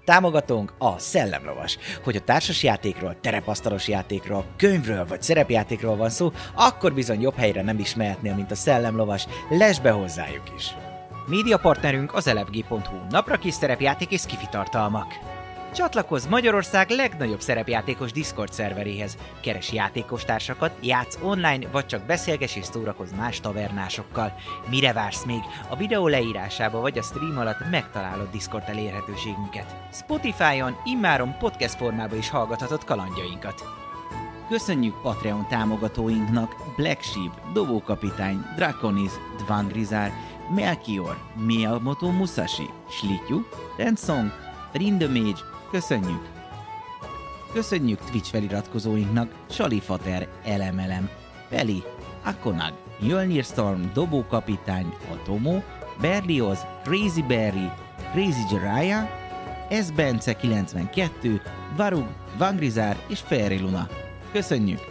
Támogatónk a Szellemlovas. Hogy a társasjátékról, terepasztalos játékról, könyvről vagy szerepjátékról van szó, akkor bizony jobb helyre nem is mehetnél, mint a Szellemlovas. Lesz be hozzájuk is! Médiapartnerünk az elefg.hu, napra kis szerepjáték és skifi tartalmak. Csatlakozz Magyarország legnagyobb szerepjátékos Discord szerveréhez. Keres játékostársakat, játsz online, vagy csak beszélges és szórakozz más tavernásokkal. Mire vársz még? A videó leírásába vagy a stream alatt megtalálod Discord elérhetőségünket. Spotify-on immáron podcast formában is hallgathatod kalandjainkat. Köszönjük Patreon támogatóinknak Black Sheep, Dobókapitány, Draconis, Dvangrizár, Melchior, Miyamoto Musashi, Slityu, Rensong, Rindemage, köszönjük! Köszönjük Twitch feliratkozóinknak Salifater, Elemelem, Peli, Akonag, Mjölnir Storm, Dobókapitány, Atomo, Berlioz, Crazy Berry, Crazy Jiraiya, S. Bence 92, Varug, Vangrizár és Fairy Luna. Köszönjük!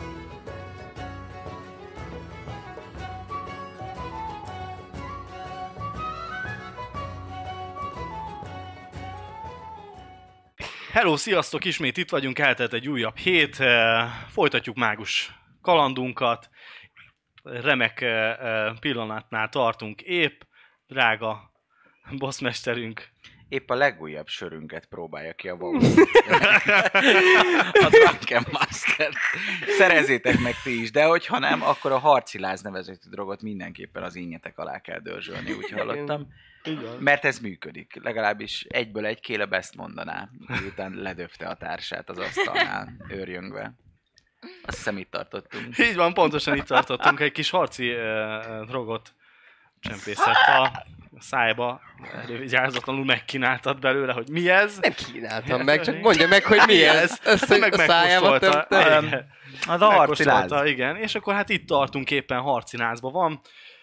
Hello, sziasztok! Ismét itt vagyunk, eltelt egy újabb hét, folytatjuk mágus kalandunkat, remek pillanatnál tartunk épp, drága bossmesterünk. Épp a legújabb sörünket próbálja ki a WoW. A Drunken Master. Szerezzétek meg ti is, de hogyha nem, akkor a harciláz nevezetű drogot mindenképpen az ínnyetek alá kell dörzsölni, úgy hallottam. Mert ez működik. Legalábbis egyből egy Caleb ezt mondaná, miután ledöfte a társát az asztalnál, őrjöngve. Azt hiszem itt tartottunk. Így van, pontosan itt tartottunk, egy kis harci drogot csempészett a szájba, elővigyázatlanul megkínáltad belőle, hogy mi ez. Nem kínáltam meg, csak mondja meg, hogy mi ez. Ezt meg a szájába tömtem. Az a harciláz. Igen, és akkor hát itt tartunk, éppen harcinázban van.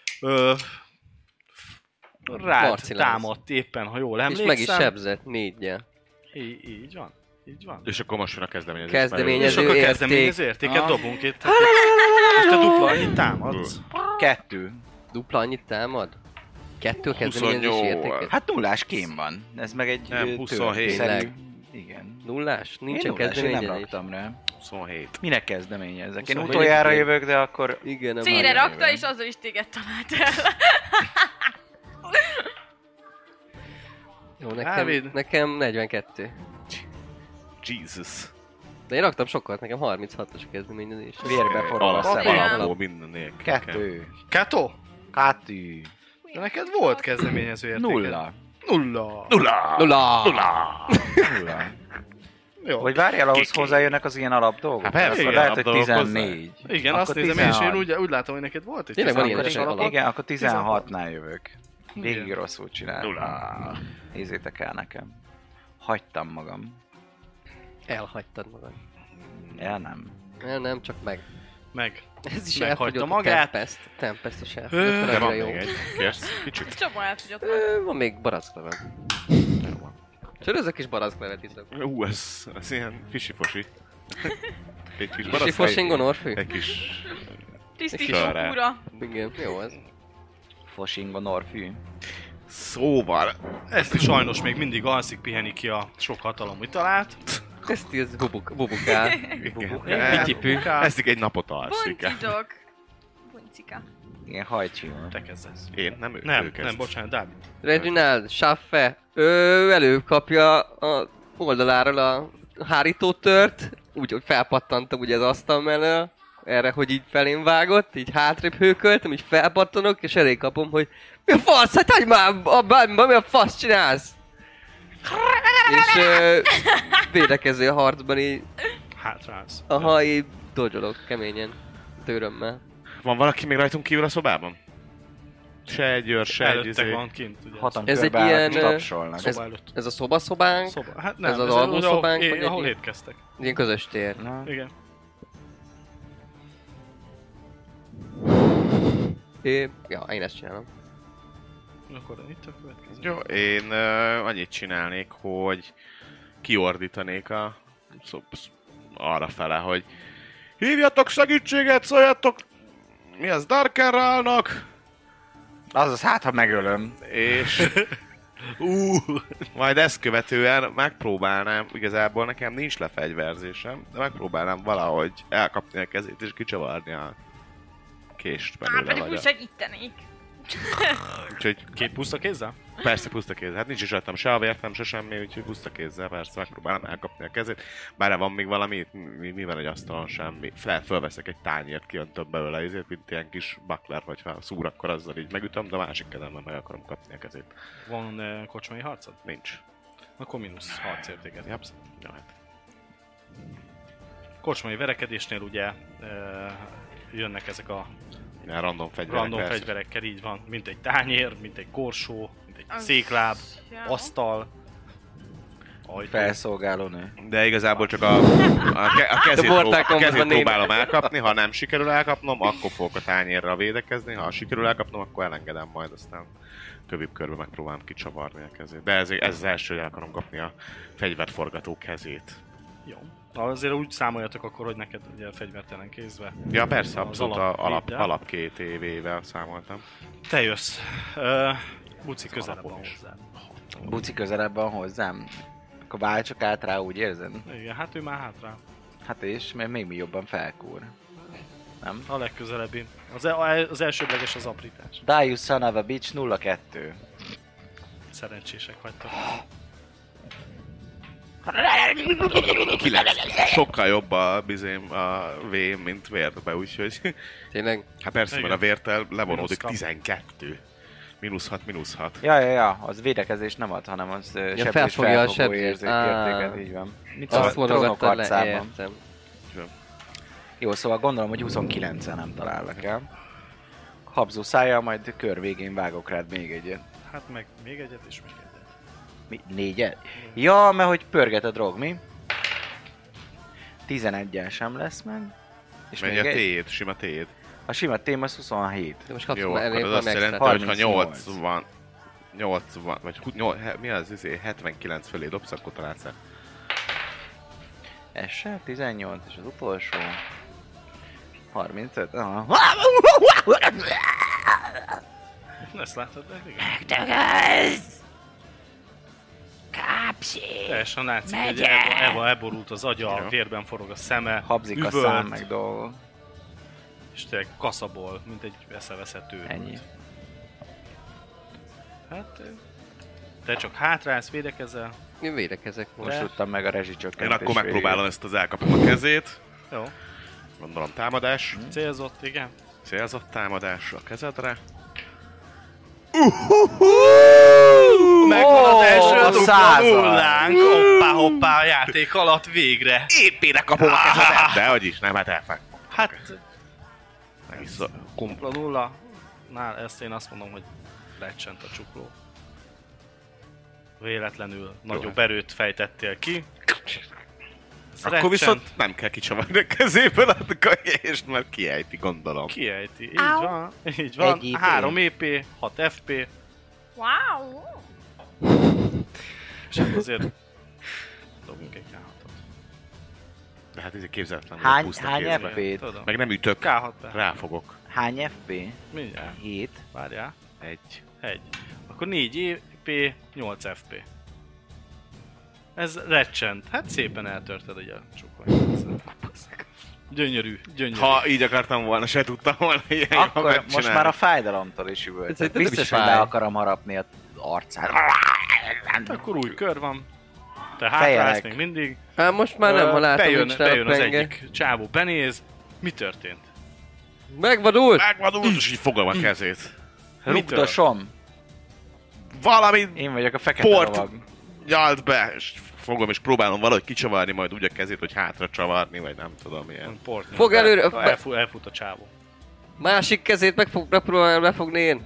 Rád támadt éppen, ha jól emlékszem. És meg is sebzett 4-jel. Így van. Így van. És akkor most jön a kezdeményezés. Kezdeményező és akkor érték. kezdeményező értéket dobunk itt. Most te dupla annyit támadsz. 2. Dupla annyit támad? 2 a kezdeményezés 28. értéket? Hát nullás kém van. Ez meg egy Nem, 27. tényleg. Igen. Nullás? Nincsen Én nem kezdeményezés? raktam rá. 27. Minek kezdeményezek? Én 27. utoljára jövök, de akkor... Igen, nem C-re van. rakta, és azzal is téged talált el. Jó, Dávid. nekem 42. Jesus. De én raktam sokat, nekem 36-os kezdeményezés. Vérbe forró a Alapból, szemem. alapból minden nélkül. 2. Kato? 2. De neked volt kezdeményező értéked. 0. Nulla. Jó. Vagy várjál, ahhoz Kiki. hozzájönnek az ilyen alapdolgok? Hát persze, Akkor ilyen lehet, hogy alapdolgok 14. Igen, Akkor azt nézem én is, 16. én úgy látom, hogy neked volt egy Tényleg van 16-os ilyen alapod. Igen, akkor 16-nál jövök. Végig Igen. rosszul csináltam. Nulla. Nézzétek el nekem. Hagytam magam. Elhagytad magad. Nem. Nem, csak meg. Meg. Ez is Meghagyta elfogyott magát. a Tempest is De elfogyott. van Jó. még egy. Kérsz? Kicsit. Csomó elfogyott. Van még baracklevet. Sörözök is baracklevet iszok. Ez ilyen fisi-fosi. Egy kis Kisi Foshingon orfű? Egy kis... Tisztító Sorra. kúra. Igen, jó az. Foshingon orfű. Szóval... Ezt is sajnos még mindig alszik, piheni ki a sok hatalom italát. Ezt ez bubukál. Igen. Pityipű. Eszik egy napot alszik. Buncizok. Buncika. Ilyen hajcsival. Te kezdesz. Én? Nem ő. Nem, ő kezd. nem, bocsánat, Dávid. Reginald, Schaffe, előkapja a oldaláról a hárítótört, úgy, hogy felpattantam ugye az asztal mellől, erre, hogy így felém vágott, így hátrébb hőköltem, így felpattanok, és elé kapom, hogy mi a fasz, hát hagyj már a bábimba, mi a fasz csinálsz? És védekező harcban így, Hátrálsz. aha, így dodge-olok keményen, törömmel. Van valaki még rajtunk kívül a szobában? Se egy őr, se egy Előttek van kint, ugye. Hatan Ez egy körbe állnak ilyen, és tapsolnak. Szoba előtt. Ez a szobaszobánk, Szoba. Hát nem, ez az alvószobánk, vagy ahol egy- étkeztek. ilyen közös tér. Na, Igen. Ja, én ezt csinálom. Akkor itt a következő. Jó, én annyit csinálnék, hogy kiordítanék a arra fele, hogy hívjatok segítséget, szóljatok, mi az, Darkenrálnak, azaz, hát ha megölöm. és Majd ezt követően megpróbálnám, igazából nekem nincs lefegyverzésem, de megpróbálnám valahogy elkapni a kezét és kicsavarni a kést belőle. Pedig Vagy úgy a... segítenék. Úgyhogy Két puszta kézzel? persze puszta kézzel. Hát nincs is rajtam se a vértem, se semmi, úgyhogy puszta kézzel persze megpróbálom elkapni a kezét. Bár van még valami, mi van egy asztalon semmi. Fölveszek egy tányért, kiöntöm belőle ezért, mint ilyen kis buckler, vagy ha szúr, akkor azzal így megütöm, de a másik kezemben meg akarom kapni a kezét. Van kocsmai harcod? Nincs. Akkor mínusz harcértéket kapsz. Ja, hát. Kocsmai verekedésnél ugye jönnek ezek a Ilyen random fegyverek. random persze. fegyverekkel, így van. Mint egy tányér, mint egy korsó, mint egy Az- székláb, Ja. asztal, ajtó. Felszolgáló nő. De igazából csak a kezét, Mortal a kezét Kombatban próbálom elkapni, ha nem sikerül elkapnom, akkor fogok a tányérral védekezni, ha sikerül elkapnom, akkor elengedem majd, aztán többibb körbe megpróbálom kicsavarni a kezét. De ez az első, hogy el akarom kapni a fegyverforgató kezét. Jó. Azért úgy számoljatok akkor, hogy neked ugye fegyvertelen kézve. Ja persze, Az abszolút alapvéddel. alap két évével számoltam. Te jössz. Buci közelebb van hozzá. Buci közelebb van hozzám. Akkor váltsak át rá, úgy érzed? Igen, hát ő már hátra. Hát és, mert még mi jobban felkúr. Nem? A legközelebbi. Az elsődleges az aprítás. Die you son of a bitch 0-2. Szerencsések vagytok. 9. Sokkal jobb a bizém a vém, mint vérbe, úgyhogy... Tényleg? Hát persze, Igen. mert a vértel levonódik Mínusz kap. 12. -6, -6. Ja, az védekezés nem ad, hanem az sebzés felfogja a felfogó sebzést. értéket, így van. Mit Azt trónok mondogattad le, harcában. értem. Jó, szóval gondolom, hogy 29-en nem találnak el. Habzó szájjal, majd kör végén vágok rád még egyet. Hát meg még egyet és még egyet. Mi? 4-et? Ja, mert hogy pörget a drog, mi? 11-el sem lesz meg. És Megy még a egy. téd, sima téd. A sima tém az 27. De most kapsz Jó, már akkor elég az van azt jelenti, extra. hogy ha 38. 80, vagy mi az, 79 fölé dobsz, akkor találsz el. Ez se? 18 és az utolsó. 35? Aha. Ezt látod, de igen. Teljesen látszik, hogy Eva elborult az agya, Ja. vérben forog a szeme, Habzik a üvölt, szám meg dolgok. és tényleg kaszabol, mint egy eszeveszett őrült. Ennyi. Hát, te csak hátrálsz, védekezel. Én védekezek most. Most tudtam meg a Én rezsicsökkentés akkor megpróbálom ezt az elkapom a kezét. Jó, Gondolom támadás. célzott, igen. Célzott támadás a kezedre. Megvan az első a dupla század. nullánk, hoppá, a játék alatt végre. Éppére kapom a kezedet! Dehogy is, nem, hát elfek. Hát, Meg is szó. dupla nulla. Nál ezt én azt mondom, hogy lecsent a csukló. Véletlenül nagyobb erőt fejtettél ki. Ez Akkor recsent. viszont nem kell kicsavarni a kezéből a kajést, mert kiejti, gondolom. Kiejti. Így Au. van. Így van. Egy EP. 3 EP, 6 FP. Wow! És akkor azért dobjunk egy K6-ot. De hát ez képzeletlen, Hány- hogy puszta hány kézbe. FP-t? Tudom. Meg nem ütök, K6 be. ráfogok. Hány FP? Mindjárt. 7. Várjál. Egy. 1. Akkor 4 EP, 8 FP. Ez recsent. Hát szépen eltörted ugye a csukványt. Gyönyörű, gyönyörű. Ha így akartam volna, se tudtam volna ilyen jól Akkor most megcsinálni. már a fájdalomtól is üvölt. Szerintem nem Biztos, is hogy fáj. le akarom harapni a arcát. Akkor új kör van. Te hátrálsz Fejelek. még mindig. Hát most már nem, ha látom, bejön, nincs bejön az penge. egyik csávó, benéz. Mi történt? Megvadult! Megvadult, és így fogom a kezét. Rugdosom. Valami Én vagyok a fekete Port. lovag. nyalt be, és fogom, és próbálom valahogy kicsavarni majd úgy a kezét, hogy hátra csavarni, vagy nem tudom milyen. Port Fog előre- Elfut a csávó. Másik kezét megpróbálom lefogni én.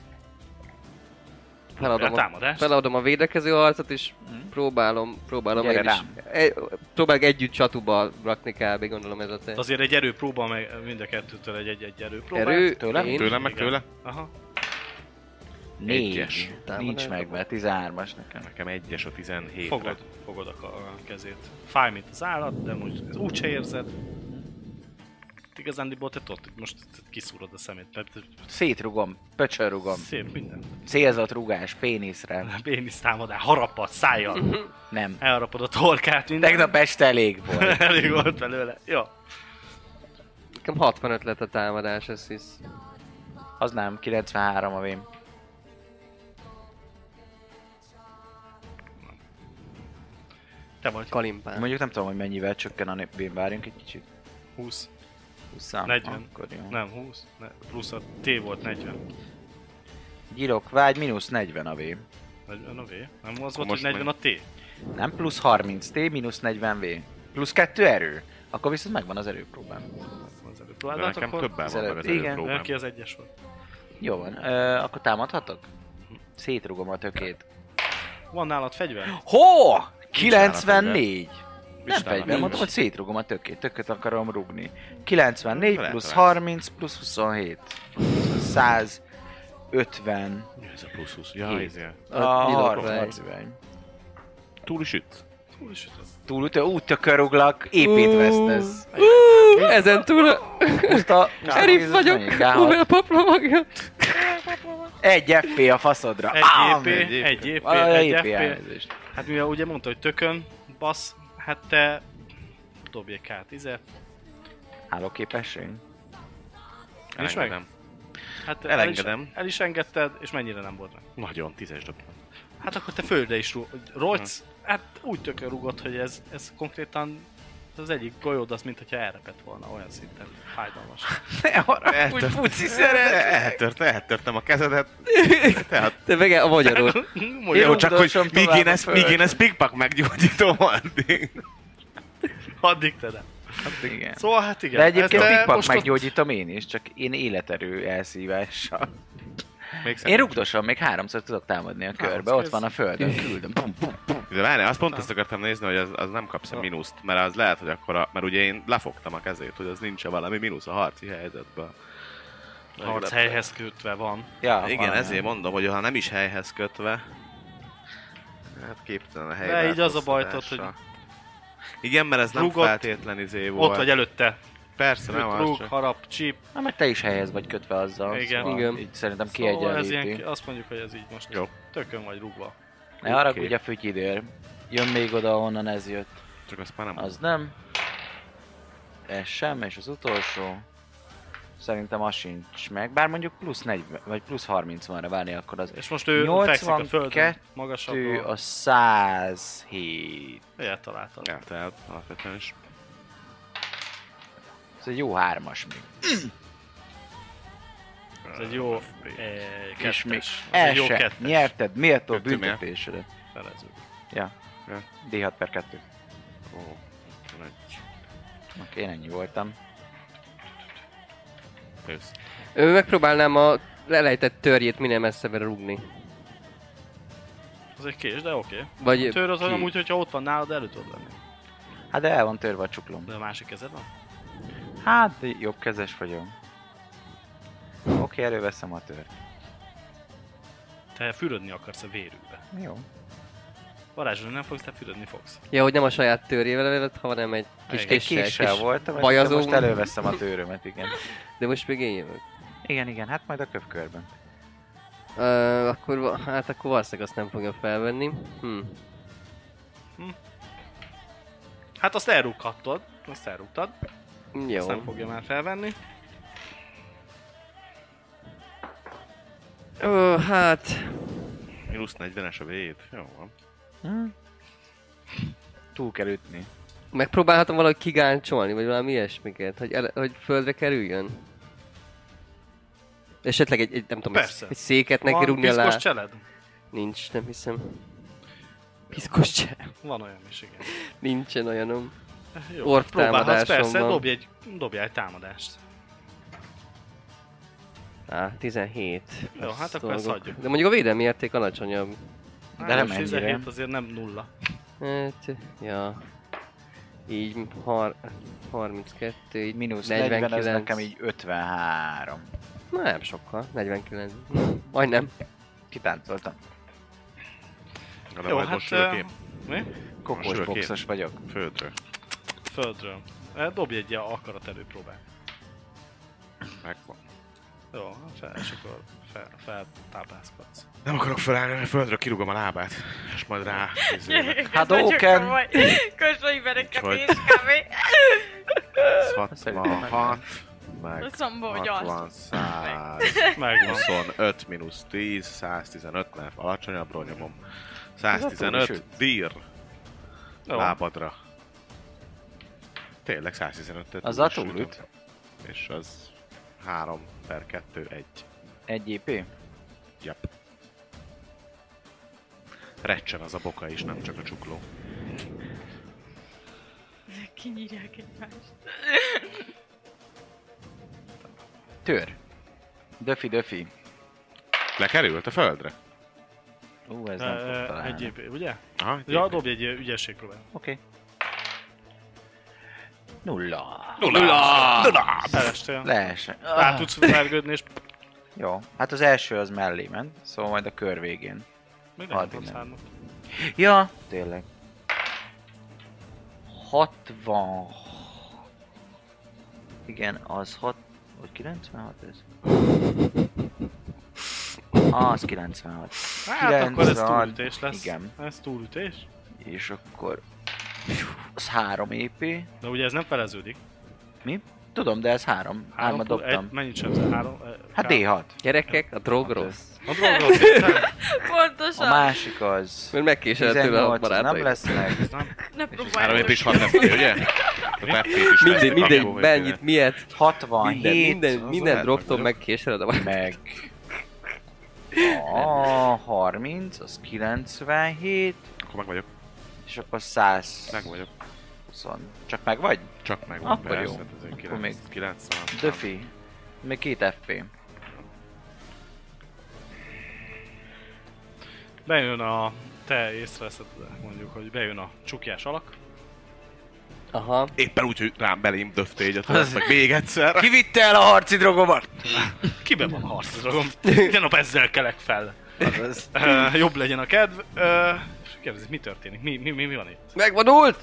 A támadás. Feladom a védekező harcot, és próbálom Gyere én is. Próbálok együtt csatuba rakni kb. Gondolom ez a te. Azért egy erőpróba, meg mind a kettőtől egy erőpróba. Erő, Tőlem? én. Tőlem, meg Igen. tőle? Aha. 4. Egyes. Nincs meg, mert 13-as nekem. Nekem egyes a 17-re. Fogod a kezét. Fáj, mint az állat, de most úgyse érzed. igazándiból te tudod, hogy most kiszúrod a szemét, mert Szétrugom, pöcsörrugom. szép minden. Célzott rugás, péniszre. Pénisz támadás, harapad, szájjal. Nem. Elharapod a torkát, minden. Tegnap este elég volt. Elég volt belőle. Jó. Nekem 65 lett a támadás, ez hisz. Az nem, 93 a vém. Te vagy. Kalimpán. Mondjuk nem tudom, hogy mennyivel csökken a vém, várjunk egy kicsit. 20. 20 40. Akkor jó. Nem, 20. Plusz a T volt 40. Gyilok vágy, mínusz 40 a vém. 40 a V. Nem az volt, most hogy 40 a T. Nem, plusz 30 T, mínusz 40 V. Plusz 2 erő. Akkor viszont megvan az erőpróbám. Az előbb. De Próbálod, nekem akkor többen van meg az Igen. előpróbám. ki az egyes volt. Jó van, akkor támadhatok? Szétrugom a tökét. Van nálad fegyver? Hó! nála 94! Nem nála fegyver, nincs. mondom, hogy szétrugom a tökét, tököt akarom rugni. 94 Lehet plusz rá. 30 plusz 27. 150. Mi ez a plusz 20? Ja, Hét. ezért. A gyilokvágy. harcvány. Túl is ütsz. Túl úgy tököruglak, épét vesztesz. Ezen túl Azt a... Sheriff vagyok, Uvel papla magja. Egy FP a faszodra. Egy Ám! EP, egy EP, Valami egy EP FP. elnézést. Hát mivel ugye mondta, hogy tökön, bassz, hát te dobj egy K10-et. Állóképesség? És meg? Elengedem. Hát Elengedem. El is engedted, és mennyire nem volt meg? Nagyon, 10-es dobtam. Hát akkor te földre is rojtsz, hát úgy tökön rugott, hogy ez konkrétan az egyik golyód az, mint hogyha elrepett volna, olyan szinten fájdalmas. Ne haragudj, puci szeret! Eltörtem a kezedet. Tehát, Te meg a magyarul. jó, csak hogy rugdosom míg tovább én a ezt, földre. míg én ezt pikpak meggyógyítom addig. Addig te nem. Igen. Szóval hát igen. De egyébként ezt, pikpak most meggyógyítom én is, csak én életerő elszívással. Még Én rugdosom, még 3-szor tudok támadni a körbe, ott ez- van a földön, küldöm. Bum, bum, bum. De várjál, azt pont azt akartam nézni, hogy az nem kapsz a mínuszt, mert az lehet, hogy akkor mert ugye én lefogtam a kezét, hogy az nincs valami mínusz a harci helyzetben. harc helyhez kötve van. Ja, Igen, valami. ezért mondom, hogy ha nem is helyhez kötve, hát képtelen a De így az a bajtod, hogy igen, mert ez nem rugott, feltétlen izé volt. ott vagy előtte. Persze, nem az Rúg, csak. harap, csíp. Na, meg te is helyhez vagy kötve azzal. Igen. Szóval Igen. így szerintem Szóval ez kiegyenlíti. ilyen, azt mondjuk, hogy ez így most Jó. tökön vagy rúgva. Ne haragudj a fütyidőr. Jön még oda, ahonnan ez jött. Csak azt már nem. Az nem. Ez sem, és az utolsó. Szerintem az sincs meg, bár mondjuk plusz 40, vagy plusz 30 van rá, várni akkor az. És most ő fekszik a földön, magasabbról. a 107. Eltaláltad. Eltelt alapvetően is. Ez egy jó 3-as még. Ez egy jó És még kettes. Ez egy jó el se kettes. nyerted méltó Kettő miért? büntetésedet. Felező. Ja. Ja. D6 per 2. Ó, nagy. Oké, én ennyi voltam. Ősz. Megpróbálnám a lelejtett törjét minél messzebbre rúgni. Az egy kés, de oké. Vagy A tör az ki- olyan úgy, hogyha ott van nálad, elő tudod lenni. Hát de el van törve a csuklom. De a másik kezed van? Hát, de jobb kezes vagyok. Oké, előveszem a tört. Te fürödni akarsz a vérükbe. Jó. Varázsolni nem fogsz, te fürödni fogsz. Ja, hogy nem a saját törjével veled, hanem egy kis Egy Egy késsel. késsel kis voltam, de bajazó. most előveszem a tőrömet, igen. De most még én jövök. Igen, hát majd a köpkörben. Akkor valószínűleg azt nem fogja felvenni. Hát azt elrúghattad. Azt elrúgtad. Jó. Azt nem fogja már felvenni. Hát... Mínusz 40-es a vét. Jó van. Túl kell ütni. Megpróbálhatom valahogy kigáncsolni, vagy valami ilyesmiket, hogy földre kerüljön? Esetleg egy nem tudom, Persze. egy széket neki Van rúgni alá. piszkos cseled? Nincs, nem hiszem. Piszkos cseh. Van olyan is, igen. Nincsen olyanom. Jó, Orf próbálhatsz, támadásom persze, van. dobjál egy támadást. 17. Jó, Azt hát akkor ezt dolgok. hagyjuk. De mondjuk a védelmi érték alacsonyabb. De nem most ennyire. 17 azért nem nulla. Hát, ja. Így 32, így Mínusz 49. 40, ez nekem így 53. Nem sokkal, 49. Majdnem. Kitáncoltam. De Jó, majd hát... most ülök én. Mi? Kokos Most boxos vagyok. Földről. Földről. Dobj egy akarat előpróbát. Megvan. Jó, és akkor feltápászkodsz. Nem akarok felállni, mert földről kirúgom a lábát, és majd rá Gyerekek, Hát ez nagyon Oken. komoly. Kosai bereket Úgyhogy- és kávé. 66, meg Azt mondom, hogy 60, azt. 100, Megvan. 25 mínusz 10, 115, mert alacsonyabbról nyomom. Ez attól is 115, üt. dír Jó. lábadra. Tényleg 115-et. Azzal túlüt. És az 3/2, 1. 1 EP? Yep. Recsen az a boka is, nem csak a csukló. Ezek kinyírják egymást. Tör. Döfi. Lekerült a földre? Ez nem fog találni. Egy EP, ugye? Aha, Ja, dobj egy ügyességpróbát. Oké. 0. Elestél. Leesek. Rá tudsz vergődni, és Jó, hát az első az mellé ment, szóval majd a kör végén. még nem Addig tudsz nem. hármat. Ja, tényleg. 60... Igen, az 6... Vagy 96 ez? Az 96. Hát akkor ez 96, túlütés lesz. igen. Ez túlütés. És akkor... Az 3 EP. De ugye ez nem feleződik. Mi? Tudom, de ez 3. 3-at dobtam. Mennyit sebzel? 3? Hát D6. Gyerekek, a drog Hát rossz. A drogról A Pontosan. másik az... Mert megkéseled tőle a 18, az nem barátaid. lesz meg. Ne 3 próbálj. EP is 6 FP, ugye? A FP is Minden, mennyit, miért? 67. Minden drogtól megkéseled a barátaid. Meg... A 30, az 97, Akkor meg vagyok. és akkor 100. Meg vagyok. Csak meg vagy? Csak meg van. Akkor persze, jó. hát azért Akkor még 90. Döfi. Még 2 FP. Bejön a... Te észreveszed, mondjuk, hogy bejön a csukjás alak. Aha. Éppen úgy, hogy rám belém döfte így a tudod, meg még egyszer. Kivitte el a harci drogomat? Kiben van a harcdrogom? Minden nap ezzel kelek fel. Azaz. Jobb legyen a kedv. És kérdezik, mi történik? Mi van itt? Megvonult!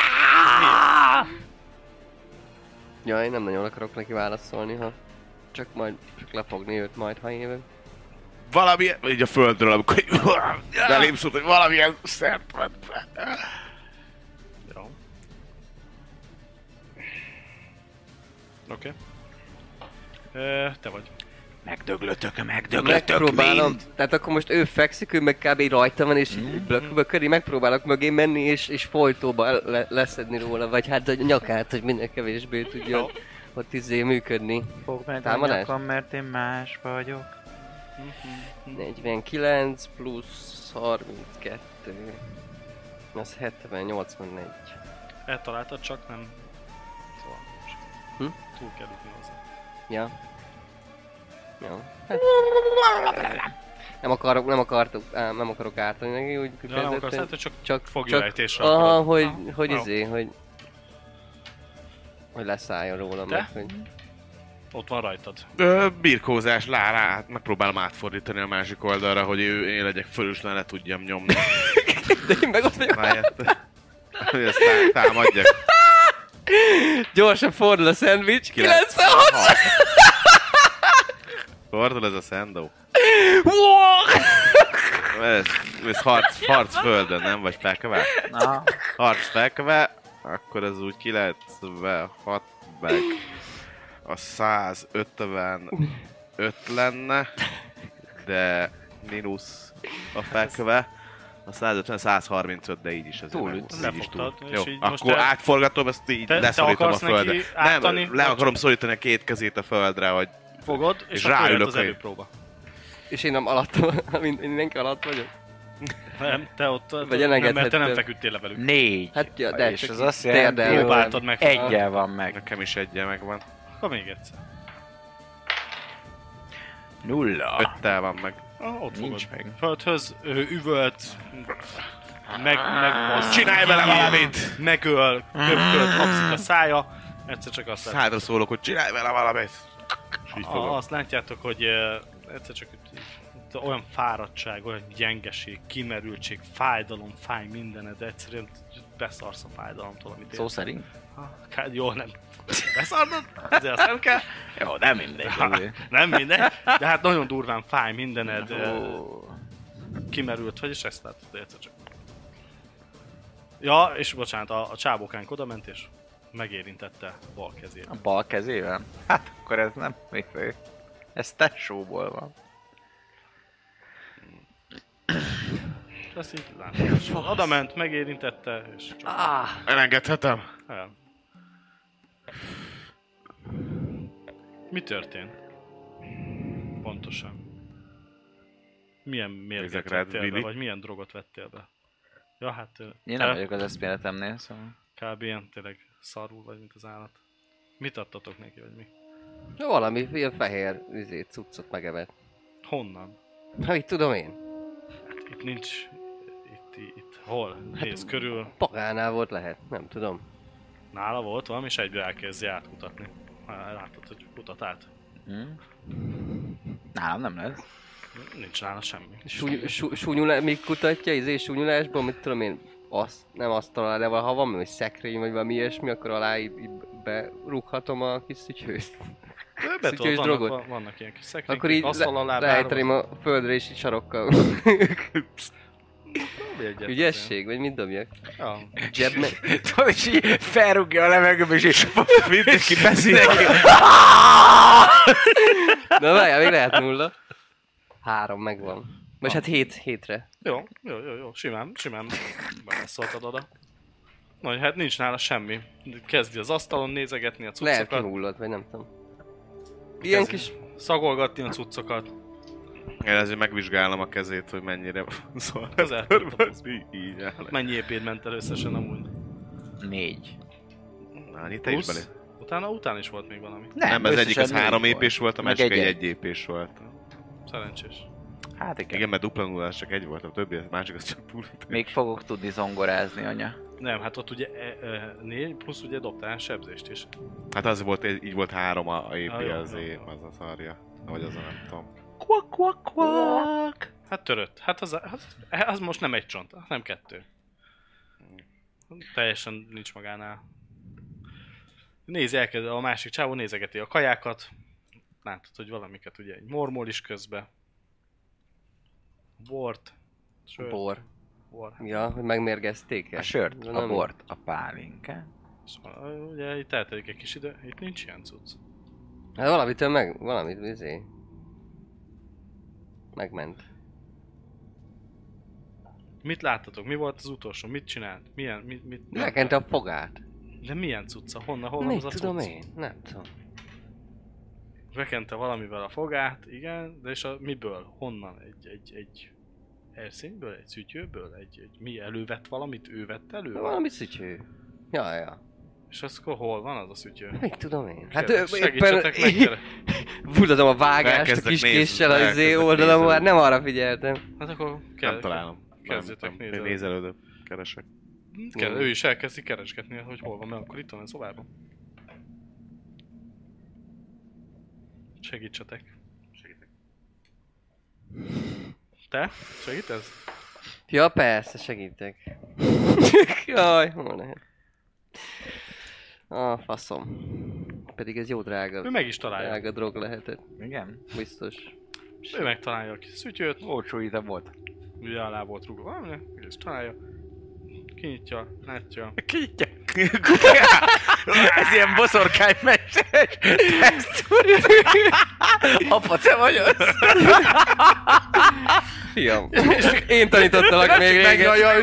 Ja, én nem nagyon akarok neki válaszolni, ha csak majd csak lefogni őt majd, ha évek. Valami, így a földről, amikor belém szólt, hogy valamilyen szert vett be. Jó. Oké. Te vagy. Megdöglötök Megpróbálom, mind. tehát akkor most ő fekszik, ő meg kb. Rajta van, és köré megpróbálok mögé menni, és folytóba leszedni róla, vagy hát a nyakát, hogy minél kevésbé tudjon ott működni. Fog meg a Támadás? nyakam, mert én más vagyok. 49 plusz 32. Az 70, 84. Eltaláltad, csak nem... Szóval... Hm? Túl kell ütni hozzá. Ja. Jó. Hát... Nem akarok ártani neki, úgy Ja, nem akarsz, hát, csak fogja ejtésre aha, akarod. hogy Jó. hogy leszálljon róla Te? meg, hogy... Ott van rajtad. Birkózás, rá, megpróbálom átfordítani a másik oldalra, hogy én legyek fölöslen, le tudjam nyomni. De én meg ott vagyok. Rájött. Hogy ezt támadjak. Gyorsan fordul a szendvics. 96! Fordul ez a szendó. Ez harc földön, nem? Vagy felköve? Na, Harc felköve, akkor az úgy 96 meg a 155 lenne, de mínusz a felköve. A 150, 135, de így is azért Túlütsz. meg- így is túl. Lefogtad, és Jó, így most akkor te- átforgatom, ezt így te leszorítom a akarsz neki földre. ártani, Nem, le vagy akarom csak- szorítani a két kezét a földre, hogy... Fogod, és És akkor jött ráülök az a- előpróba. És én nem alattam, mindenki alatt vagyok. Nem, te ott, Vagy nem, mert te nem elengedhetted. feküdtél le velük. 4. Hát ja, de és csak az azt térdel jelenti, rólam. hogy Próbáltad meg. egyel van meg. Nekem is egyen megvan. Akkor még egyszer. 0. 5-tel van meg. Ott Nincs fogod. meg. Földhöz, üvölt, meg Csinálj vele valamit! megöl, köpköd, hapszik a szája. Egyszer csak azt látjátok. Szádra szólok, hogy csinálj vele valamit! És így fogom. Azt látjátok, hogy egyszer csak olyan fáradtság, olyan gyengeség, kimerültség, fájdalom, fáj mindened, egyszerűen beszarsz a fájdalomtól, amit Szó szerint? Jó, nem. Beszarnod? Ezért azt nem kell. Jó, nem mindegy. Nem mindegy, de hát nagyon durván fáj mindened. Kimerült vagy, és ezt látod egyszer csak. Ja, és bocsánat, a csábokánk oda ment, és megérintette bal kezét. A bal kezével? Hát akkor ez nem mifő. Ez tesóból van. És azt így látod. Oda ment, megérintette, és csak... Elengedhetem? El. Mi történt? Pontosan. Milyen mérget Nézek rád, vettél be, Willy. vagy milyen drogot vettél be? Ja, hát... Én nem vagyok az eszméletemnél, szóval... Kb. Ilyen tényleg szarul vagy, mint az állat. Mit adtatok neki, vagy mi? Valami ilyen fehér cuccot megevett. Honnan? Hát így tudom én. Itt nincs... Itt hol? Nézd körül. Pagánál volt lehet, nem tudom. Nála volt valami, és egyből elkezdi átkutatni. Látod, hogy kutat át. Nálam nem lesz. Nincs nála semmi. Súnyulás, még kutatja, súnyulásból, mit tudom én, nem asztal alá, ha van egy szekrény, vagy valami ilyesmi, akkor alá így berúghatom a kis szütyhőzt. Szütyhős drogot. Vannak ilyen kis szekrények, akkor így asztal alá lejteném a földre, és így sarokkal. Ügyesség, vagy mit dobjak? Ja. Zsebme... Tudod, és így felrúgja a levegőbe, és így mindenki beszél. Na várjál, még lehet 0. 3 megvan. Most hát 7-re. Jó. Simán beleszóltad oda. Na, hát nincs nála semmi. Kezdi az asztalon nézegetni a Lehet cuccokat. kihullott, vagy nem tudom. Ilyen Kezdi kis... szagolgatni a cuccokat. Én ezért megvizsgálom a kezét, hogy mennyire szól. Az eltudtam. Így áll. Mennyi épéd ment el összesen amúgy? 4. Annyi te is belé? Utána is volt még valami. Nem, az egyik az összesen 3 négy épés volt, a Meg másik egy egy 1 épés volt. Szerencsés. Hát igen. Igen, mert dupla nullás csak egy volt, a többi, a másik az csak túl. Még fogok tudni zongorázni, anya. Nem, hát ott ugye 4 plusz ugye dobtál sebzést is. Hát az volt, így volt 3 a EP, jó, az jó, én, jó. az a szarja. Vagy az a nem tudom. Kvak. Hát törött. Hát az most nem egy csont, hanem 2. Teljesen nincs magánál. Elkezd, a másik csávó nézegeti a kajákat. Látod, hogy valamiket ugye egy mormol is közbe. Bort. Sört. Bor. Bor. Ja, hogy megmérgezték-e? A sört, Nem- a bort, a pálinkát. Szóval, ugye itt eltelik egy kis idő, itt nincs ilyen cucc. Hát valamit megment. Mit láttatok? Mi volt az utolsó? Mit csinált? Mit? Megkente a fogát. De milyen cucca? Hol van Mit az a tudom cucc? én? Nem tudom. Bekente valamivel a fogát, igen, de és miből? Honnan? Egy erszényből? Egy szütyőből? Mi elővett valamit? Ő vett elő? Valami szütyő. Ja. És akkor hol van az a szütyő? Mit tudom én? Hát Segítsetek meg! Futatom a vágást a Elkezdek kiskéssel nézni, az elkezdek oldalon, nézni. már nem arra figyeltem. Hát akkor Nem találom. kezdjetek nézni. Nézelődök, keresek. Ő is elkezdi keresgetni, hogy hol van, mert akkor itt van a szobában. Segítsetek. Te? Segítesz? Ja, persze, segítek. Jaj, hol lehet. Faszom. Pedig ez jó drága. Ő meg is találja. Drága drog lehetett. Igen. Biztos. Ő megtalálja a kis szütyőt, Olcsó ide volt. ugye alá volt rúgva valami, és találja. Kinyitja, látja. Kinyitja. Ez ilyen boszorkánymesteres. Apa, te vagy az? Fiam, én tanítottalak még régen.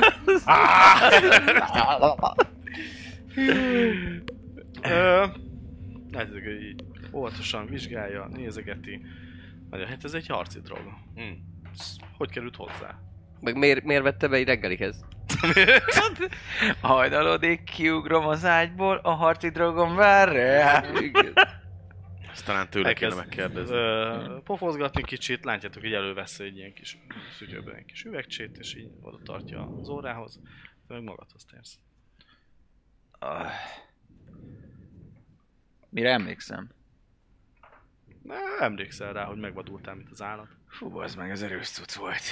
Látjátok, hogy így óvatosan vizsgálja, nézegeti. Mondja, hát ez egy harci drog. Hogy került hozzá? Meg miért vette be egy reggelihez? Hajnalodik, kiugrom az ágyból, a harci drogom vár rá. Ezt talán tőle kéne megkérdezni. Pofozgatni kicsit, látjátok, hogy elővesz egy ilyen kis szütyőből egy kis üvegcsét, és így oda tartja az órához, te meg magadhoz térsz. Mire emlékszem? Emlékszel rá, hogy megvadultál, mint az állat. Fú, az meg ez erős cucc volt.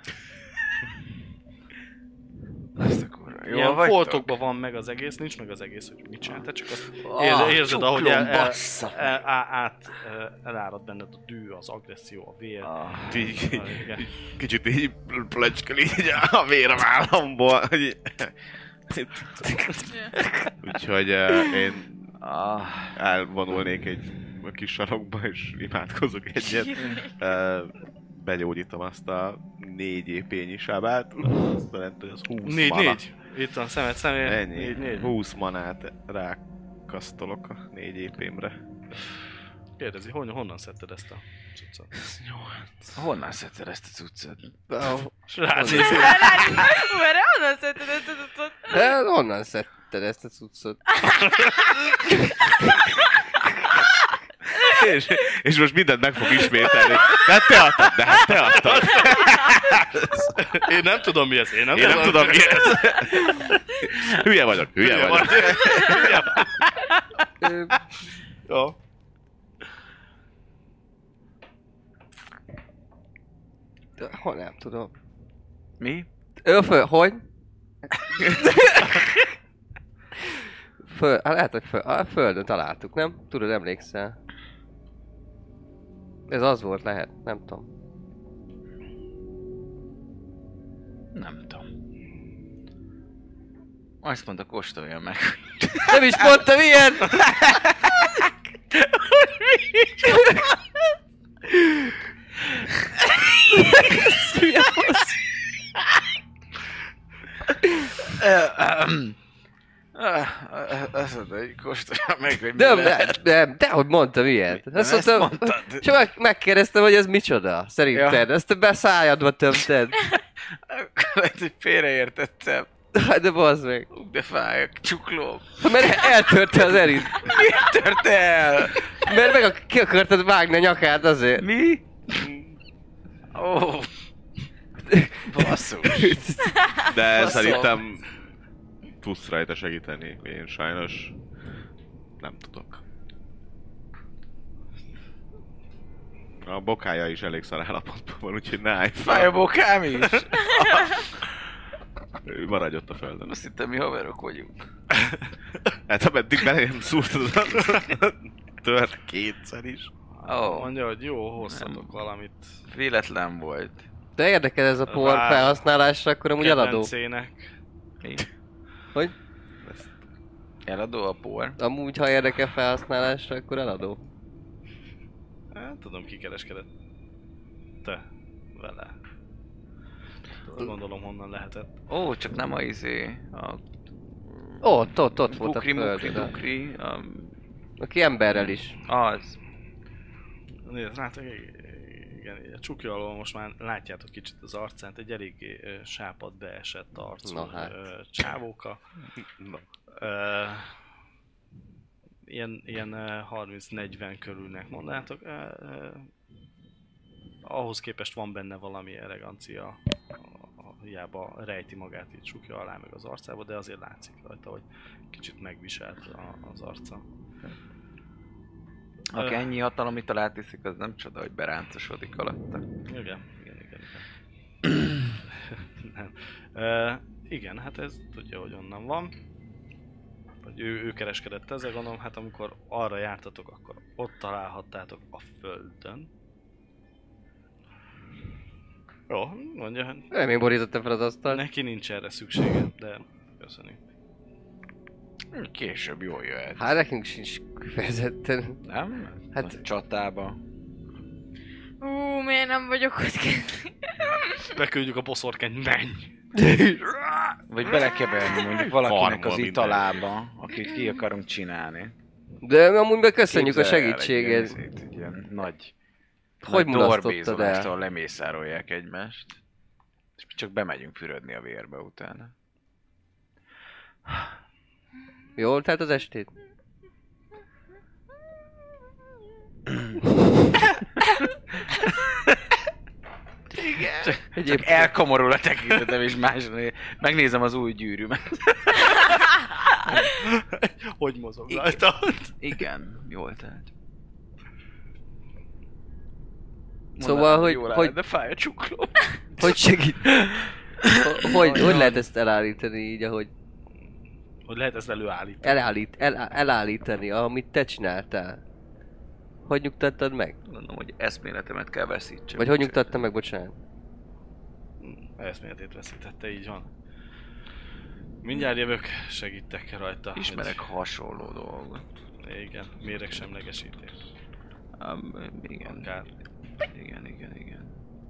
Ezt a kurva. Jól Ilyen vagytok? foltokban van meg az egész, nincs meg az egész, hogy mit csinál. Te csak azt érzed, ahogy csuklom, bassza. elárad benned a dű, az agresszió, a vér. Így, Igen. kicsit így plecskel így a vér a vállamból. hogy- Úgyhogy én elvonulnék egy kis sarokba és imádkozok egyet. Begyógyítom azt a 4 épényi sábát. Azt jelenti, hogy az 20 mana. 4-4. Itt van személy. Ennyi. 4-4. 20 manát rákasztolok a 4 épémre. Kérdezi, honnan szedted ezt a cuccot? Honnan szedted ezt a cuccot? És ránézél. Hú, erre honnan szedted ezt a cuccot? De honnan szedted ezt a cuccot? És most mindent meg fog ismételni. Hát te adtad, de hát te adtad. Én nem tudom mi ez, Én nem tudom mi ez. Hülye vagyok. Ö, Jó. Hol nem tudom. Mi? Hogy? Lehet, hogy a földön találtuk, nem? Tudod, emlékszel? Ez az volt, lehet, nem tudom. Nem tudom. Azt mondta, kóstolja meg. Nem is mondtam ilyen! Azt mondta, hogy kóstolja meg, hogy mi lehet. Nem, dehogy mondtam ilyet. Azt Ezt mondtam, mondtad. csak megkérdeztem, hogy ez micsoda, szerinted. Ezt te beszájadba tömted. Lehet, hogy félreértettem. De bazd meg. De fáj a csuklóm. Mert eltörte az erit. Miért tört el? Mert ki akartad vágni a nyakát azért. Mi? Ó. Basszus. De Faszom. szerintem tudsz rajta segíteni. Én sajnos nem tudok. A bokája is elég szar állapotban van, úgyhogy ne állj Fáj a fel. bokám is. Ő maradj ott a földön. Azt hittem, mi haverok vagyunk. Hát ameddig belém szúrtad a tört kétszer is. Ó, Mondja, hogy jó, hoztatok valamit. véletlen volt. De érdekel ez a por Vár. felhasználásra, akkor amúgy eladó. Kedvencének. Mi? Hogy? Eladó a por. Amúgy, ha érdekel felhasználásra, akkor eladó. Hát, tudom, ki kereskedett. Te. Vele. Gondolom, honnan lehetett. Ó, csak nem a a Ott volt a kukri, mukri, földön. dukri, Aki emberrel is. az. Nézd, látok, igen, a csukja alól most már látjátok kicsit az arcát, egy eléggé sápad beesett arcú Na hát. csávóka. Na. Ilyen 30-40 körülnek mondátok. Ahhoz képest van benne valami elegancia, hiába rejti magát így csukja alá meg az arcába, de azért látszik rajta, hogy kicsit megviselt az arca. Aki ennyi hatalom talált iszik, az nem csoda, hogy beráncosodik alatta. Igen. Nem. Igen, hát ez tudja, hogy onnan van. Vagy ő kereskedett ezzel, gondolom, hát amikor arra jártatok, akkor ott találhattátok a földön. Jó, mondja, hát Nem én borítottam fel az asztalt. neki nincs erre szüksége, de köszönjük. Később jól jöhet. Hát nekünk sincs kifejezetten. Nem? Hát- A csatába. Miért nem vagyok ott kezdni? Beküldjük a boszorkányt, menj! Vagy belekeverni mondjuk valakinek Farmol az italába, akit ki akarunk csinálni. De amúgy megköszönjük a Képzelj el segítséged. egy ilyen nagy... Hogy nagy mulasztottad dorbézolástól el? lemészárolják egymást. És mi csak bemegyünk fürödni a vérbe utána. Jól telt az estét? Csak elkomorul a tekintetem és másra megnézem az új gyűrűmet. Hogy mozog Igen. rajta? Igen, jól telt. Szóval, hogy de fáj a csukló. hogy segít? Hogy lehet ezt elállítani így, ahogy Hogy lehet ezt előállítani? elállítani, amit te csináltál? Hogy nyugtattad meg? Mondom, hogy eszméletemet kell veszítsem. Vagy hogy nyugtattad meg, bocsánat? Eszméletét veszítette, így van. Mindjárt jövök, segítek rajta. Ismerek hasonló dolgot. Igen, méregsemlegesítés. Igen. Akár. Igen.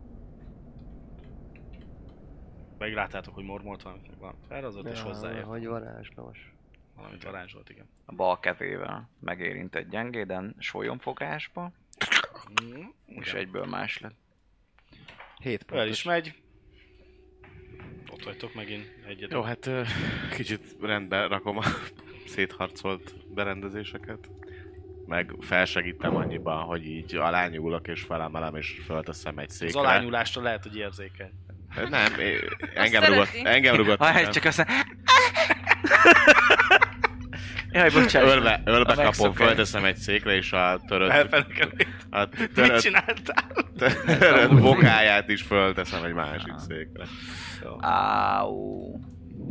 Megláttátok, hogy mormolt valamit, meg valamit felrazott, és hozzáért. Hogy varázslos. Valamit varázsolt, igen. A bal kezével megérintett gyengéden sólyomfogásba, és egyből más lett. 7 El is megy. Ott vagytok megint egyedül. Jó, hát kicsit rendbe rakom a szétharcolt berendezéseket. Meg felsegítem annyiban, hogy így alányulok és felemelem és fölteszem egy Az székre. alányulástól lehet, hogy érzékeny. Nem, szereti. engem rugott. Ha csak aztán... Jaj, bocsánat. Ölbe kapom, fölteszem egy székre és a Mit csináltál? törött bokáját is fölteszem egy másik székre. Áú.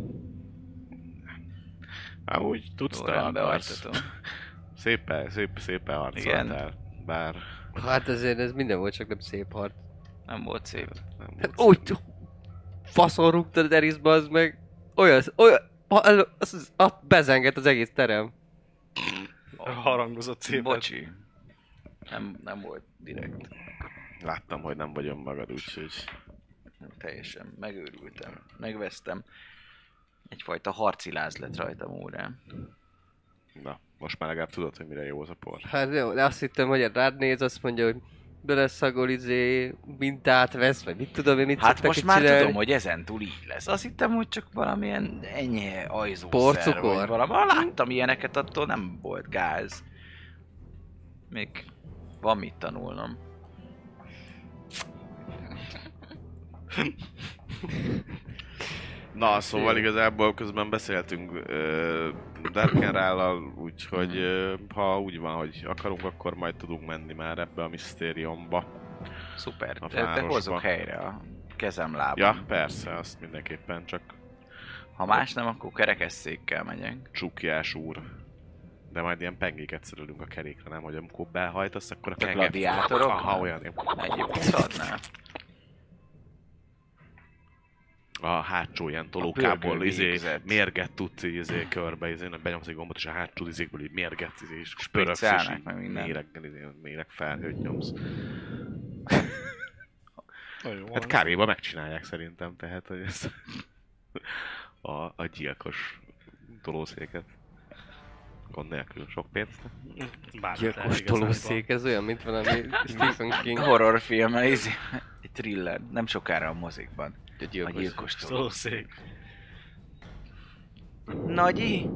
Úgy tudsz te Rendbe akarsz. hajtatom. Szépen harcoltál. Bár Hát ezért ez minden volt, csak nem szép harc. Nem volt szép. nem Hát volt úgy faszon rúgtad Erisba, az meg olyan, bezengett az egész terem. Harangozott szépen. Bocsi. Nem volt direkt. Láttam, hogy nem vagy önmagad, úgyhogy... Teljesen megőrültem. Megvesztem. Egyfajta harci láz lett rajtam órán. Na, most már legalább tudod, hogy mire jó az a por. Hát jó, de azt hittem, hogy rád néz, azt mondja, hogy beleszagol, mintát vesz, vagy mit tudom én, mit Hát szoktak most itt már csinálni. tudom, hogy ezentúl így lesz. Azt hittem, hogy csak valamilyen enyhe ajzószer. Porcukor? Vagy valami. Láttam ilyeneket, attól nem volt gáz. Még van mit tanulnom. Na, szóval igazából közben beszéltünk Darkenrállal, úgyhogy ha úgy van, hogy akarunk, akkor majd tudunk menni már ebbe a misztériumba. Szuper. A Te városba. hozzuk helyre a kezem lábam. Ja, persze, azt mindenképpen, csak Ha más nem, akkor kerekesszékkel megyek. csukjás úr. De majd ilyen pengéket szerelünk a kerékre, nem? Hogy amikor behajtasz, akkor a A penge... gladiátorok? Aha, olyan. Egyébként szadnál. A hátsó ilyen tolókából pörgő végzet. mérget tudsz körbe, benyomsz egy gombot, és a hátsó izékből így mérget, és pöröksz, és Spriccelnek így meg minden. méreg felhőt nyomsz. Nagyon jó. Hát kávéban megcsinálják szerintem, tehát, hogy ez a gyilkos tolószéket. Gond nélkül, sok pénzt. Gyilkos tolószék, ez olyan, mint valami Stephen King. Horrorfilm, egy thriller. Nem sokára a mozikban. A gyilkos toló. Tolószék. Nagyi?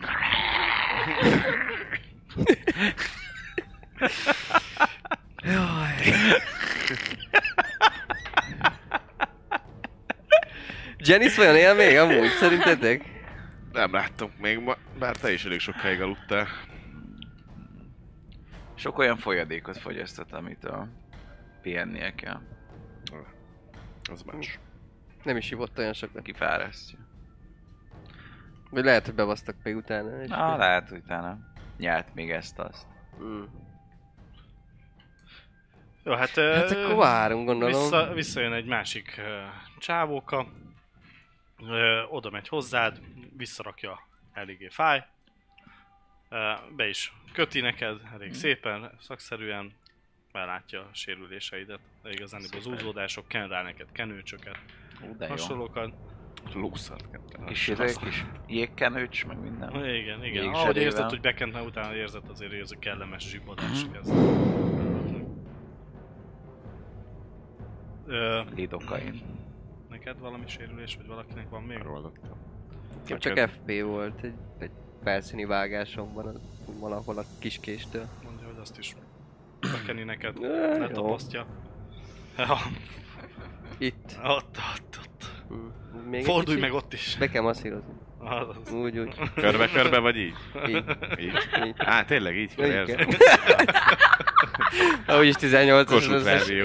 Janice vajon él még amúgy, szerintetek? Nem láttunk még ma, bár te is elég sokáig aludtál. Sok olyan folyadékot fogyasztott, amitől pihennie kell. Az más. Nem is hívott olyan sokat. Kifárasztja. Vagy lehet, hogy bebasztak még utána. Na, lehet, hogy utána nyert még ezt-azt. Mm. Jó, hát... Hát akkor várunk, gondolom. Visszajön egy másik csávóka. Oda megy hozzád, visszarakja, eléggé fáj. Be is köti neked elég szépen, szakszerűen. Belátja a sérüléseidet. De igazán az úzódások, ken rá neked kenőcsöket, De jó. hasonlókat. Lószart. Kis jégkenőcs, meg minden. Igen. Ahogy Jégzsedével. érzed, hogy bekent, mert utána érzed azért, hogy ez a kellemes zsibbadás kezd. Lidokain. Neked valami sérülés, vagy valakinek van még? Megoldottam. Csak FP volt, egy felszíni vágásom van valahol a kiskéstől. Mondja, hogy azt is bekeni neked, Jó. letapasztja. Ja, Itt. ott. Még egy Fordulj kicsit? meg ott is. Be kell masszírozni. Az. Úgy. Körbe-körbe vagy így? Így. Így? Így. Á, tényleg így kell Így érzed? kell. Úgyis 18-as. Kossuth verzió.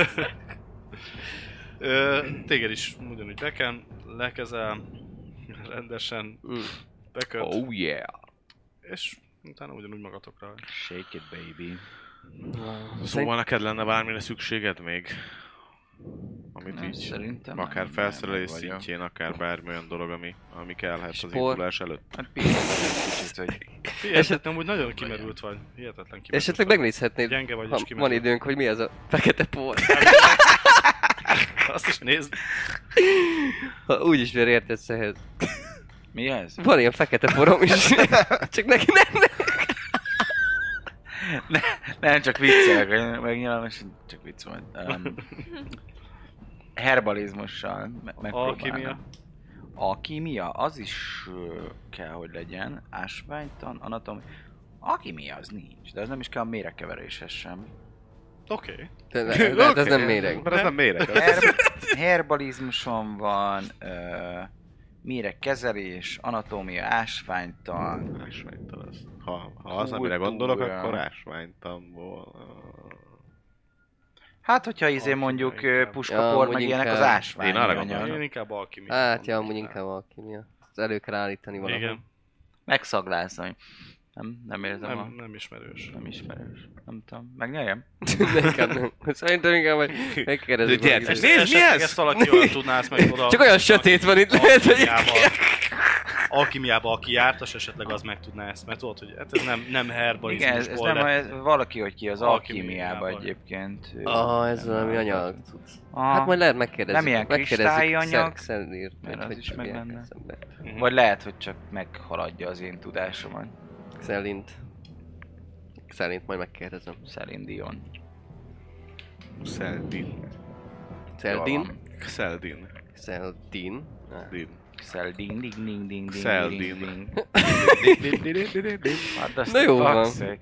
Téged is ugyanúgy beken, lekezel, rendesen beköt, Oh yeah. és utána ugyanúgy magatokra. Shake it, baby. Szóval neked lenne bármire szükséged még? Amit Nem, így, szerintem akár nem, felszerelés nem vagyok. szintjén, akár bármi olyan dolog, ami kellhet az Sport. indulás előtt. Hát pihenhetek kicsit, hogy... Hihetetlen, úgy nagyon kimerült vagy. Hihetetlen kimerült Esetleg vagy. megnézhetnéd, Gyenge vagy ha és van kimerült. időnk, hogy mi az a fekete por. Azt is nézd. Ha úgyis már értesz ehhez. Mi ez? Van ilyen fekete porom is. Csak neki nem. Nem, csak viccelek, megnyilván, csak vicc volt. Herbalizmussal megpróbálom. Alkimia. Alkimia? Az is kell, hogy legyen. Ásványtan, anatómia. Alkimia az nincs, de ez nem is kell a méregkeveréshez sem. Oké. Tehát ez nem méreg. Mert ez nem méreg. Herbalizmuson van, méregkezelés, anatómia, ásványtan. Ásványtan az. Ha az, amire gondolok, Kultúra. akkor ásványtanból... Hát, hogyha Alkimia mondjuk inkább. puskapor, Ja, meg ilyenek, az inkább. ásvány. Én arra anyag. gondolom. Én inkább alkimia. Hát, ja, amúgy inkább alkimia. Ezt elő kell állítani valahol. Igen. Megszaglázni. Nem érzem Nem ismerős. Nem ismerős. Nem tudom. Megnyeljem? Inkább nem. Szerintem inkább majd megkérdezzük. De gyertek, valakit. nézd, mi Esetleg ez? ezt valaki olyan tudnász meg oda... Csak olyan sötét van itt, lehet, hogy... Alkimiába, aki jártas, esetleg az meg tudná ezt, mert tudod, hogy hát ez nem herbalizmus. Igen, ez nem, ez valaki, hogy ki az alkimiába Alkimiába. egyébként. Ez valami anyag. Aha. Hát majd lehet megkérdezzük. Nem ilyen kristályi anyag, Szelírt, mert az is meg lenne. Mhm. Vagy lehet, hogy csak meghaladja az én tudásomat. Szelint majd megkérdezem. Szelindion. Szeldin. Szeldin? Szeldin. Szeldin. Din. Szelding, ding, ding, ding, ding, Szeldin. ding, ding. What does Na the jó fuck van. say?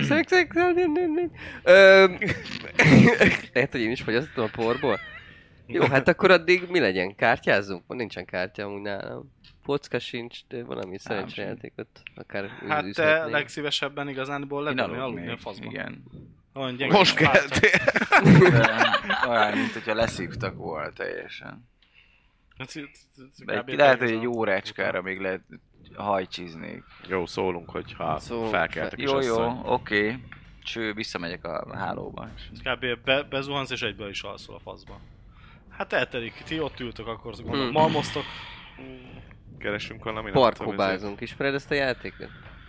Lehet, hogy én is fogyasztom a porból? Jó, hát akkor addig mi legyen? Kártyázzunk? Nincsen kártya amúgy nálam. Kocka sincs, de valami szerencsejátékot akár Hát te üzhetnénk. legszívesebben igazánból Én levenni aludnék, aludni a faszba. igen. Olyan gyenge Most fáradt. keltél. Olyan, mint hogyha leszívtak volna teljesen. Hát, De kb. lehet, hogy egy órácskára még lehet hajcsiznék. Jó, szólunk, hogyha Szólunk. felkeltek is Jó, asszony. oké. Cső, visszamegyek a hálóba. Kb. Bezuhansz és egyből is alszol a faszba. Hát eltelik, ti ott ültök, akkor gondolom, Hmm. malmoztok. Keresünk valami. Parkobázunk. Ismered ezt a játékot?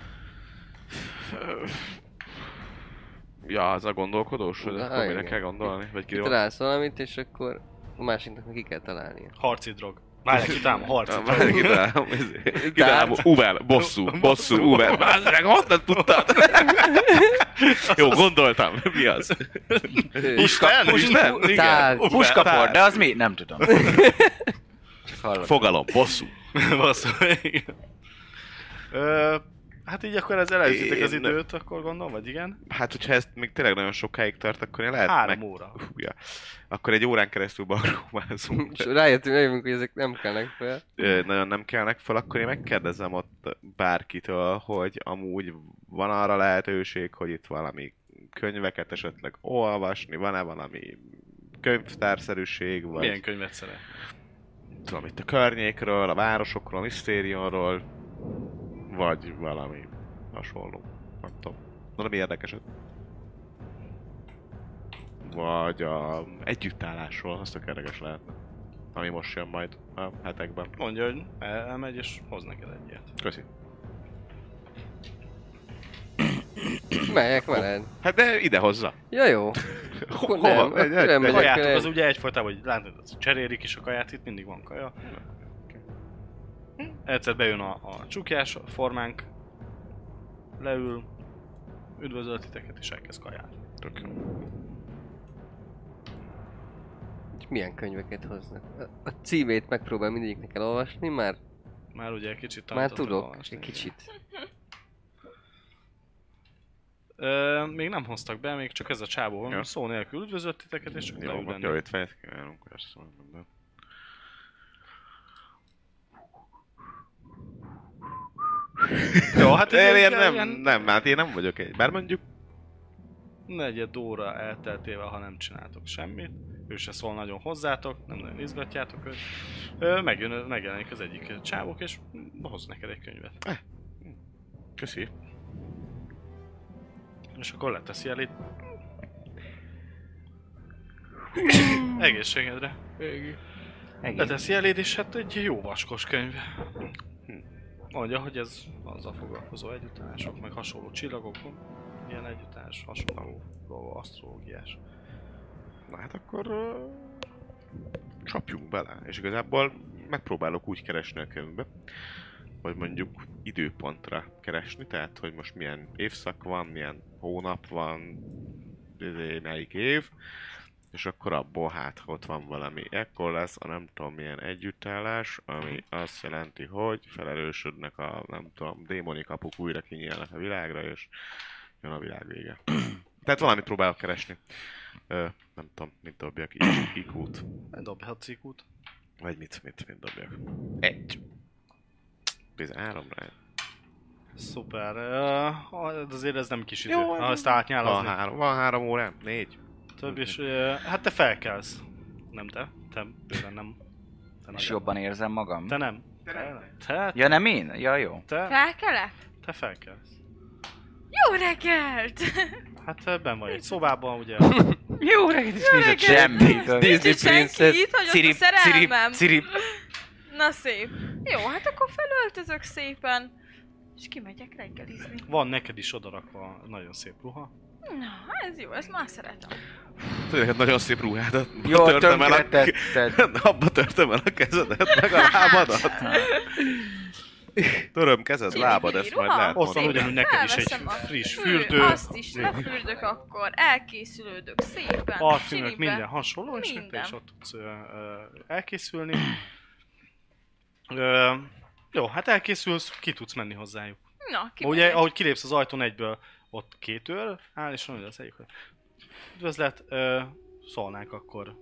Ja, az a gondolkodós, hogy Na, akkor mire igen. kell gondolni? Vagy ki Kitalálsz valamit, és akkor a másiknak meg ki kell találnia. Harci drog. Várj, kitám, harci drog. Kitalálom, Uvel, bosszú, Uvel. Bázreg, honnan tudtad? Jó, gondoltam. Mi az? Isten? Tárgy. Uvel, Puskapor, tárgy. de az mi? Nem tudom. Csak hallottam. Fogalom, bosszú. Basszol, igen. Hát így akkor ezzel elütitek az Én- időt, akkor gondolom, vagy igen? Hát, hogyha ez még tényleg nagyon sokáig tart, akkor én lehet 3 óra. Ja. Akkor egy órán keresztül balrómázunk. És rájöttünk, hogy ezek nem kellnek fel. Nagyon nem kelnek fel, akkor én megkérdezem ott bárkitől, hogy amúgy van arra lehetőség, hogy itt valami könyveket esetleg olvasni, van-e valami könyvtárszerűség, vagy Milyen könyvet szeret? tudom itt a környékről, a városokról, a misztériumról, vagy valami hasonló. Nem tudom. Valami érdekeset. Vagy a együttállásról, az tök érdekes lehetne. Ami most jön majd a hetekben. Mondja, hogy elmegy és hoz neked egyet. Köszi. Melyek veled? Hát de ide hozza. Ja jó. Akkor nem. Hova? Akkor nem megyek Kajátok vele. az ugye egyfolytában, hogy látod, az cserélik is a kaját, itt mindig van kaja. Egyszer bejön a csukjás formánk, leül, üdvözöl titeket és elkezd kajálni. Tök jó. És milyen könyveket hoznak? A címét megpróbál mindegyiknek elolvasni, már Már ugye kicsit már tanítottad tudok, olvasni. egy kicsit. Még nem hoztak be, még csak ez a csávó van, Ja. szó nélkül üdvözölt titeket és csak Jó, leül akkor lenni. itt fejet kívánunk, persze, minden. Jó, hát Én ilyen- nem, hát én nem vagyok egy. Bár mondjuk negyed óra elteltével, ha nem csináltok semmit, ő se szól nagyon hozzátok, nem nagyon izgatjátok őt, megjelenik az egyik csávok, és hoz neked egy könyvet. Köszi. És akkor leteszi el itt. Egészségedre. Leteszi eléd, és hát egy jó vaskos könyv. Mondja, hogy ez azzal foglalkozó együttálások, meg hasonló csillagokon. Ilyen együttállás, hasonló asztrológiás. Na hát akkor csapjunk bele. És igazából megpróbálok úgy keresni a könyvbe, hogy mondjuk időpontra keresni, tehát hogy most milyen évszak van, milyen hónap van, melyik év, és akkor abból hát ott van valami. Ekkor lesz a nem tudom milyen együttállás, ami azt jelenti, hogy felerősödnek a nem tudom, démoni kapuk újra kinyílnak a világra, és jön a világ vége. Tehát valamit próbálok keresni. Nem tudom, mit dobjak, IQ-t. Dobhatsz IQ-t. Vagy mit dobjak. 1. 13-ra. Szuper. Azért ez nem kis idő. Ha ezt átnyálazni. Van 3 órám, 4. Több is, hát te felkelsz. Nem te. Te bőven nem. Te És jobban érzem magam? Te nem. Te? Ja, nem én? Ja, jó. Felkelek? Te felkelsz. Jó reggelt! Hát benn vagy egy szobában, ugye? Jó reggelt, és nézett semmit. Disney Princess. Itt hagyott a szerelmem. Cirip. Na szép. Jó, hát akkor felöltözök szépen. És kimegyek reggelizni. Van neked is odarakva nagyon szép ruha. Na, ez jó, ezt már szeretem. Tudod, nagyon szép ruhádat. Jó, tönkretetted. Abba törtem el a kezedet, meg a lábadat. Töröm kezed, lábad, ezt majd lehet Ott van ugyanúgy neked is egy friss fürdő. Azt is lefürdök akkor, elkészülődök szépen. Parfümök, csilibe. minden hasonló, és te Minden. is ott tudsz elkészülni. Jó, hát elkészülsz, ki tudsz menni hozzájuk. Na, ki Ugye, ahogy kilépsz az ajtón egyből, ott 2 őr áll, és mondja az egyik, hogy üdvözlet, szólnánk akkor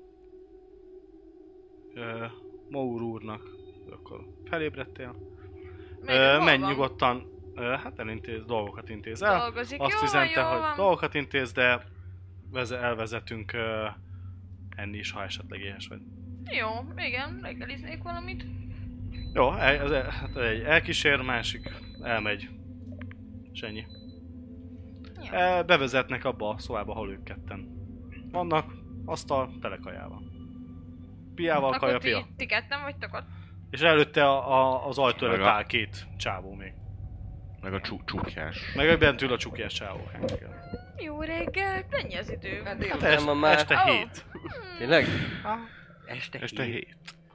Mour úrnak, akkor felébredtél. Menj nyugodtan, hát elintéz, dolgokat intéz el. Dolgozik. Azt Jó van, üzente, jó hogy van. dolgokat intéz, de elvezetünk enni is, ha esetleg éhes vagy. Jó, igen, reggeliznék valamit. Jó, hát egy elkísér, másik elmegy. És ennyi. Jó. Bevezetnek abba a szobába, ahol ők ketten vannak, asztal telekajával. Piával, kaja, Akkor pia. ti ketten vagytok ott? És előtte az ajtó előtt Meg a- áll 2 csávó még. Meg a csukjás. Meg bent ül a csukjás csávó. Jó reggel, mennyi az idő? Hát Hát délután van már. este Ó. 7. Tényleg? Este 7.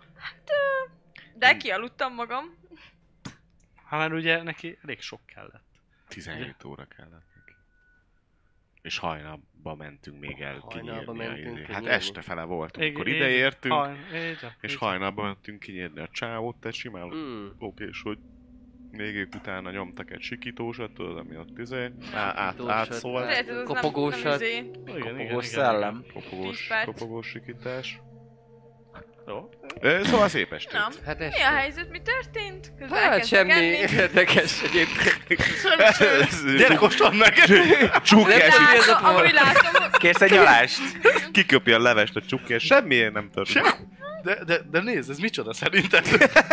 De kialudtam magam. Hát már ugye neki elég sok kellett. 17 óra kellett neki. És hajnalba mentünk még el Hajnalba kinyírni mentünk Hát kinyírni. este fele volt, amikor ide értünk, és így. hajnalba mentünk kinyírni a csávót, tehát simán Mm. és hogy még ők utána nyomtak egy sikítósat, tudod, ami ott Sikítósat. átszólt. Lehet, ez az Kopogósat. nem Kopogós szellem. Dispatch. Kopogós sikítás. Jó. Szóval szép estét. Na, Hát mi este. a helyzet? Mi történt? Közben Hát elkezdtek semmi enni. érdekes egyébként. Gyere, kóstold meg! Csukjás, Nem ez a por. Amúgy látom, Kérsz egy nyalást? kiköpi a levest a csukjás, semmiért nem történt. De nézd, ez micsoda szerinted?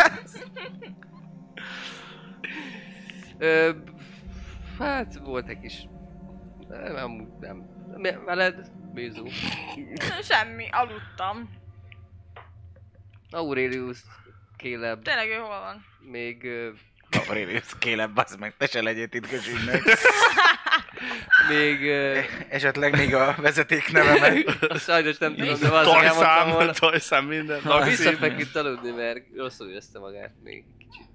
Hát volt egy kis... Nem. Veled? Bízó. semmi, aludtam. Aurelius, Caleb, Tényleg ő hol van? még... Aurelius, Caleb, bazd meg, te se legyél titkos ügynök. még... Esetleg még a vezeték nevemet. Sajnos nem tudom, de valószínűleg elmondtam volna. Tajszám minden. Visszafeküdt aludni, mert rosszul érezte magát még kicsit.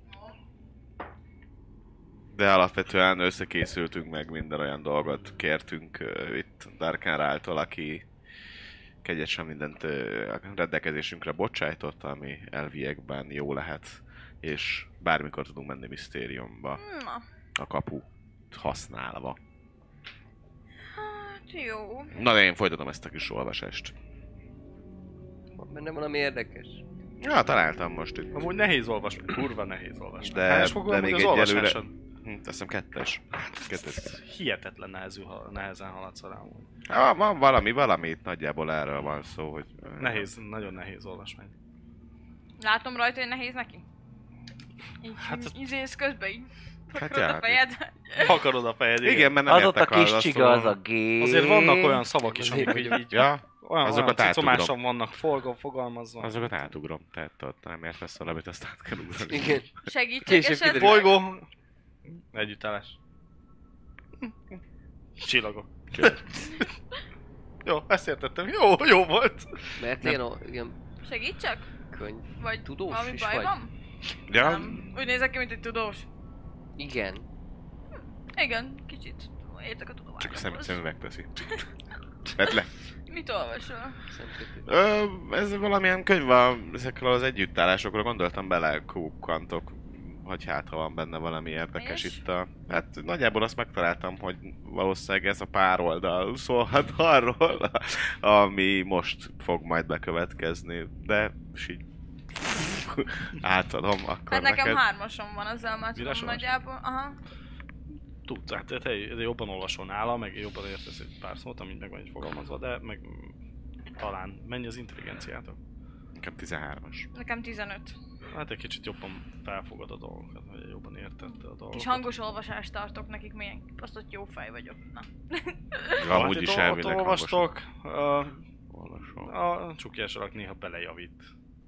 De alapvetően összekészültünk meg, minden olyan dolgot kértünk itt Darkánráltól, aki kegyesen mindent a rendelkezésünkre bocsájtott, ami elviekben jó lehet, és bármikor tudunk menni Mysteriumba, Na, a kaput használva. hát jó. Na de én folytatom ezt a kis olvasást. Van benne valami érdekes? Ja, találtam most itt. Amúgy nehéz olvasni, kurva nehéz olvasni. De- Hányas fokú de amúgy még az egyelőre- olvasásod? Azt hiszem 2-es. Hihetetlen nehezen haladsz rá. Van valami itt nagyjából erről van szó, hogy... Nehéz, nagyon nehéz olvasmány. Látom rajta, hogy nehéz neki? Így Hát izélsz közben így. Hát Akarod a fejed? Akarod a fejed, Igen, mert nem Az ott a értek kis azt csiga, az a tudom. G. Azért vannak olyan szavak is, amik így Ja, olyan azokat cicomásan vannak fogalmazva. azokat átugrom. Tehát ott nem értesz valamit, azt át kell ugrani. Igen. Segítsek Később esetleg? kiderül. Bolygó. Együttállás. Csillagok. Jó, ezt értettem. Jó volt. Mert ilyen Segítsek? könyv. Vagy Tudós valami is baj vagy? van? Ja, Nem. Úgy nézek ki, mint egy tudós. Igen. Igen, kicsit. Értek a csak a tudományokhoz. szemüveg teszi. Vedd le. Mit olvasol? Szemkötő. Ez valamilyen könyv ezekről az együttállásokról gondoltam bele kukkantok, hogy hát ha van benne valami érdekes És? itt a... Hát nagyjából azt megtaláltam, hogy valószínűleg ez a pár oldal szólhat arról, ami most fog majd bekövetkezni, de és így átadom akkor Hát nekem neked. 3-asom van, azzal már tudom Mire nagyjából. Aha. Tudsz, hát te jobban olvasol nála, meg jobban értesz egy pár szót, amit meg van így fogalmazva, de meg talán mennyi az intelligenciátok? Nekem 13-as. Nekem 15. Hát egy kicsit jobban felfogad a dolgokat, vagy jobban értette a dolgokat. Kis hangos olvasást tartok nekik, milyen azt ott jó fej vagyok. Na. Amúgy Hát is itt elvileg ott olvastok, olvasom. a csukiás alak néha belejavít.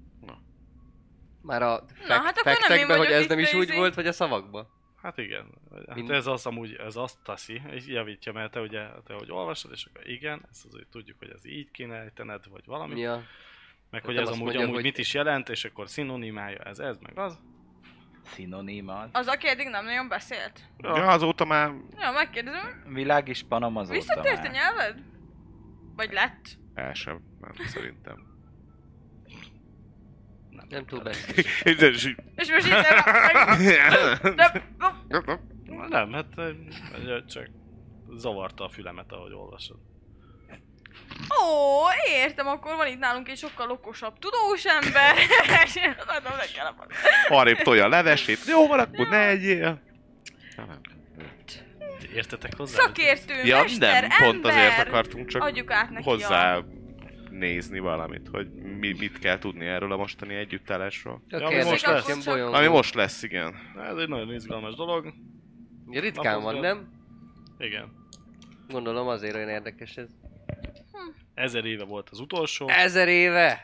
Már a hát akkor nem én fektekben, hogy vagyok ez itt nem is úgy izé. volt, vagy a szavakban? Hát igen, hát Mind- ez az amúgy, ez azt teszi, és javítja, mert te ugye, te hogy olvasod, és akkor igen, ezt azért tudjuk, hogy ez így kéne ejtened, vagy valami. Ja. Meg hogy Nem ez azt amúgy, mondja, hogy- mit is jelent, és akkor szinonimája ez, meg az. Szinonimád. Az, aki eddig nem nagyon beszélt. Ja, azóta már Ja, megkérdezem, Világ is panom azóta visszatért a már. nyelved? Vagy lett? el sem, nem szerintem. Nem túl beszél. És most így Nem, hát csak zavarta a fülemet, ahogy olvasod. Ó, értem, akkor van itt nálunk egy sokkal okosabb tudós ember. És adom nekem a patot. Arrébb tolja a levesét. Jó van, akkor ne egyél. Értetek hozzá? Szakértő, Ja, mester, nem, pont ember. azért akartunk csak Adjuk át neki hozzá nézni valamit, hogy mit kell tudni erről a mostani együttállásról. Ja, Oké, ami most lesz. ilyen bolyongó. Ami most lesz, igen. Ez egy nagyon izgalmas dolog. Ugye ritkán van, nem? Igen. Gondolom azért olyan érdekes ez. 1000 éve volt az utolsó. 1000 éve!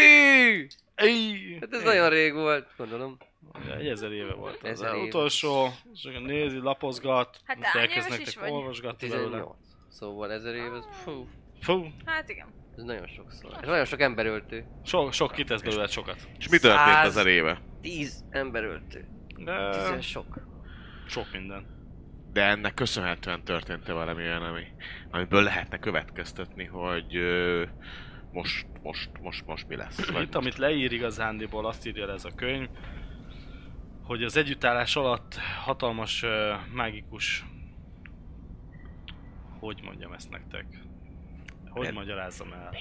Hát ez nagyon rég volt, gondolom. Ja, 1000 éve volt az 1000 éve. utolsó, és akkor nézi, lapozgat, Hát utána hány éves elkezd is nektek vagy? olvasgatni belőle. 18. Szóval 1000 év, ez fú, Fú, Hát igen. ez nagyon sokszor. És nagyon sok emberöltő. sok kitesz belőle sokat. És mi történt 100. 1000 éve? 10 emberöltő. De 10 sok. sok minden. De ennek köszönhetően történt-e valami olyan, amiből lehetne következtetni, hogy most mi lesz? Vagy Itt, amit leír igazándiból, azt írja le ez a könyv, hogy az együttállás alatt hatalmas mágikus... Hogy mondjam ezt nektek? Hogy magyarázzam el?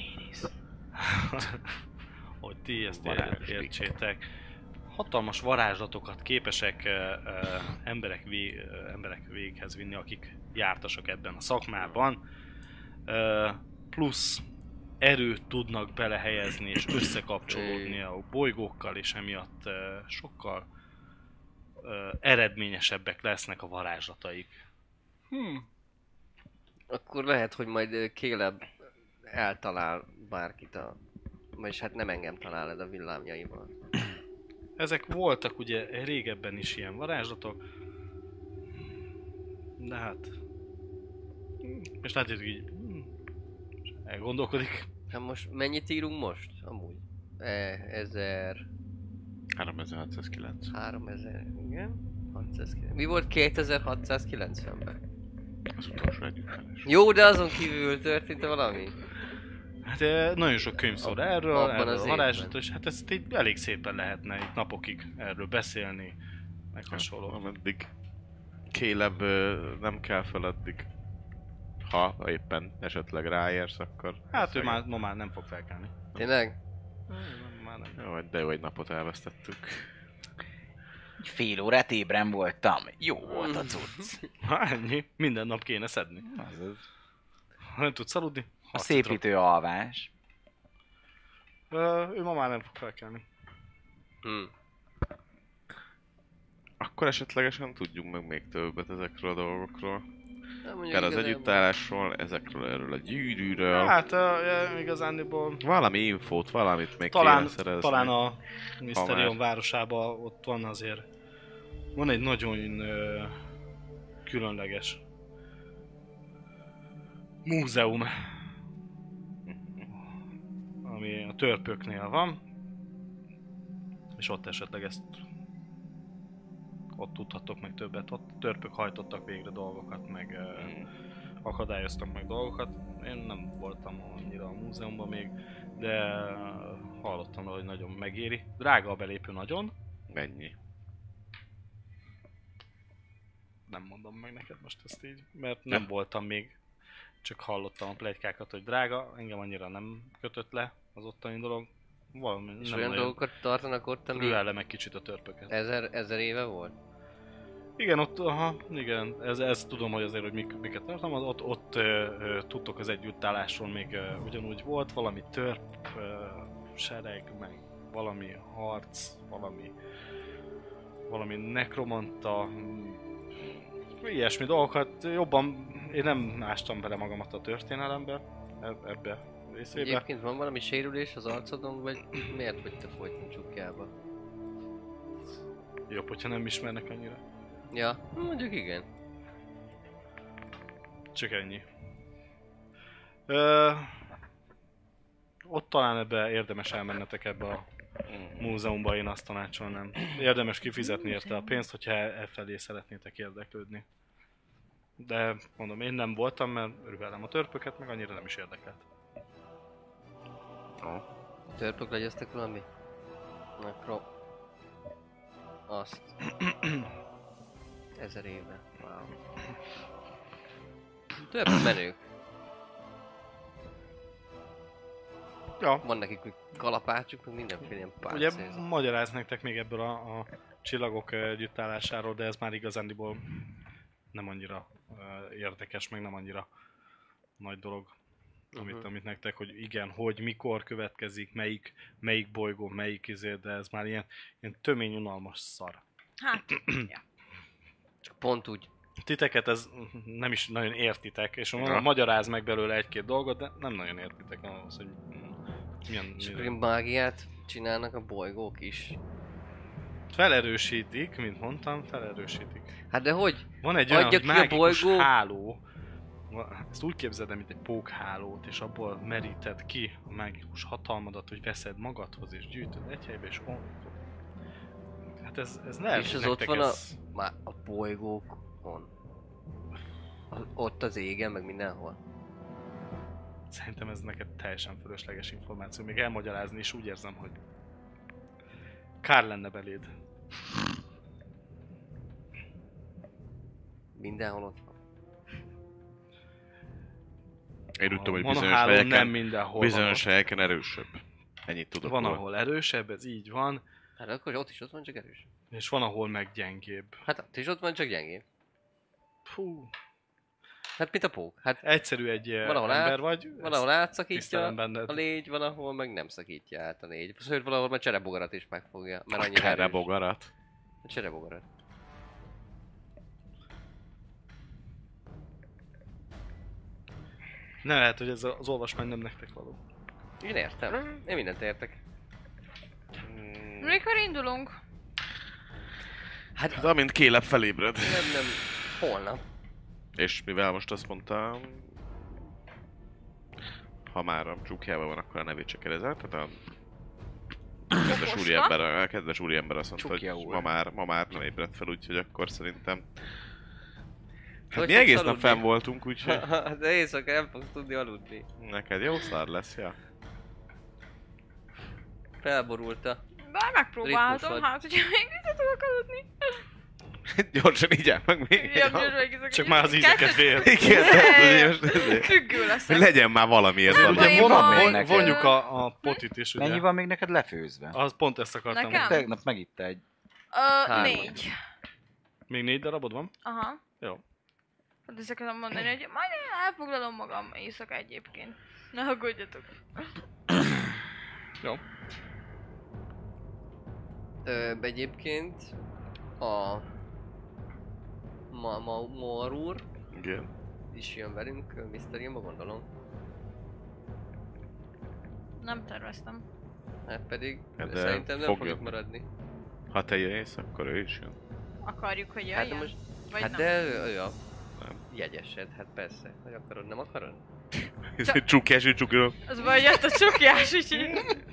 Hogy ti ezt Varázs. értsétek. Hatalmas varázslatokat képesek emberek véghez vinni, akik jártasak ebben a szakmában. Plusz erőt tudnak belehelyezni és összekapcsolódni a bolygókkal, és emiatt sokkal eredményesebbek lesznek a varázslataik. Akkor lehet, hogy majd Caleb eltalál bárkit a... Vagyis hát nem engem talál ez a villámjaival. Ezek voltak ugye régebben is ilyen varázslatok, de hát... És látjátok így... elgondolkodik. Hát most mennyit írunk most? Amúgy. 1000... 3609. 3000... Igen? 609. Mi volt 2690-ben? Az utolsó együttállás. Jó, de azon kívül történt valami? Hát nagyon sok könyv szól erről, Abban erről az a évben. varázslatról, és hát ezt így elég szépen lehetne itt napokig erről beszélni, meg hasonló. Ameddig Caleb nem kell fel addig, ha éppen esetleg ráérsz, akkor... Hát ő már, ma már nem fog felkelni. Tényleg? Már nem. Jó, de jó, egy napot elvesztettük. Fél órát ébren voltam. Jó volt a cucc. Ennyi. Minden nap kéne szedni. Azaz. Ha nem tudsz aludni? A szépítő alvás. Ő ma már nem fog felkelni. Akkor esetlegesen tudjunk meg még többet ezekről a dolgokról. Akár az együttállásról, erről a gyűrűről. Hát igazándiból... Valami infót, valamit még kéne szerezni. Talán a Mysterion városában ott van azért... Van egy nagyon különleges múzeum, ami a törpöknél van, és ott esetleg ezt ott tudhattok meg többet. Ott törpök hajtottak végre dolgokat, meg akadályoztak meg dolgokat. Én nem voltam annyira a múzeumban még, de hallottam, hogy nagyon megéri. Drága a belépő nagyon. Mennyi? Nem mondom meg neked most ezt így, mert nem voltam még. Csak hallottam a pletykákat, hogy drága. Engem annyira nem kötött le az ottani dolog. Valami és nem olyan dolgokat tartanak ott, ami... Rühelle meg kicsit a törpöket. Ezer éve volt? Igen, ott, igen, ez tudom, hogy azért, hogy miket tartom, ott tudtok az együttállásról még ugyanúgy volt, valami törp, sereg, meg valami harc, valami nekromanta, ilyesmi dolgokat. Jobban én nem ástam bele magamat a történelembe, ebbe részébe. Egyébként van valami sérülés az arcodon, vagy miért vagy te folyton csukjába? Jobb, hogyha nem ismernek annyira. Ja, mondjuk igen. Csak ennyi. Ott talán ebbe érdemes elmennetek ebbe a múzeumba, én azt tanácsolnám. Érdemes kifizetni érte a pénzt, hogyha elfelé szeretnétek érdeklődni. De mondom, én nem voltam, mert rühellem a törpöket, meg annyira nem is érdekelt. A törpök legyeztek valami? Azt. 1000 éve. Wow. Törpök menők. Ja. Van nekik kalapácsuk, meg mindenféle ilyen Ugye páncél. magyaráz nektek még ebből a csillagok együttállásáról, de ez már igazándiból nem annyira érdekes, meg nem annyira nagy dolog, amit nektek, hogy igen, hogy, mikor következik, melyik bolygó, melyik izé, de ez már ilyen tömény unalmas szar. Hát, ja. Csak pont úgy. Titeket ez nem is nagyon értitek, és magyaráz meg belőle egy-két dolgot, de nem nagyon értitek ahhoz, hogy milyen... És akkor mágiát csinálnak a bolygók is. Felerősítik, mint mondtam, felerősítik. Hát de hogy? Van egy olyan, Adja hogy ki a mágikus bolygó? háló. Ezt úgy képzeld el, mint egy pókhálót, és abból meríted ki a mágikus hatalmadat, hogy veszed magadhoz, és gyűjtöd egy helybe, és hát ez lehet, és az ott van a bolygókon. Ott az égen, meg mindenhol. Szerintem ez neked teljesen fölösleges információ. Még elmagyarázni is úgy érzem, hogy kár lenne beléd. Mindenhol ott van. Én úgy tudom, hogy bizonyos helyeken erősebb. Ennyit tudok. Van, ahol erősebb, ez így van. Hát akkor ott is ott van, csak erős. És van, ahol meg gyengébb. Hát ott is ott van, csak gyengébb. Fú. Hát mint a pók. Hát egyszerű ember vagy. Van, ahol átszakítja a légy, van, ahol meg nem szakítja át a légy. Sőt, valahol már cserebogarat is megfogja. Mert annyira erős. Cserebogarat? A cserebogarat. Nem lehet, hogy ez az olvasmány nem nektek való. Én értem. Én mindent értek. Mikor indulunk? Hát amint Kéleb felébred. Nem, holnap. És mivel most azt mondta, ha már a csukjában van, akkor a nevét csak kérdezett, tehát a kedves úriember azt mondta, hogy ma már nem ébredt fel, úgyhogy akkor szerintem... Hát mi egész nap fenn voltunk, úgyhogy... De éjszaka nem fogsz tudni aludni. Neked jó szar lesz, ja? Felborulta. Bár megpróbáltam, hát hogyha még vissza tudok aludni. Gyorsan így meg még csak már az ízeket vél. Igen, függő leszek. Legyen már valamiért valami. Vonjuk a potit is, ugye. Mennyi van még neked lefőzve? Az pont ezt akartam. Nekem? Tegnap megitte egy Hárman. 4. Még 4 darabod van? Aha. Jó. Hát ezt akarom mondani, hogy majd én elfoglalom magam éjszaka egyébként. Ne aggódjatok. Jó. Egyébként a Mor úr Igen. is jön velünk Mysteriumba, gondolom. Nem terveztem. Hát pedig Hát de szerintem nem fogja. fogjuk maradni. Ha te jössz, akkor ő is jön. Akarjuk, hogy Hát de jöjjön? most... Vagy Hát nem? de ő a Nem. jegyesed, hát persze. Hogy akarod, nem akarod? Ez egy csukjású. Az baj, jött a csukjás, úgyhogy...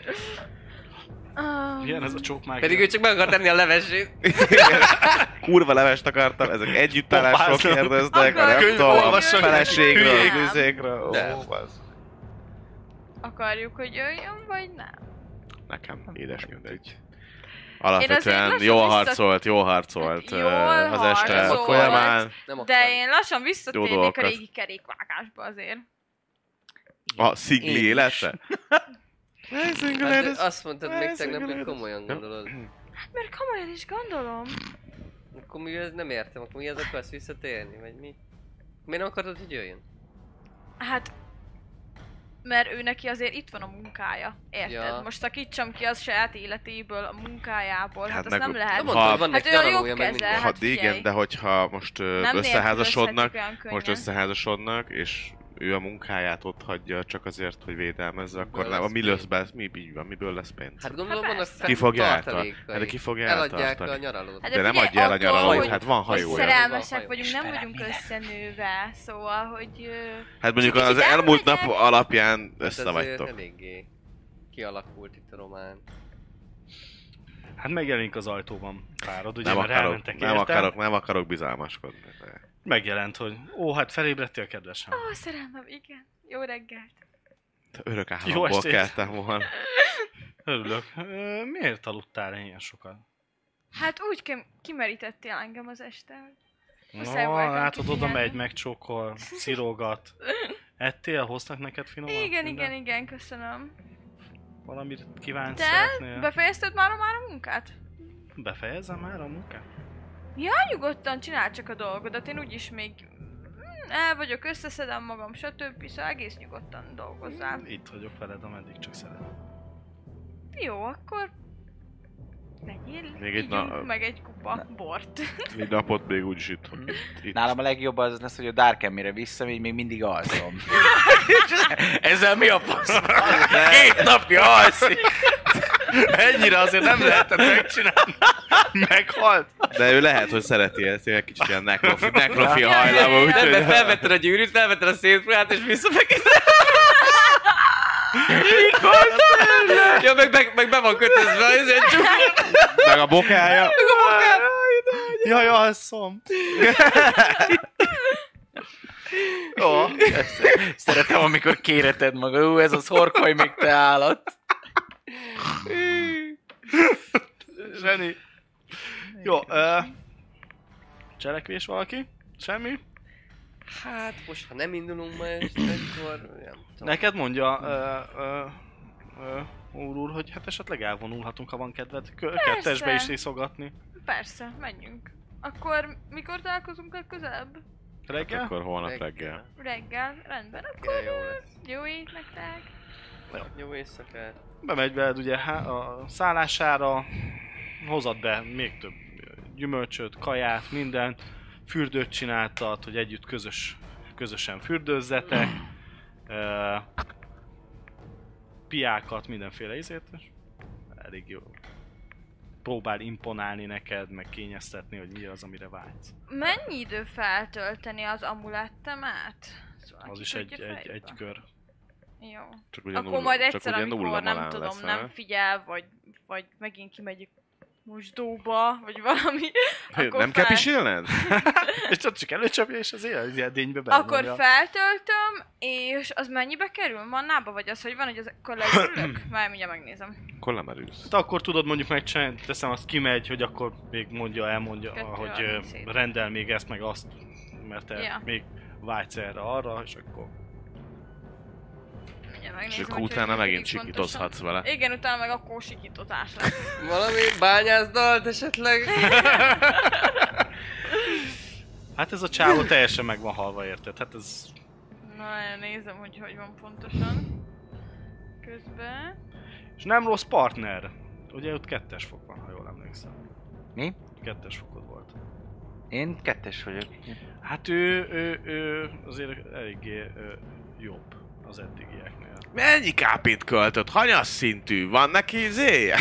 Milyen ez a csókmágia? Pedig ő csak meg akar tenni a levesét. Kurva levest akartam, ezek együttállásról Pofázom. kérdeznek, a Akarjuk, nem tudom, a hogy jöjjön. feleségről, Hülyék. üzékről. De. Ó, az. Akarjuk, hogy jöjjön, vagy nem? Nekem édes mindegy. Én Alapvetően azért jól lassan harcolt, jól harcolt Jól az este harcolt. folyamán. Nem De akar. én lassan Jó visszatérnék a dolgokat. régi kerékvágásba azért. A szigli Én is. élete? Hát de azt mondtad még Ez tegnap, hogy igaz. komolyan gondolod. Hát mert komolyan is gondolom. Akkor mi ez nem értem, akkor mi az akarsz visszatérni, vagy mi? Miért nem akarod, hogy jöjjön? Hát... Mert ő neki azért itt van a munkája, érted? Ja. Most szakítsam ki az saját életéből, a munkájából, hát, Hát azt meg- nem lehet. Nem mondtad, hogy van Hát neki ő a nyaralója, jobb meg keze. minden. Hát Ha igen, figyelj. de hogyha most Nem összeházasodnak, nélkülözhetik olyan könnyen. most összeházasodnak, és ő a munkáját ott hagyja csak azért, hogy védelmezze, akkor Miből nem, lesz mi lesz pénz? be, mi így van, miből lesz pénz? Hát gondolom Hát vannak persze. Ki fogja tartalékai. eltartani? De ki fogja Eladják eltartani? a nyaralót. Hát De nem figyelj, adja el a attól, nyaralót, hogy- hát van Hogy hajója. szerelmesek Hajó. vagyunk, nem vagyunk összenőve, szóval, hogy... Hát mondjuk Csak az így elmúlt nap elmegyek. alapján Hát össze azért vagytok. eléggé kialakult itt a román. Hát megjelenik az ajtóban párod, ugye, Nem mert elmentek nem akarok bizalmaskodni. De. Megjelent, hogy hát felébredtél, kedvesem. Ó, szerelmem, igen. Jó reggelt. Örök Jó államból estét. keltem volna. Örülök. Miért aludtál ilyen sokat? Hát úgy kimerítettél engem az este, hogy... No, Muszáj voltam látod, oda kipihenni. megy, megcsókol, szirogat. Ettél? Hoztak neked finomat? Igen, Minden? igen, köszönöm. Valamit kívánsz, Te szeretnél? befejezted már a munkát? Befejezem már a munkát? Ja, nyugodtan csinál csak a dolgodat, én úgyis még el vagyok, összeszedem magam, stb. Szóval egész nyugodtan dolgozzál. Itt vagyok veled, ameddig csak szeretem. Jó, akkor vegyél, Még egy ígyunk meg egy kupa bort. Egy napot még úgyis itt. Nálam a legjobb az lesz, hogy a Dark Emire visszamegy, még mindig alszom. Ezzel mi a fasz? 2 napja alszik! Ennyire azért nem lehetett megcsinálni. Meghalt. De ő lehet, hogy szereti ezt, egy kicsit ilyen nekrofi Ja, hajlamú, ja, ja. Nem, úgyhogy... mert felvetted a gyűrűt, felvetted a szétfrát és visszafeküdtél. Ja, meg be van kötözve az egy csukja. Meg a bokája. Jaj, alszom. Ó, szeretem, amikor kéreted maga. Ez az horkolj még te állat. Zseni. Jó, cselekvés valaki? Semmi? Hát most, ha nem indulunk ma este, akkor nem tudom. Neked mondja úr, hogy hát esetleg elvonulhatunk, ha van kedved kettesbe is iszogatni. Persze, menjünk. Akkor mikor találkozunk legközelebb? Reggel? Akkor holnap reggel. Reggel, rendben, Ja, akkor jó lesz. jó ét nektek. Jó éjszakát. Bemegy veled ugye a szállására, hozad be még több gyümölcsöt, kaját, mindent, fürdőt csináltat, hogy együtt közösen fürdőzzetek, piákat, mindenféle ízét, és elég jó. Próbál imponálni neked, meg kényeztetni, hogy mi az, amire vágysz. Mennyi idő feltölteni az amulettemet? Szóval Az ki is tudja fejbe? egy kör. Jó. Csak ugye Akkor majd csak egyszer, ugye amikor nulla nem malán tudom, leszel. nem figyel, vagy megint kimegyek mosdóba, vagy valami, akkor Nem kell pisilned? És ott csak előcsapja, és az edénybe Akkor belemondja. feltöltöm, és az mennyibe kerül? Mannába vagy az, hogy van, hogy az akkor leülök? Már mindjárt megnézem. Akkor lemerülsz. Hát akkor tudod mondjuk megcsinálni, teszem azt kimegy, hogy akkor még elmondja, 2:37. hogy rendel még ezt meg azt, mert te Ja. még vágysz erre arra, és akkor... Mindjárt Én És megnézem, akkor hogy utána hogy megint működik sikítozhatsz pontosan. vele. Igen, utána meg akkor sikítozás lesz. Valami bányászdalt esetleg? Hát ez a csávó teljesen meg van halva, érted? Hát ez... Na, én nézem, hogy van pontosan. Közben... És nem rossz partner. Ugye ott 2-es fok van, ha jól emlékszem. Mi? 2-es fokod volt. Én 2-es vagyok. Hát ő azért eléggé jobb az eddigieknél. Mennyi KP-t költött? Hanyas szintű? Van neki izéje?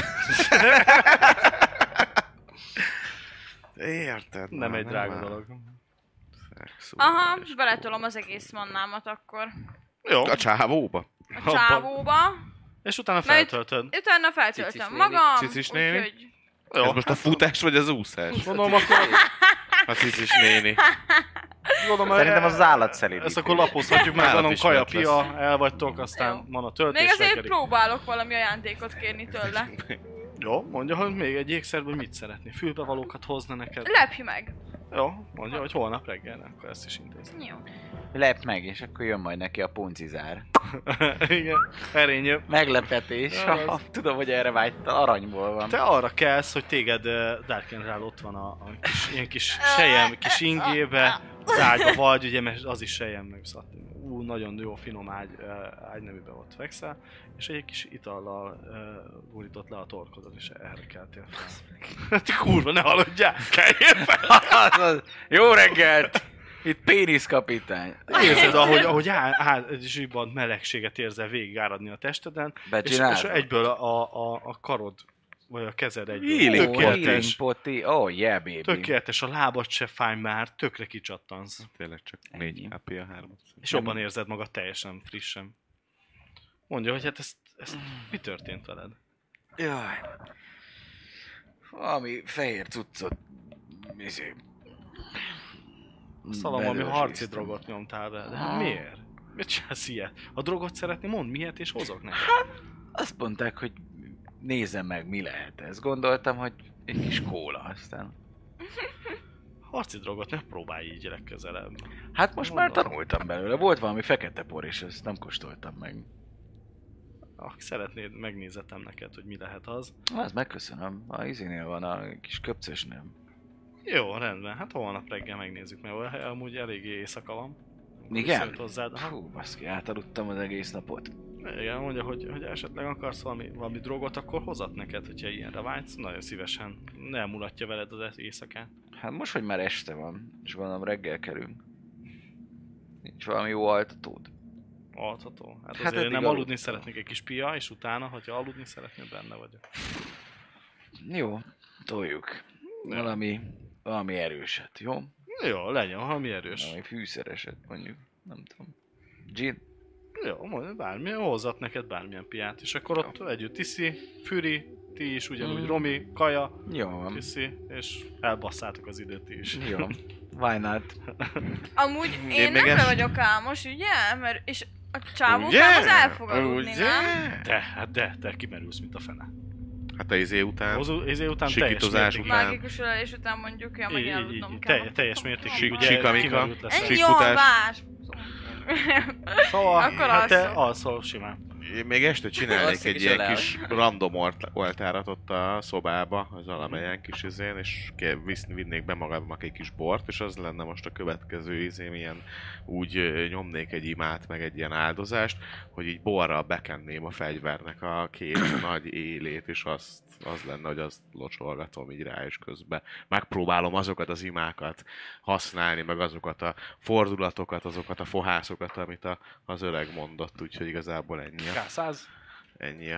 Érted? Nem egy drága dolog. Aha, beletolom az egész mannámat akkor. Jó. A csávóba? A csávóba. És utána Mert feltöltöd. Utána feltöltöm Cicis néni. magam, Cicis néni? úgyhogy... Jó, Ez most a futás vagy az úszás? Gondolom akkor... A cicis néni. Gondolom, Szerintem az állatszerű. ezt akkor lapozhatjuk meg, Állat gondolom is kaja, mert lesz. pia, elvagytok, aztán Jó. van a töltés. Még azért reggeli. próbálok valami ajándékot kérni tőle. Jó, mondja, hogy még egy ékszerből mit szeretné. Fülbevalókat hozna neked. Lepj meg! Jó, mondja, hogy holnap reggel, akkor ezt is intézni. Jó. Lep meg, és akkor jön majd neki a puncizár. Igen, erényő. Meglepetés. Ja, az. Tudom, hogy erre vágytál, aranyból van. Te arra kelsz, hogy téged Dark Enral ott van a kis, ilyen kis selyem, kis ingébe, az ágyba vagy, ugye, mert az is selyem, meg nagyon jó finom ágyneműbe ott fekszel, és egy kis itallal gurított le a torkodat, és erre keltél fel. Te kurva, ne haladjál! Keljél fel! Jó reggelt! Itt pénisz kapitány. Érzed, ahogy zsibbant melegséget érzel végig áradni a testeden, és egyből a karod, vagy a kezed egyből. Healing Tökéletes. poti. Oh yeah, baby. Tökéletes, a lábad se fáj már, tökre kicsattansz. Tényleg csak Ennyi. 4 HP a 3. És jobban érzed magad teljesen frissen. Mondja, hogy hát ez mi történt veled? Jaj. Valami fehér cuccot. Szóval valami harci belősíztem. drogot nyomtál be, de hát miért? Miért csinálsz ilyet? Ha drogot szeretni, mondd miért és hozok neked. Azt mondták, hogy nézzem meg, mi lehet ez. Gondoltam, hogy egy kis kóla, aztán... Harci drogot ne próbálj így legközelebb. Hát most már Mondom. tanultam belőle. Volt valami fekete por, és ezt nem kóstoltam meg. Aki szeretnéd, megnézetem neked, hogy mi lehet az. Az megköszönöm. A izénél van a kis köpcösnél. Jó, rendben. Hát holnap reggel megnézzük, mert amúgy eléggé éjszaka van. Igen? Viszont hozzád. Aha. Fú, baszki, átaludtam az egész napot. Igen, mondja, hogy esetleg akarsz valami drogot, akkor hozat neked, hogyha ilyenre vágysz. Nagyon szívesen. Ne mulatja veled az éjszakát. Hát most, hogy már este van, és gondolom reggel kerünk. Nincs valami jó altatód. Altató. Hát Hát azért eddig nem aludni aludtam. szeretnék egy kis pia, és utána, hogyha aludni szeretnél, benne vagyok. Jó, toljuk. Valami erőset, jó? Jó, legyen, valami erős. Valami fűszereset mondjuk. Nem tudom. Gin? Jó, mondja, bármilyen, hozzat neked bármilyen piát, és akkor ott együtt tiszi, Füri, ti is ugyanúgy, Romi, Kaja, Jó van. tiszi, és elbasszátok az időt ti is. Jó. Why not? Amúgy Én én még nem es- vagyok álmos, ugye? Mert, és a csávókám Ugye? az el fog aludni, Ugye? nem? De, kimerülsz, mint a fene. Hát a izé után. Ezé után teljes Sikítozás mértékben. után. Mágikus ölelés után mondjuk, ja, meg aludnom kell. Teljes mértékben. Sik- ugye sikamika. kimerült leszel. Ennyi Sikfutás. alvás! Szóval, Akkor hát te alszol. alszol simán. Én még este csinálnék Alszik egy is ilyen alá. kis random oltárat ott a szobába, az alamelyen kis izén, és vinnék be magamnak egy kis bort, és az lenne most a következő izém, ilyen úgy nyomnék egy imát, meg egy ilyen áldozást, hogy így borral bekenném a fegyvernek a két nagy élét, és az lenne, hogy azt locsolgatom így rá, és közben megpróbálom azokat az imákat használni, meg azokat a fordulatokat, azokat a fohászokat, amit az öreg mondott, úgyhogy igazából ennyi. K100? Ennyi.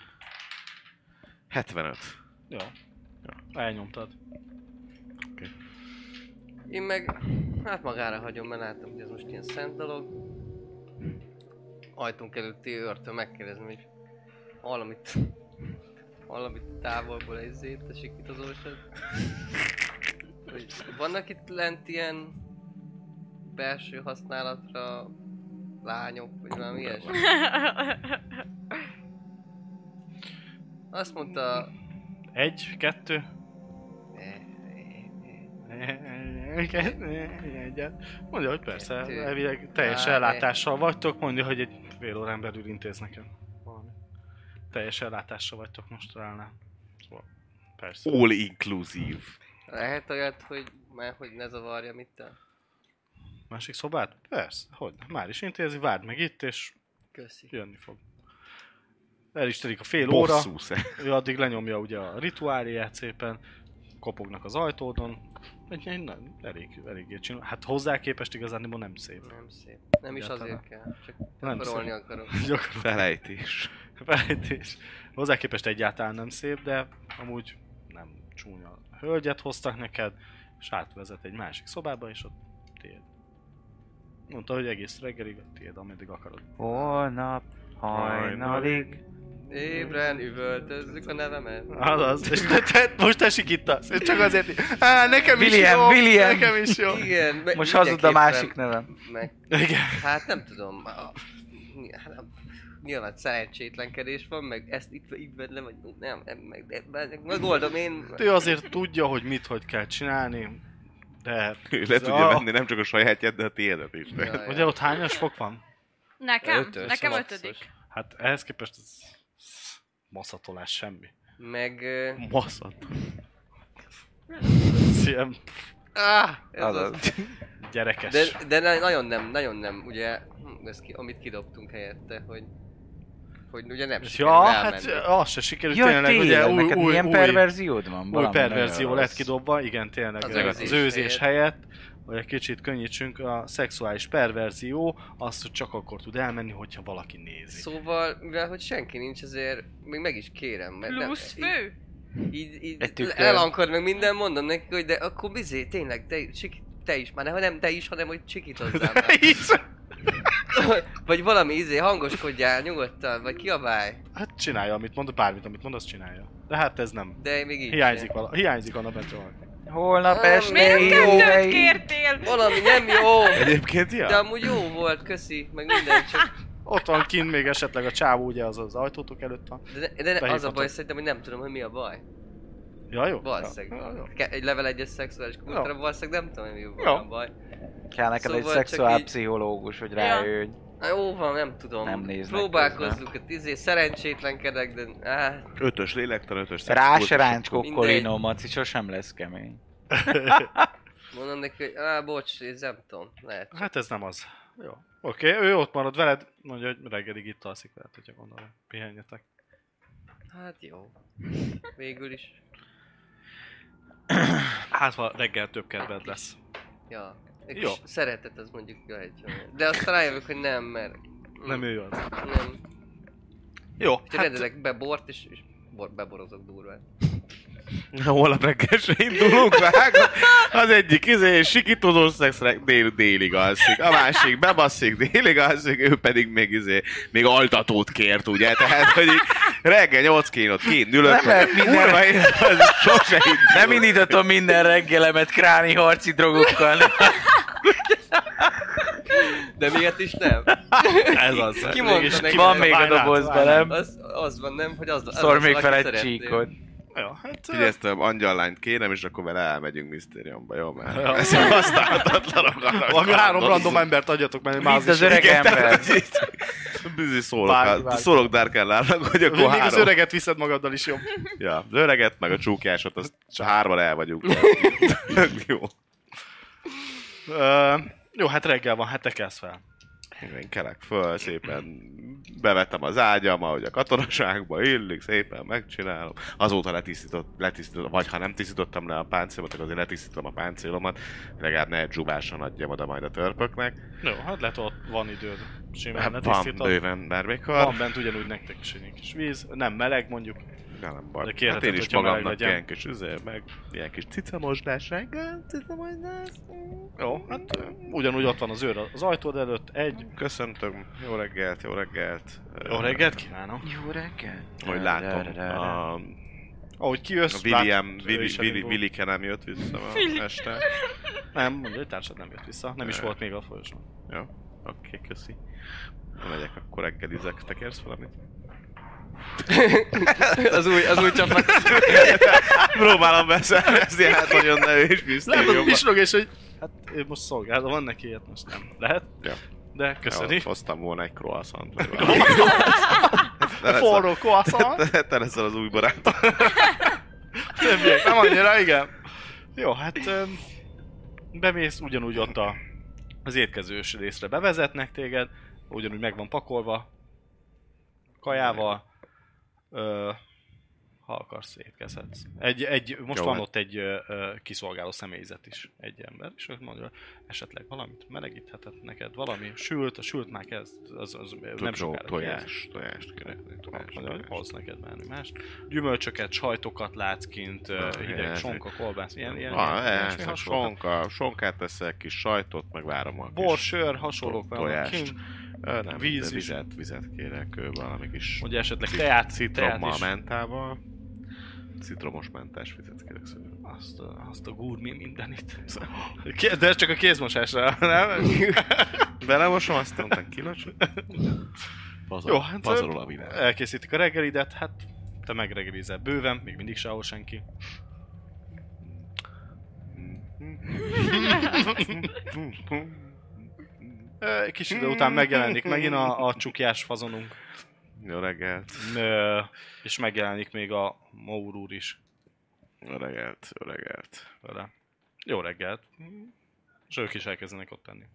75. Jó. Elnyomtad. Én meg hát magára hagyom, mert látom, hogy ez most ilyen szent dolog. Ajtunk előtti őrtől megkérdezem, hogy valamit távolból egy zét, a sikítozósod. Hogy vannak itt lent ilyen belső használatra lányok, vagy valami ilyesmi? Azt mondta... 1, 2. Mondja, hogy persze, Kettő. elvileg teljes Á, ellátással vagytok, mondja, hogy egy fél órán belül intéz nekem valami. Teljes ellátásra vagytok most ránál. Szóval, persze. All inclusive. Lehet olyat, hogy ne zavarja, mit te? Másik szobát? Persze, hogy már is intézi, várd meg itt, és Köszi. jönni fog. El is telik a fél óra, Bosszúsz. ő addig lenyomja ugye a rituáliát szépen, kopognak az ajtódon, eléggé csinál. Hát hozzá képest igazán nem szép. Nem szép. Nem is Egyáltalán. azért kell, csak Nem gyakorolni szép. akarok. Felejtés. Felejtés. Hozzá képest egyáltalán nem szép, de amúgy nem csúnya. Hölgyet hoztak neked, és átvezet egy másik szobába, és ott tiéd. Mondta, hogy egész reggelig tiéd, ameddig akarod. Holnap hajnalig. Ébren üvöltözzük a nevemet. Azaz, és most te sikítasz, és csak azért, nekem William, is jó, William. nekem is jó. Igen, Most hazud a másik nevem. Igen. Hát nem tudom. Nyilván szerencsétlenkedés van, meg ezt itt vedlem, vagy nem, megoldom én. Ő azért tudja, hogy mit, hogy kell csinálni, de... Ő le tudja venni nem csak a sajátját, de a tiédet is. Ja, Ugye ott hányas fok van? Nekem? Ötös, Nekem maxos. 5. Hát ehhez képest ez maszatolás semmi. Meg... Maszat. Ez ilyen Ez Azaz. az. gyerekes. De nagyon nem, ugye, amit kidobtunk helyette, hogy ugye nem sikerül Ja, hát elmenni. az se sikerült Ja, tényleg, ugye tényleg, neked milyen perverziód van? új Valami perverzió nagyon lett rossz. kidobva, igen, tényleg Az az őzés őzés helyett, hogy egy kicsit könnyítsünk, a szexuális perverzió az, hogy csak akkor tud elmenni, hogyha valaki nézi. Szóval, mivel hogy senki nincs, ezért még meg is kérem, mert Plusz fő? így Egy tükör. elankar meg minden, mondom neki, hogy de akkor bizé, tényleg, te is, már nem te is, hanem hogy csikítozzál már. Vagy valami hangoskodjál nyugodtan, vagy kiabálj. Hát csinálja, amit mond, bármit, amit mond, azt csinálja. De hát ez nem. De még így Hiányzik a bentről. Holnap este Miért jó kettőt hely. kértél? valami nem jó. Egyébként, ja. De amúgy jó volt, köszi, meg minden, csak... Ott van kint még esetleg a csávó, ugye az ajtótok előtt van. De az a Behívhatok. baj szerintem, hogy nem tudom, hogy mi a baj. Ja, jó? Valószínűleg. Ja, jó. Egy level 1-es szexuális kultúra, Jó. valószínűleg nem tudom, hogy mi Jó. a baj. Kell neked Szóval egy csak szexuálpszichológus, hogy rájöjj. Na jó van, nem tudom. Nem néznek Próbálkozzuk, szerencsétlenkedek, de... Ötös lélektelen, ötös Rá se szexkultus. ráncs kokkolino, Mindegy. Maci, sosem lesz kemény. Mondom neki, hogy bocs, ez nem tudom, lehet. Hát ez nem az. Jó. Oké, ő ott marad veled, mondja, hogy reggelig itt alszik veled, hogyha gondolom. Pihenjetek. Hát jó. Végül is. Hát ha reggel több kedved lesz. Ja. Jó. Jó. Szeretet az mondjuk egy. De aztán rájövök, hogy nem, mert... Nem ő az. Nem. Jó, Hát... Rendelek be bort, és beborozok durván. Holnap reggel se indulunk, vágod? Az egyik sikítozó szexre délig alszik, a másik bebasszik, délig alszik, ő pedig még altatót kért, ugye? Tehát, hogy így reggel 8 kínot ülök, Nem lehet minden- sose indul. Nem indítatom minden reggelemet kráni harci drogokkal. De miért is nem? ez az. Ki mondta Mégis neki? Van még a Várjál, dobozban, várjál. nem? Az van, nem? Hogy az Szor még aki fel egy szeretnél. csíkot. Jó, hát... Figyelztem, angyallányt kérem, és akkor vele elmegyünk Mysteriumba, jó? Mert Ja. ezek használhatatlanok arra, hogy Valami 3 kalandozunk. random embert adjatok, mert Mind az öreg Igen, ember. tehát így bizony Vágj. szólok Darkellának, hogy akkor Mindig az 3. öreget viszed magaddal is jobb. Ja, az öreget, meg a csúkjásot, azt csak 3-an el vagyunk. Jó. Jó, hát reggel van, hát te kezd fel. Én kelek föl, szépen bevettem az ágyam, ahogy a katonaságba illik, szépen megcsinálom. Azóta letisztítottam, vagy ha nem tisztítottam le a páncélomat, akkor azért letisztítom a páncélomat, legalább ne dzsubásan adjam oda majd a törpöknek. Jó, hát lehet ott van időd. Simán ne Hát van tisztítod. bőven bármikor. Van bent ugyanúgy nektek is egy kis víz, nem meleg mondjuk. Nem baj. De Hát kérheted, én is hogyha meleg magamnak legyen. ilyen kis meg ilyen kis cicamosdás reggel, cicamosdás. Jó, hát ugyanúgy ott van az őr az ajtód előtt, egy. Köszöntöm, jó reggelt, jó reggelt. Jó reggelt kívánok. Jó reggel. Hogy látom, Ahogy kijössz, a William, látod, ő is elindul. Willike nem jött vissza ma este. Nem, mondja, hogy társad nem jött vissza, nem is volt még a folyosón. Jó, oké, köszi. Megyek, akkor reggelizek. Te kérsz valamit? az új csapnak. Próbálom beszerezni, hát nagyon nevés Látod, biztos. pisrog és hogy... Hát én most szolgálom, van neki ilyet most nem. Lehet? Ja. de köszöni. Ja, hoztam volna egy croissant. Forró croissant. Te leszel az új barátom. Többiek, nem annyira, igen. Jó, hát bemész ugyanúgy ott az étkezős részre bevezetnek téged, ugyanúgy meg van pakolva, kajával, ha akarsz, étkezhetsz. Most Jó, van hát. ott egy kiszolgáló személyzet is, egy ember, és ők mondja, esetleg valamit melegíthetett neked, valami sült, a sült már kezd, az nem sokára Tojást kérek. hoz neked menni mást. Gyümölcsöket, sajtokat látsz kint, hideg, sonka, kolbász, ilyen Sonkát teszek, kis sajtot, meg várom a bor, kis sör, hasonlók vannak tojást. kint. Nem, víz de is. vizet kérek, valami kis Ugye esetleg teát citrommal, is. mentával. Citromos mentás vizet kérek szépen. Azt a gurmi mindenit. De ez csak a kézmosásra, nem? Belemosom, aztán utána kilocsol. Jó, hát pazarol a világ. elkészítik a reggelidet, hát te megreggelizel bőven, még mindig sehol senki. Kis idő után megjelenik megint a csukjás fazonunk. Jó reggelt. És megjelenik még a Maur úr is Jó reggelt. vele. Jó reggelt. És ők is elkezdenek ott tenni.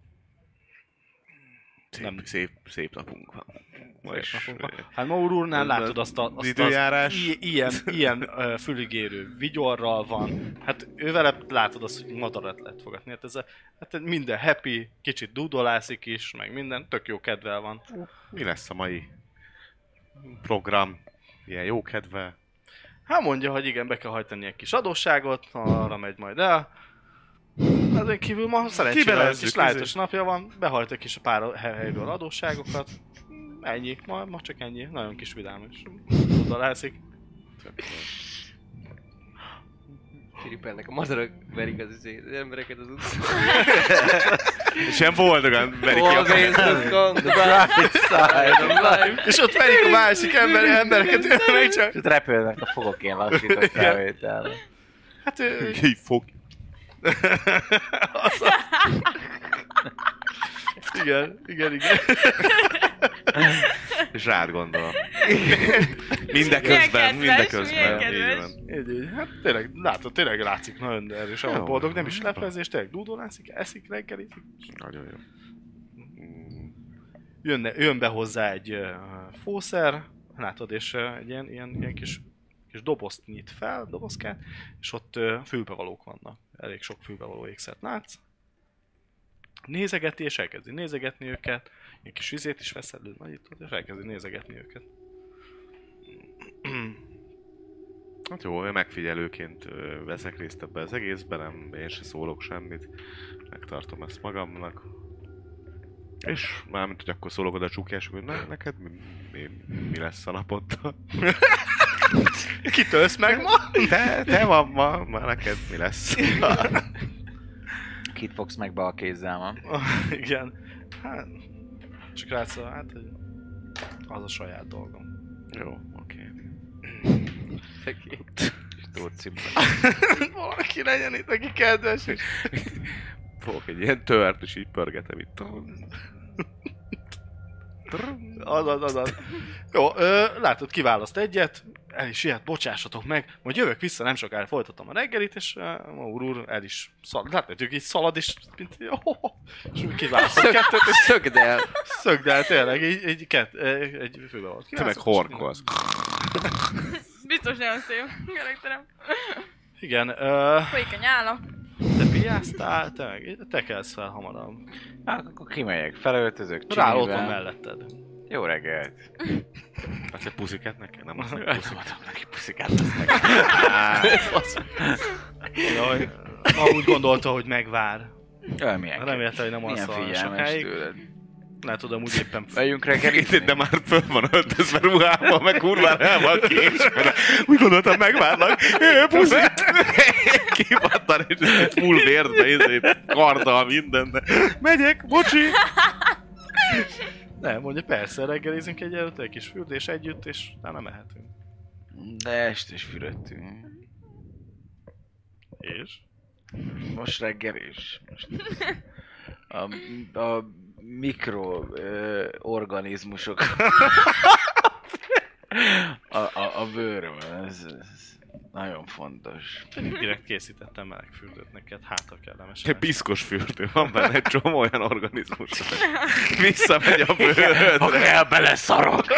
Nem. Szép napunk van. Hát Maur úrnál látod azt az időjárás. ilyen füligérő vigyorral van. Hát ő vele látod azt, hogy madarat lehet fogatni. Hát minden happy, kicsit dúdolászik is, meg minden, tök jó kedvel van. Mi lesz a mai program? Ilyen jó kedve? Hát mondja, hogy igen, be kell hajtani egy kis adósságot, arra megy majd el. Ezen kívül ma szerencsére egy kis lájtos napja van, behajt egy kis a pár helyről adósságokat. Ennyi, ma csak ennyi, nagyon kis vidám és dudalászik. Csiripelnek a madarak, verik az embereket az utcán. Sem boldogan verik ki a Always look on the bright side of life. És ott verik a másik embereket, meg csak... És ott repülnek a fogok ilyen lassított felvétel. Hát Így fog. igen. És rád gondol. Milyen kedves. Így van. Így. Hát tényleg, látod, tényleg látszik nagyon erős, ahol Jó. boldog, nem is leplezés, tényleg dúdolászik, eszik reggelizik. Nagyon jó. Jön be hozzá egy fószer, látod, és egy ilyen kis dobozt nyit fel, dobozkát, és ott fülbevalók vannak. Elég sok fülbevaló ékszert látsz. Nézegeti, és elkezdi nézegetni őket. Egy kis vizét is vesz elő, nagyítod, és elkezdi nézegetni őket. Hát jó, én megfigyelőként veszek részt ebbe az egészben, nem, én se szólok semmit. Megtartom ezt magamnak. És mármint, hogy akkor szólok oda a csukjások, hogy neked mi lesz a napoddal? Kitölsz meg ma? Te van ma neked mi lesz? Kit fogsz meg be a kézzel ma? Igen. Hát, csak rátszol, hát, hogy az a saját dolgom. Jó, oké. Tócimba. Valaki legyen itt, aki kedves. Fogok egy ilyen tört, és így pörgetem itt. Az. Jó, látod, kiválaszt egyet, el is ilyet, bocsássatok meg, majd jövök vissza, nem sokára folytatom a reggelit, és Maur úr el is szalad. Látod, hogy így szalad, és kiválaszt kettőt, és szögd el, tényleg, egy főbe volt. Te meg horkolsz. Biztos nagyon szép karakterem. Igen, Folyik a nyála. te piáztál, te kelsz fel hamarabb. Hát akkor kimegyek, felöltözök, Rá ott van csinivel. melletted. Jó reggelt. Azt egy pusziket nekem? Nem azt Nem adom neki puszikát, azt meg. Jaj, ma úgy gondolta, hogy megvár. Jaj, milyen Remélte, hogy nem milyen alszol figyelmes sokáig. tőled. Nem tudom, úgy éppen... Vegyünk reggelizni. De már föl van öltözve ruhában, meg kurvára el van késve. Úgy gondoltam, megvárnak. Puszit! Kipattan, és full vértbe, karddal minden, de megyek, bocsi! Nem, mondja, persze, reggelizünk egyelőtt, egy kis fürdés együtt, és utána mehetünk. De este is fürödtünk. És? Most reggel is. Most a mikroorganizmusok a bőrön. Ez nagyon fontos. Direkt készítettem meleg fürdőt neked, hát ha kellemes. Egy piszkos fürdő, van benne egy csomó olyan organizmus. Visszamegy a bőrödre. Ha kell, beleszarok!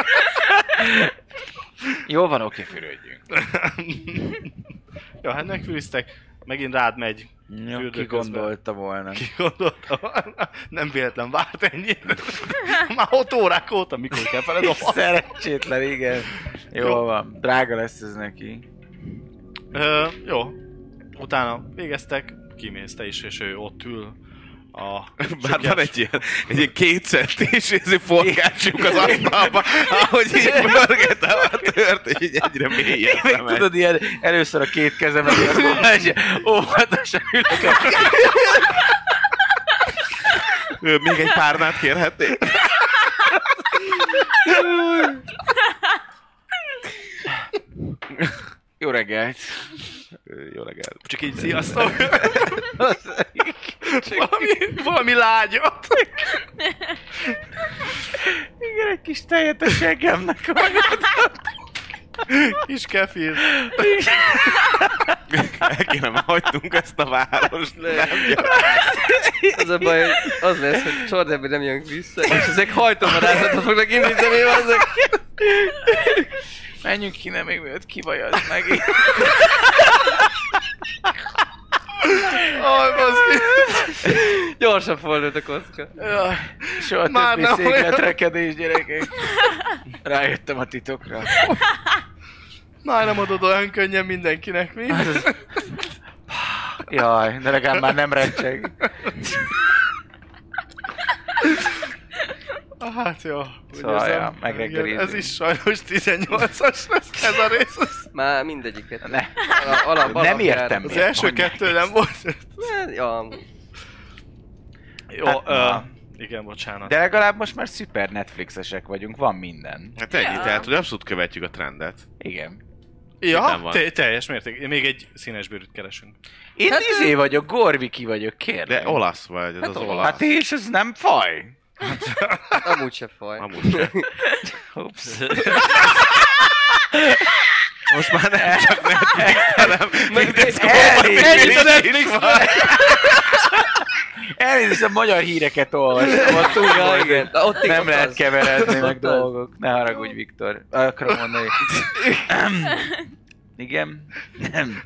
Jó van, oké, fürödjünk. Jó, hát megfűztek, megint rád megy. Jó, ki gondolta volna. Ki gondolta volna? Nem véletlen várt ennyit. Már 6 órák óta, mikor kell feledobni. Szerencsétlen, igen. Jó van, drága lesz ez neki. Jó. Utána végeztek, kimész te is, és ő ott ül a... Bár van egy ilyen 2 centis forgácsuk az asztalba, ahogy így mörgetem a tört, és így egyre mélyebb. Meg tudod, ilyen először a 2 kezemet, és óvatosan ülök. Még egy párnát kérhetnél? Jó reggelt. Jó reggelt. Csak így sziasztok. valami lágyat. Igen, egy kis tejet a seggemnek magad. Kis kefir. El kéne hagynunk ezt a várost. Az a baj, az lesz, hogy Csordában nem jönk vissza, és ezek hajtóvadászatot fognak indítani, azok. Menjünk innen még mielőtt kivajad megint. Gyorsan fordult a kocka. Soha Már többi nem székletrekedés, gyerekek. Rájöttem a titokra. Már nem adod olyan könnyen mindenkinek, mi? Jaj, de legalább már nem recseg. Hát jó. Szóval, ja, megreggelizünk. Ez is sajnos 18-as lesz ez a rész. Már mindegyiket. Ne. Nem értem. Az első 2 nem volt. Ja, Jó, Hát, igen, bocsánat. de legalább most már szuper Netflixesek vagyunk, van minden. Hát ennyi, tehát hogy abszolút követjük a trendet. Igen. Nem Ja, van. teljes mérték. Még egy színes bőrűt keresünk. Én izé vagyok, Gorviki vagyok, kérlek. De olasz vagy, ez az olasz. Hát és ez nem faj. amúgy se faj. Amúgy sem. Ups. Most már nem csak Netflix, hanem Elnézést a Netflixben! Elnézést, a magyar híreket olvastam, ott úgy volt, igen. Ott nem ott lehet az. keveredni meg Ott az. dolgok. Ne haragudj, Viktor. Akarom mondani. Igen? Nem.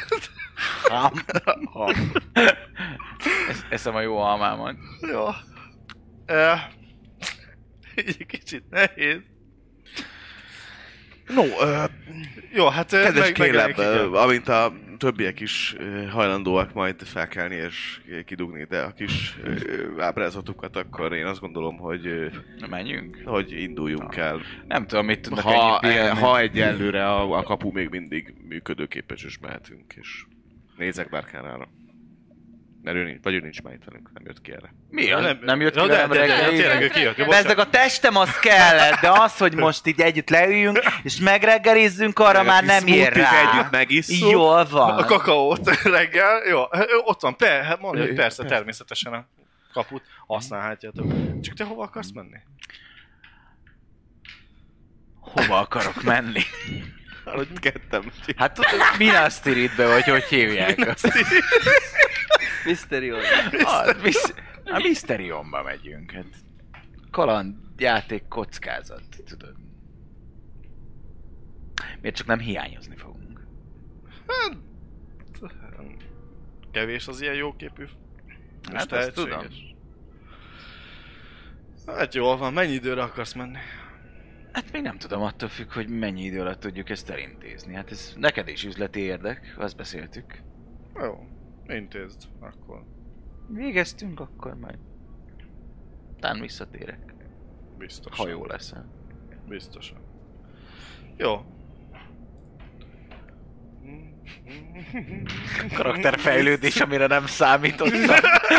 Eszem a jó almámat. Jó. Így kicsit nehéz. No, Jó, hát kedves Kéleb, igen. amint a többiek is hajlandóak majd felkelni és kidugni ide a kis ábrázatokat, akkor én azt gondolom, hogy Menjünk? induljunk el. Nem tudom, mit tudnak ennyit pihenni. Ha egyelőre a kapu még mindig működőképes, és mehetünk, és nézek Bárkánára. Mert ő nincs már itt velünk, nem jött ki erre. Mi az? Nem- Nem jött Ja, ki de- velem de- de- reggel? tényleg ő kijött. Ja, Bezzeg a testem az kellett, de az, hogy most így együtt leüljünk, és megreggelizzünk, arra már nem ér Smoothie-t rá. együtt megisszuk. Jól van. A kakaót reggel, jó, ott van, mondd, hogy persze, természetesen a kaput használhatjátok. Csak te hova akarsz menni? Hova akarok menni? Hogy kettem. Hát tudod, Minas Tirithbe, vagy hogy hívják azt? Mysterion. A Mysteriumba megyünk, hát. Kalandjáték kockázat, tudod. Miért csak nem hiányozni fogunk? Kevés az ilyen jóképű. Hát azt tudom. Hát jól van, mennyi időre akarsz menni? Hát még nem tudom, attól függ, hogy mennyi idő alatt tudjuk ezt elintézni. Hát ez neked is üzleti érdek, azt beszéltük. Jó, intézd akkor. Végeztünk, akkor majd. Tán visszatérek, Biztosan. ha jó leszel. Biztosan. Jó. Karakterfejlődés, amire nem számítottam.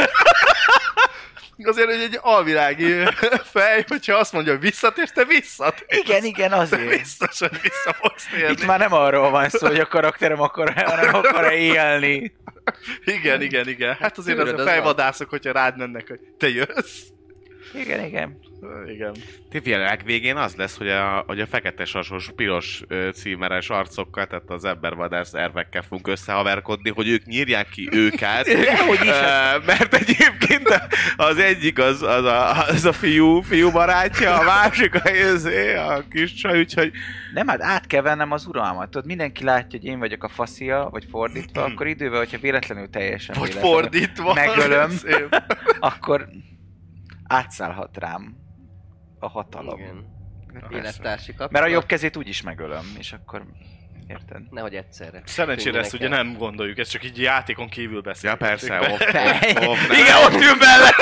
Azért, hogy egy alvilági fej, hogyha azt mondja, hogy visszatérsz, te visszatérsz. Igen, azért. Biztos, hogy vissza fogsz térni. Itt már nem arról van szó, hogy a karakterem hanem akar élni. Igen. Hát azért az Tűröd, a az fejvadászok, hogyha rád mennek, hogy te jössz. Igen. Tényleg végén az lesz, hogy a fekete sasos, piros címeres arcokkal, tehát az embervadász ervekkel fogunk összehaverkodni, hogy ők nyírják ki őket. Mert egyébként az egyik az a fiú barátja, a másik a kis csaj, úgyhogy... Nem, hát át kell vennem az uralmat. Tudod, mindenki látja, hogy én vagyok a faszia, vagy fordítva, akkor idővel, hogyha véletlenül teljesen Vagy fordítva. megölöm, akkor átszállhat rám a hatalom. Igen. Élettársi kapcsolat. Mert a jobb kezét úgyis megölöm, és akkor... Érted? Nehogy egyszerre. Szerencsére ezt ugye nem gondoljuk, ez csak így játékon kívül Ja, beszélünk. persze, Igen, ott ül mellett!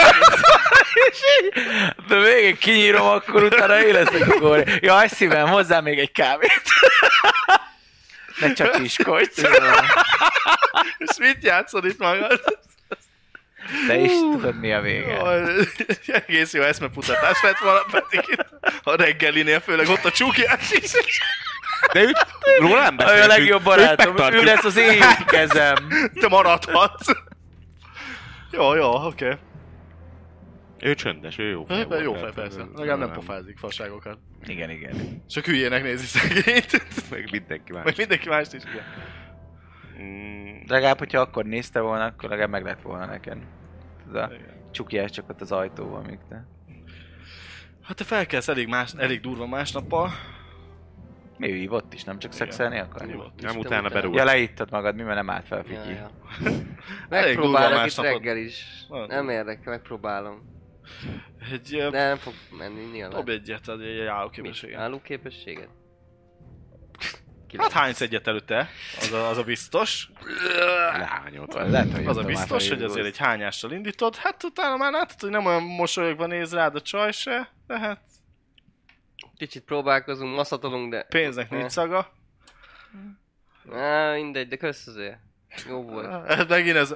De végig kinyírom, akkor utána élesznek a kóri. Jaj, szívem, hozzá még egy kávét. Ne csak iskodj. És mit játszod itt magad? Te is tudod, mi a vége. Egész jó eszmeputatás lett volna, pedig itt a reggelinél, főleg ott a csúkjás is. De róla nem Ő beszéltünk. a legjobb barátom, ő lesz az én kezem. Te maradhatsz. Jó, oké. Ő csöndes, ő jó fej. Jó fej, persze. Legalább nem pofázik fasságokat. Igen. Csak hülyének nézi szegényt. Meg mindenki más. Meg mindenki mást is, igen. Legalább, hogyha akkor nézte volna, akkor legalább meg lett volna neked. Ez a csukjás csak ott az ajtóval még te. Hát te felkelsz elég durva másnappal. Mi ő hívott is, nem csak szexelni akar? Nem utána berúg. Ja, leittad magad, mi, mert nem állt fel, Fiki. Ja. Elég durva Megpróbálok itt másnapot. reggel is. Nem érdekel, megpróbálom. Egy... De nem fog menni nyilván. Dob egyet, egy állóképességet. Állóképességet? Hát hánysz egyet előtte? Az a biztos. Lányot. Az a biztos, hogy azért egy hányással indítod. Hát utána már látod, hogy nem olyan mosolyogva néz rád a csaj se. De hát Kicsit próbálkozunk, maszatolunk, de... pénznek nincs szaga. Mindegy, de kösz azért. Jó volt. Hát megint ez...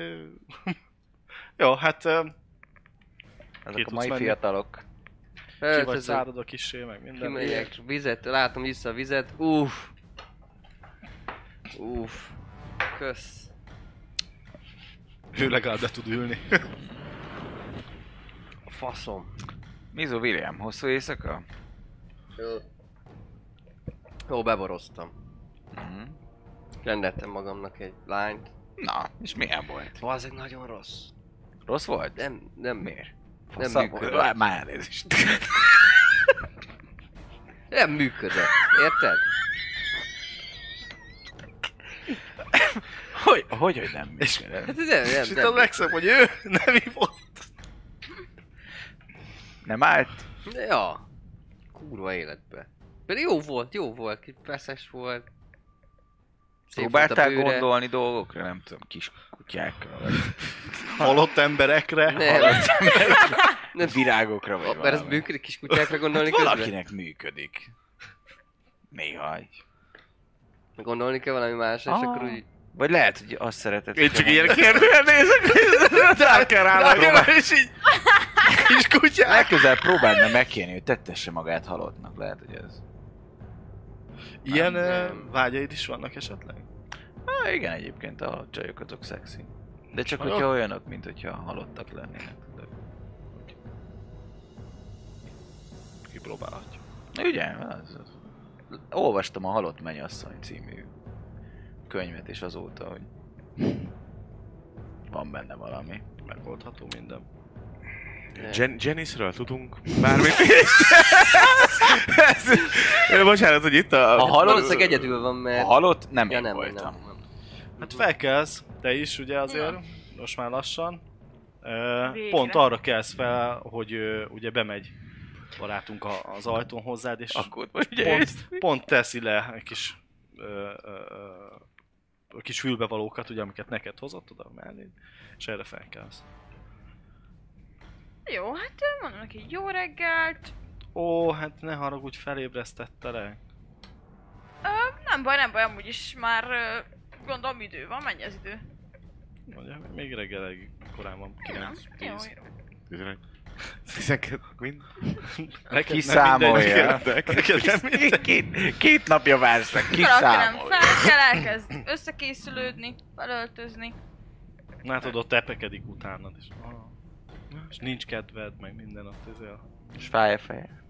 Jó, hát... Ezek a tudsz mai menni? fiatalok. Ki vagy Öltözök, szárad a kissé, meg minden. kimegyek, vizet, látom vissza a vizet. Uff. Kösz. Ő legalább be tud ülni. Faszom. Mizu William, hosszú éjszaka? Jó, beboroztam. Mhm. Rendeltem magamnak egy lányt. Na, és milyen volt? Az nagyon rossz. Rossz volt? Nem. Miért? Nem Faszal működött. volt. Már elnézést. Nem működött. Érted? Hogy nem működött? Hát És itt a legszebb, hogy ő nem hívott. Nem állt? Ja. Kurva életbe. Pedig jó volt, feszes volt. Szép volt a Próbáltál bőre. gondolni dolgokra? Nem tudom, kis kutyákra, vagy Halott emberekre. Nem. virágokra, vagy Mert ez valami. működik, kis kutyákra gondolni közben? Valakinek működik. Néha egy. Gondolni kell valami másra, és akkor úgy... Vagy lehet, hogy azt szereted. Én csak ilyen kérdően nézek, rá kell rá, És így... Kis kutyák. Legközelebb próbáld meg megkérni, hogy tettesse magát halottnak. Lehet, hogy ez... Ilyen Nem. vágyaid is vannak esetleg? Igen, egyébként a csajok azok szexi. De csak Csajok? hogyha olyanok, mint hogyha halottak lennének. Kipróbálhatjuk. Ugye? Az. Olvastam a Halott Mennyasszony című könyvet, és azóta, hogy van benne valami. Megoldható minden. Janice-ről tudunk bármit. Bocsánat, hogy itt a... A halott, Valószínűleg egyedül van, mert... a halott nem Ja, én nem, voltam. nem. Hát felkelsz, te is ugye azért, Ja. most már lassan. Végre. Pont arra kelsz fel, hogy ugye bemegy barátunk az ajtón hozzád, és Akkor most ugye pont teszi le egy kis kis fülbevalókat, ugye, amiket neked hozott oda mellé, és erre felkelsz. Jó, hát mondom neki jó reggelt. Ó, hát ne haragudj, felébresztettelek. Nem baj, amúgy is már gondolom idő van, mennyi az idő? Mondja, még reggel elég korán van, 9, Jó, 10. jó. 12, mind? Kiszámolja. Neked nem mindegy. Két napja várszak, Valaki nem kiszámolja. fel kell, elkezd összekészülődni, felöltözni. Látod, ott tepekedik utánad is. És nincs kedved, meg minden ott ezzel. És fáj a feje.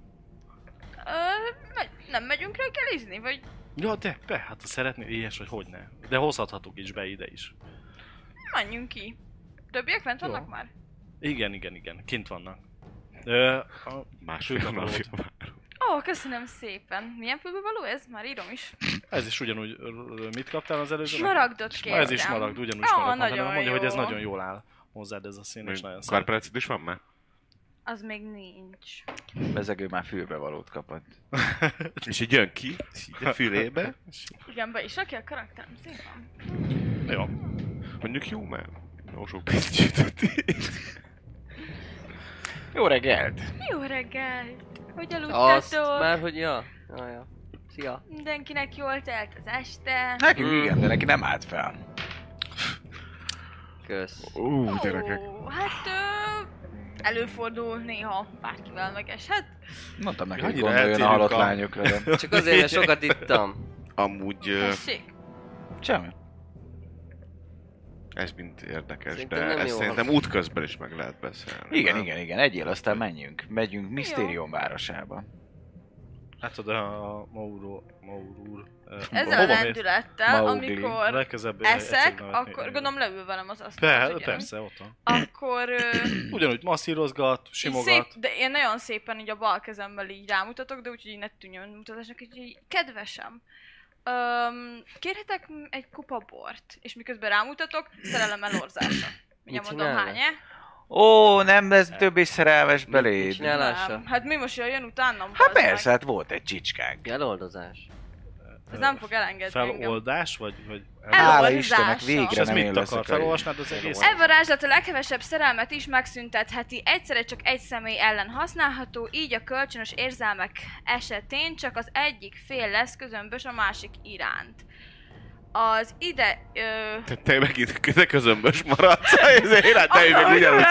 Nem megyünk reggelizni, vagy... Ja, de hát ha szeretnél ilyes, vagy hogy ne. De hozhathatok is be ide is. Menjünk ki. Többiek fent vannak már? Igen, kint vannak. A Másfél napja. Ó, köszönöm szépen. Milyen fülbevaló ez? Már írom is. Ez is ugyanúgy, mit kaptál az előző? Smaragdot kértem. Ez is smaragd, ugyanúgy smaragd. Nagyon mondja, jó. hogy ez nagyon jól áll hozzád ez a szín, és nagyon szép. Karperecid is van már? Az még nincs. Bezegő már fülbevalót kapott. És így jön ki, így a fülébe. Igen, be is rakja a karakterem szépen. Jó. Mondjuk jó, mert jó sok pénzt gyűjtöttél. Jó reggelt! Jó reggelt! Hogy Azt aludtatok? már, hogy ja. Szia. Mindenkinek jól telt az este. Nekünk igen, de neki nem állt fel. Kösz. Gyerekek. Hát előfordul néha bárkivel megeshet. Mondtam neki, hogy Annyira gondoljon a eltérünk halott a- lányokra, de Csak azért, mert sokat ittam. Amúgy Tessék. semmi. ez mind érdekes, Szerintem de nem ezt jó, szerintem ha- útközben is meg lehet beszélni. Igen, nem? igen, egyél, aztán menjünk. Megyünk Misztérium városába. Látod a Maurur. Ezzel a lendülettel, Mowgli. amikor Legközelebb eszek, akkor gondolom leül velem az asztalon. Persze, ott van. Akkor Ugyanúgy masszírozgat, így simogat. szép, de én nagyon szépen így a bal kezemmel így rámutatok, de úgyhogy így ne tűnjön mutatásnak, így kedvesem. Kérhetek egy kupa bort, és miközben rámutatok, szerelem elorzása. Ugye Mit mondom csinálnak? hánye? Ó, nem lesz többé szerelmes Mit beléd. csinálása? Nem. Hát mi most jön utánam? Hát bazd persze, meg? hát volt egy csicskánk. Eloldozás. Ez nem fog elengedni engem. Feloldás, vagy Hála Eloldása. Istennek, És végre ez nem mit én akar? leszek a... Felolvasnád az egész? E varázslat a leghevesebb szerelmet is megszüntetheti, egyszerre csak egy személy ellen használható, így a kölcsönös érzelmek esetén csak az egyik fél lesz közömbös a másik iránt. Az ide... Te megint közömbös maradsz, ezért életeim meg ugyanúgy.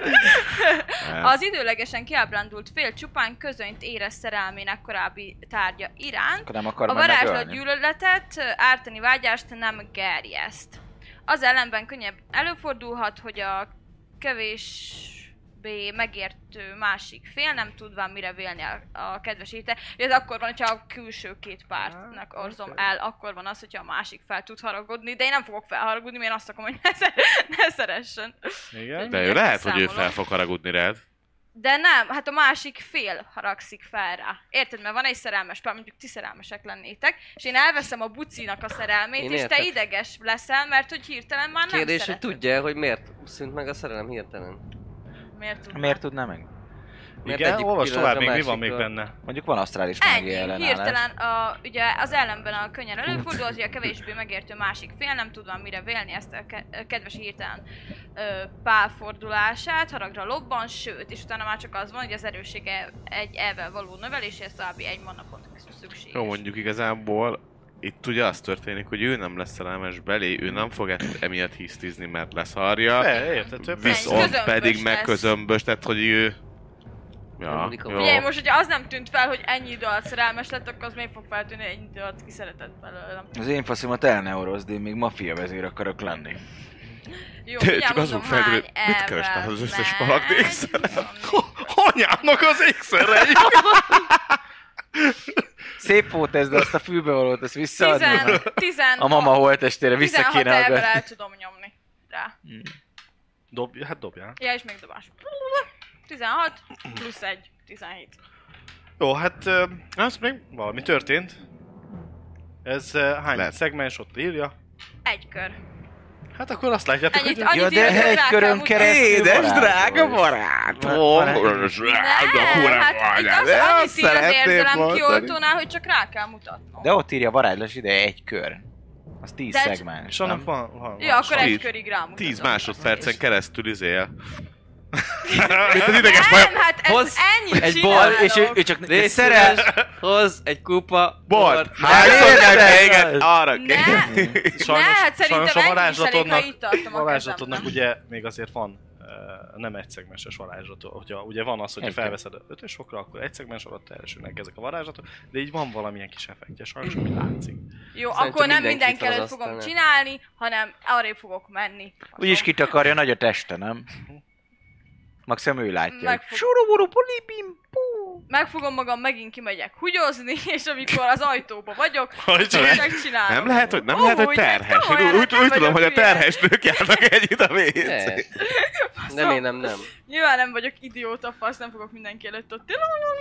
Az időlegesen kiábrándult fél csupán közönyt érez szerelmének korábbi tárgya iránt. Akkor nem akar A majd varázslat megölni. gyűlöletet, ártani vágyást nem gerjeszt. Az ellenben könnyebb előfordulhat, hogy a kevésbé megértő másik fél nem tudván mire vélni a kedves éte. Ez akkor van, hogyha a külső két pártnak orzom el, akkor van az, hogyha a másik fel tud haragudni, de én nem fogok felharagudni, mert én azt akarom, hogy ne szeressen. Igen? De ő lehet, hogy ő fel fog haragudni rád. De nem, hát a másik fél haragszik fel rá. Érted, mert van egy szerelmes pár, mondjuk ti szerelmesek lennétek, és én elveszem a bucinak a szerelmét, Én és te értek. ideges leszel, mert hogy hirtelen már nem Kérdés, hogy szereted. tudja, hogy miért szűnt meg a szerelem hirtelen? Miért tudnám? Miért tudná meg? Mert Igen, egyik olvasd tovább, még mi pillanatra van még másikra- benne? Mondjuk van asztrális Ennyi, mágia ellenállás. hirtelen, ugye az ellenben a könnyen előfordul, az, hogy a kevésbé megértő másik fél nem tudva mire vélni ezt a kedves hirtelen pálfordulását, haragra lobban, sőt, és utána már csak az van, hogy az erőssége egy elvel való növeléshez további egy manapont szükséges. Jó, mondjuk igazából itt ugye az történik, hogy ő nem lesz szerelmes belé, ő nem fog emiatt hisztizni, mert leszarja. Érted? Viszont közömbös pedig lesz. megközömbös, tehát hogy ő... Ja, Harmadik jó. Ugye most, hogyha az nem tűnt fel, hogy ennyi idő alatt szerelmes lett, akkor az még fog feltűnni, hogy ennyi idő alatt kiszeretett belőlem. Az én faszimat elneurozd, én még maffia vezér akarok lenni. Jó, Te mindjárt csak azon mondom, hány felül, mit elvel kerestel az összes megy. palakt ékszerrel? Anyámnak az ékszerei! Szép volt ez, de azt a fülbevalót, ezt visszaadni. 16 A mama holttestére vissza 16 kéne elvel adni. el tudom nyomni rá. Dobjál. Ja, és még dobás. 16 plusz 1, 17. Jó, hát az még valami történt. Ez hány Lehet. szegmens ott írja? Egy kör. Hát akkor azt látjátok, Ennyit, hogy... annyit Ja, de írok, hogy egy rá körön kell mutatni. keresztül Édes, drága barátom. barátom! Nem, hát itt az annyit ír az szeretném érzelem mondani. kioltónál, hogy csak rá kell mutatnom. De ott írja varázslás ideje egy kör. Az 10 De- szegmens. És annak nem? van. Ja, akkor egy Tíz- körig rámutatom. 10 másodpercen keresztül izél. Mint az ideges Nem, hát ez Hoz ennyit Egy csinálok. bal, és ő csak Légy szerel. szíves, hozz egy kupa bort! Ne Hányszor érted? kell téged arra Ne, kérni? ne, hát szerintem ennyi is elég, ha varázslatodnak, itt tartom a varázslatodnak kezemben. ugye még azért van nem egyszegmenses varázslat. Hogyha ugye van az, hogy Egy felveszed 5-ös fokra, akkor egyszegmens alatt elsőnek ezek a varázslatok, de így van valamilyen kis effektje, sajnos, ami látszik. Jó, Szerintem akkor nem mindenki mindenki itt van az előtt fogom asztalnál. csinálni, hanem arrébb fogok menni. Úgyis kitakarja nagy a teste, nem? Maximum ő látja. Megfog- Suruburu pulibim pú. Megfogom magam, megint kimegyek hugyozni, és amikor az ajtóba vagyok, Hogy megcsinálom. Nem lehet, hogy terhes. komolyan, Úgy nem tudom, vagyok hogy a hülye. terhes nők járnak együtt a WC. Nem. Nyilván nem vagyok idióta fasz, nem fogok mindenki előtt ott.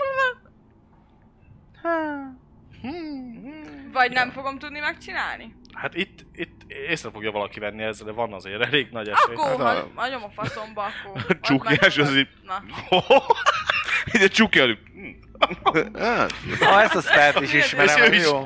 Vagy nem fogom tudni megcsinálni? Hát itt észre fogja valaki venni ezzel, de van azért elég nagy esély. Akkor, Hát ha nyom a faszomba, akkor... A csukjás az így... Na. Így a csukja... Ezt a spelt is ismerem, És ő az is. jó.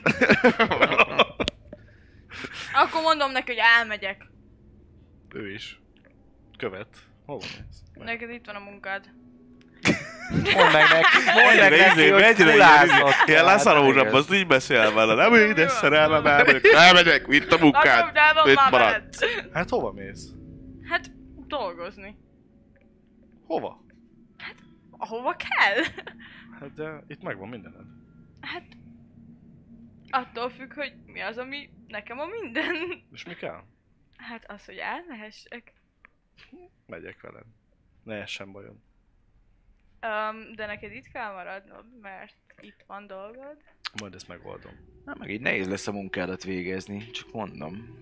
Akkor mondom neki, hogy elmegyek. Ő is. Követ. Hol van ez? Neked itt van a munkád. Mondd meg neki, hogy kuláznod kell. Ilyen leszarózsabb, azt így beszél vele. Nem édes szerelmem, elmegyek, vitt a munkát. Itt marad. Hát hova mész? Hát, dolgozni. Hova? Ahova kell. Hát de itt megvan mindened. Hát, attól függ, hogy mi az, ami nekem a minden. És mi kell? Hát az, hogy elmehessek. Megyek veled. Ne essen bajod. De neked itt kell maradnod, mert itt van dolgod. Majd ezt megoldom. Na, meg így nehéz lesz a munkádat végezni, csak mondom.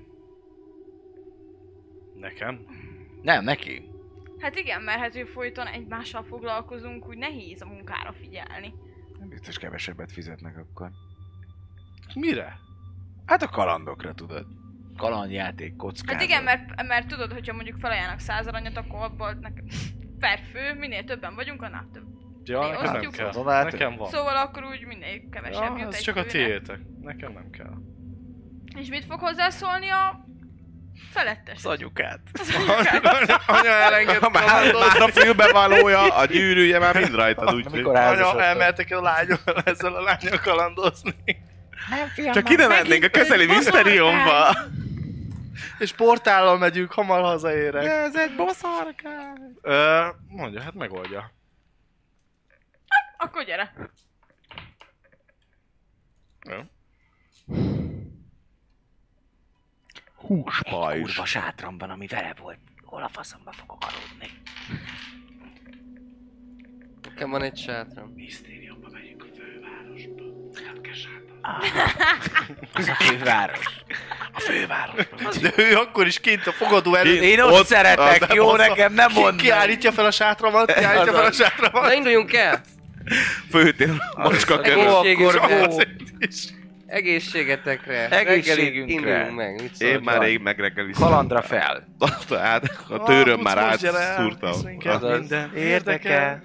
Nekem? Nem, neki. Hát igen, mert hát, hogy folyton egymással foglalkozunk, úgy nehéz a munkára figyelni. Biztos kevesebbet fizetnek akkor. Mire? Hát a kalandokra tudod. Kalandjáték, kockázat. Hát igen, mert tudod, hogyha mondjuk felajánlnak 100 aranyat, akkor abból nekem per fő, minél többen vagyunk, annál több. Ja, Mi nekem nem osztjuk? kell. Szóval Nekem van. Szóval akkor úgy minél kevesebb Ja, jut ez egy csak a főnek. tiétek. Nekem nem kell. És mit fog hozzászólni a felettes? Az anyukát. Anya elenged már a fülbevalója, a gyűrűje már mind rajtad, úgyhogy... Amikor házasodtak. Anya, elmertek a lányom, ezzel a lányom kalandozni. Nem, fiam, Csak ide mennénk a közeli Mysteriumba. És portállal megyünk, hamar hazaérek. Ez egy boszorkány. Mondja, hát megoldja. Akkor gyere. Jó. Húspajzs. Kurva sátramban, ami vele volt. Hol a faszomba fogok aludni? Nekem van egy sátram. Misztériumba megyünk a fővárosba. Nem kell sátor. Az a főváros. A fővárosba. De ő akkor is kint a fogadó előtt. Én ott szeretek, jó, nekem nem mondd meg. Kiállítja fel a sátramat, kiállítja fel a sátramat. Na induljunk el! Főtér macska Egészséges- körül. Egészségetekre! Egészségünkre. Reggelit induljunk meg, mit Én szólsz? már rég megreggeliztem. Kalandra fel. A tőröm már Kuckos, gyere el, átszúrtam. visz minket Azaz. minden. Érdekel.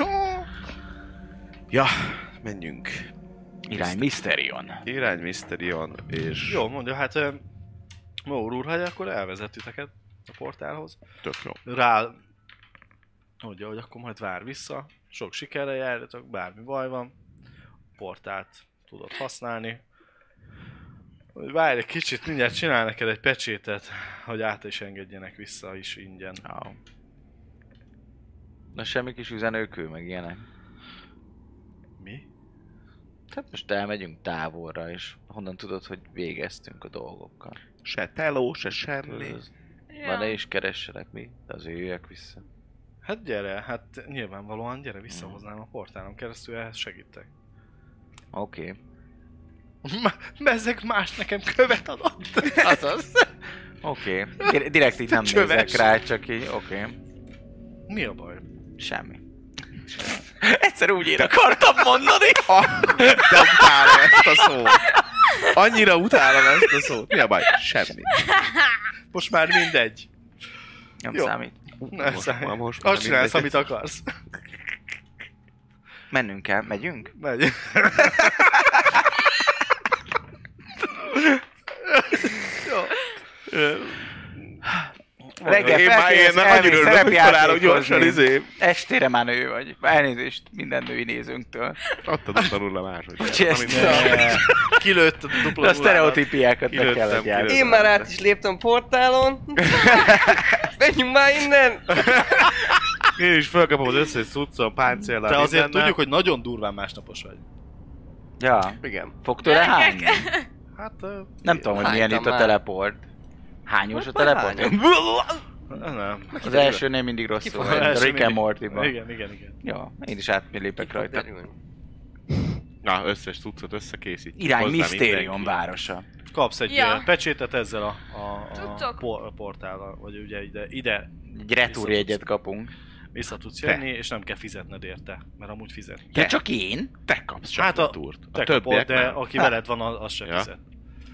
Ja, menjünk. Irány Mysterion. Irány Mysterion, és... Jó, mondja, hát Mór úr, hogy akkor elvezet titeket a portálhoz. Tök jó. Rá mondja, hogy akkor majd vár vissza. Sok sikerrel járjatok, bármi baj van. Portált tudod használni. Hogy várj egy kicsit, mindjárt csinál neked egy pecsétet, hogy át is engedjenek vissza is ingyen. Oh. Na semmi kis üzenőkő, meg ilyenek. Mi? Tehát most elmegyünk távolra, és honnan tudod, hogy végeztünk a dolgokkal. Se teló, se semmi. Van-e is keressenek mi? De azért jöjjek vissza. Hát gyere, hát nyilvánvalóan gyere, visszahoznám a portálon keresztül, ehhez segítek. Oké. Bezzeg más nekem követ adott. Azaz. Oké. Direkt így nem Csöves. nézek rá, csak így, oké. Mi a baj? Semmi. Egyszer úgy én akartam mondani. De utálom ezt a szót. Annyira utálom ezt a szót. Mi a baj? Semmi. Most már mindegy. Nem Jó. számít. Nem Most számít. már- most már Azt csinálsz, amit mindegy. akarsz. Mennünk kell, megyünk? Megy. Jó. Reggel Én már felkérdez, nagyon elmész örülök, hogy felállok gyorsan, szerepjátékozni. Estére már nő vagy. Elnézést minden női nézőnktől. Adtad a nulla máshogy. Úgyhogy ezt Kilőtt a dupla a nullára. sztereotípiákat meg Kilőttem, kellett játszani. kilőttem. Én már át is léptem portálon. Menjünk már innen! Én is felkapom az összes cuccom, páncéllal. Te azért mindennel. tudjuk, hogy nagyon durván másnapos vagy. Ja, Igen. fog tőle hányni? Hát... Nem tudom, hogy milyen itt a Hánytam már. teleport. Hányos a Most már teleport? Nem. Az elsőnél mindig rosszul Az vagy. A első Rick and mindig- Morty-ban. Igen. Ja, én is átlépek rajta. Na, összes cuccot összekészítjük. Irány hozzá Misztérium mindenki. városa. Kapsz egy Ja. pecsétet ezzel a Cuccok. portállal, vagy ugye ide Egy retúrjegyet kapunk. vissza tudsz jönni, és nem kell fizetned érte, mert amúgy fizet. De csak én? Te kapsz csak Hát a a túrt. A te kapod, többiek de nem. aki veled van, az sem Ja. fizet.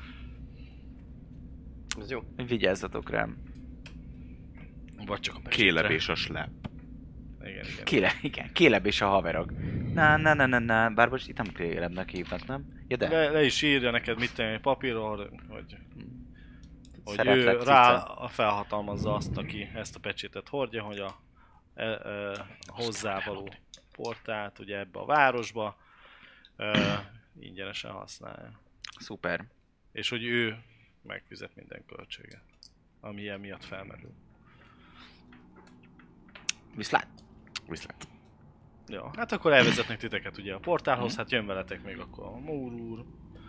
Ez jó. Vigyázzatok rám. Vagy csak a pecsétre. Kéleb és a slep. Igen. Kéleb és a haverok. Na, bár most itt nem Kélebnek hívnak, nem? Ja, de. Le is írja neked mit tenni papírról, hogy Szeretlek, ő cica. rá felhatalmazza azt, aki ezt a pecsétet hordja, hogy a hozzávaló portált ugye ebbe a városba ingyenesen használja. Szuper. És hogy ő megfizet minden költséget, ami ilyen miatt felmerül. Viszlát. Viszlát. Ja, hát akkor elvezetnek titeket ugye a portálhoz, hát jön veletek még akkor a Mór úr.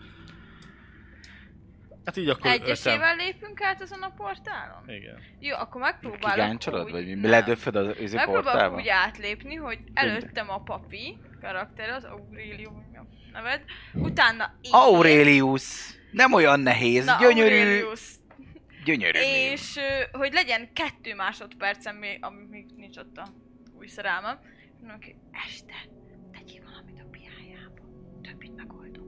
Hát így akkor Egyesével lépünk át azon a portálon? Igen. Jó, akkor megpróbálok Kigáncsolod? úgy- Vagy mi? nem. Ledöföd az Megpróbálok portálba? úgy átlépni, hogy előttem a papi karakter, az Aurelius, vagy mi a neved, utána én. Aurelius! Nem olyan nehéz, Na, gyönyörű. Aurelius. Gyönyörű. név. És hogy legyen 2 másodpercem, amíg még nincs ott a új szerelmem. Mondom ki, este tegyél valamit a piájába. Többit megoldom.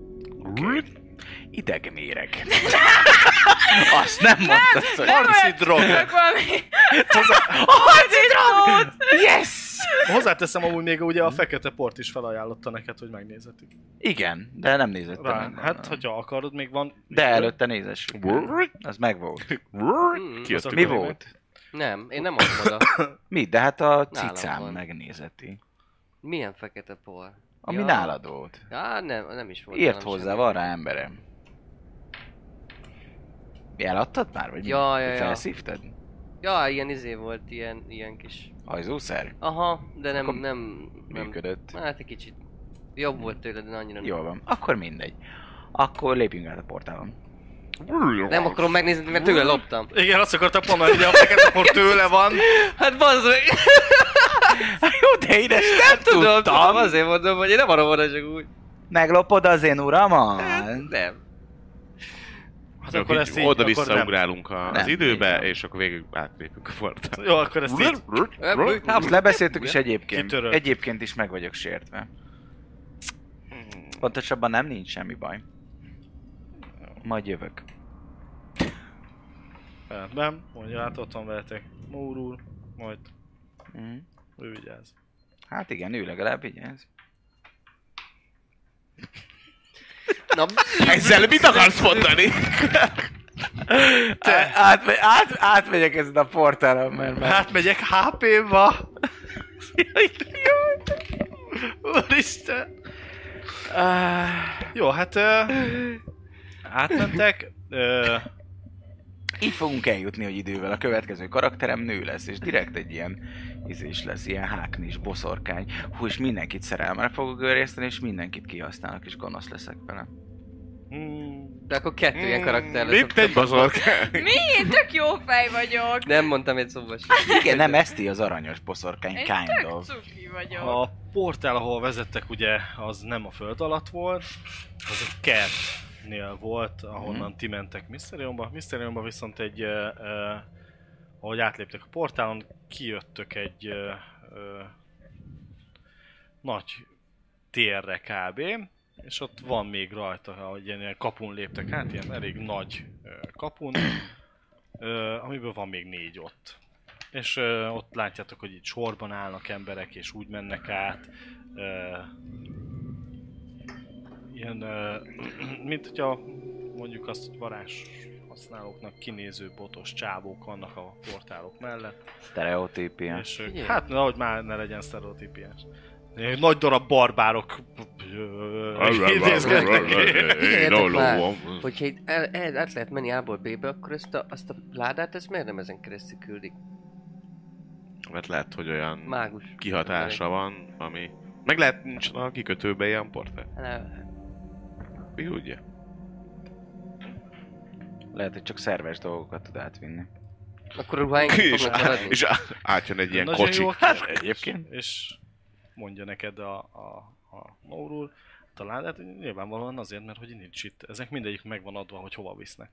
Idegméreg. Azt nem mondtad, hogy... Harci drog! Csak valami... Harci drog! Yes! Hozzáteszem, amúgy még ugye a fekete port is felajánlotta neked, hogy megnézhetik. Igen, de nem nézettem. Rá, meg. hát, hogyha akarod, még van... De előtte nézessük. Az megvolt. Kijöttük Mi a- volt? Nem, én nem adom oda. Mi? De hát a Nálam cicám van. megnézeti. Milyen fekete por? Ami Ja. nálad volt. Nem is volt. Írt nálam hozzá, semmi. van rá emberem. Eladtad már? Vagy Ja, mi? ja, ja. Felszívtad? Ja, ilyen volt, ilyen kis... Hajzószer? Aha, de nem, Akkor nem... Működött. Hát egy kicsit jobb volt tőle, de annyira nem. Jól van. Akkor mindegy. Akkor lépjünk át a portálon. Nem akarom megnézni, mert tőle loptam. Igen, azt akartam mondani, hogy a fekete port tőle van. Hát bazd meg! Jó, de én ezt nem tudtam. Azért mondom, hogy én nem adom oda csak úgy. Meglopod az én uramat? Nem. Hát akkor ezt így, oda-vissza akkor nem. ugrálunk az Nem, időbe, így és akkor végig átlépünk a portál. Jó, akkor ezt így. Hát lebeszéltük is egyébként. Kitörölt. Egyébként is meg vagyok sértve. Pontosabban nem, nincs semmi baj. Majd jövök. Rendben, mondja, hát ott van veletek Mór úr, majd Mhm. ő vigyáz. Hát igen, ő legalább vigyáz. Na, Ezzel mit akarsz mondani? Átmegyek ezen a portálon, mert már... Hát megyek HP-ba! Úristen! Jó, hát átmentek. Így fogunk eljutni, hogy idővel a következő karakterem nő lesz, és direkt egy ilyen izés lesz, ilyen háknis, boszorkány. Hú, és mindenkit szerelmre fogok görjeszteni, és mindenkit kihasználok, és gonosz leszek vele. de akkor 2 ilyen karakter lesz. Itt egy bazorkány. Mi? Én tök jó fej vagyok. Nem mondtam egy szóba sem. Igen, nem Eszti az aranyos boszorkány, Én kind tök of. cuki vagyok. A portál, ahol vezettek, ugye, az nem a föld alatt volt, az egy kertnél volt, ahonnan ti mentek Mysteriumba. Mysteriumba viszont egy, ahogy átléptek a portálon, kijöttök egy nagy térre kb. És ott van még rajta, ahogy ilyen kapun léptek át, ilyen elég nagy kapun, amiből van még 4 ott. És ott látjátok, hogy itt sorban állnak emberek, és úgy mennek át. Ilyen, mint hogyha mondjuk azt, hogy varázs használóknak kinéző botos csávók vannak a portálok mellett. Sztereotípia. És Figyelj. hát nehogy már ne legyen sztereotípiás. Nagy darab barbárok idézgetnek. Figyeljetek már, hogyha itt át lehet menni A-ból B-be, akkor azt a ládát, ezt miért nem ezen keresztül küldik? Mert lehet, hogy olyan Mágus. kihatása van, ami... Meg lehet, nincs a kikötőben ilyen portál. Mi ugye? Lehet, hogy csak szerves dolgokat tud átvinni. Akkor a ruháink fognak maradni? És átjön egy ilyen Nagyon kocsi. jó Hát, egyébként. És mondja neked a Maurul, talán, hát nyilvánvalóan azért, mert hogy nincs itt. Ezek mindegyik meg van adva, hogy hova visznek.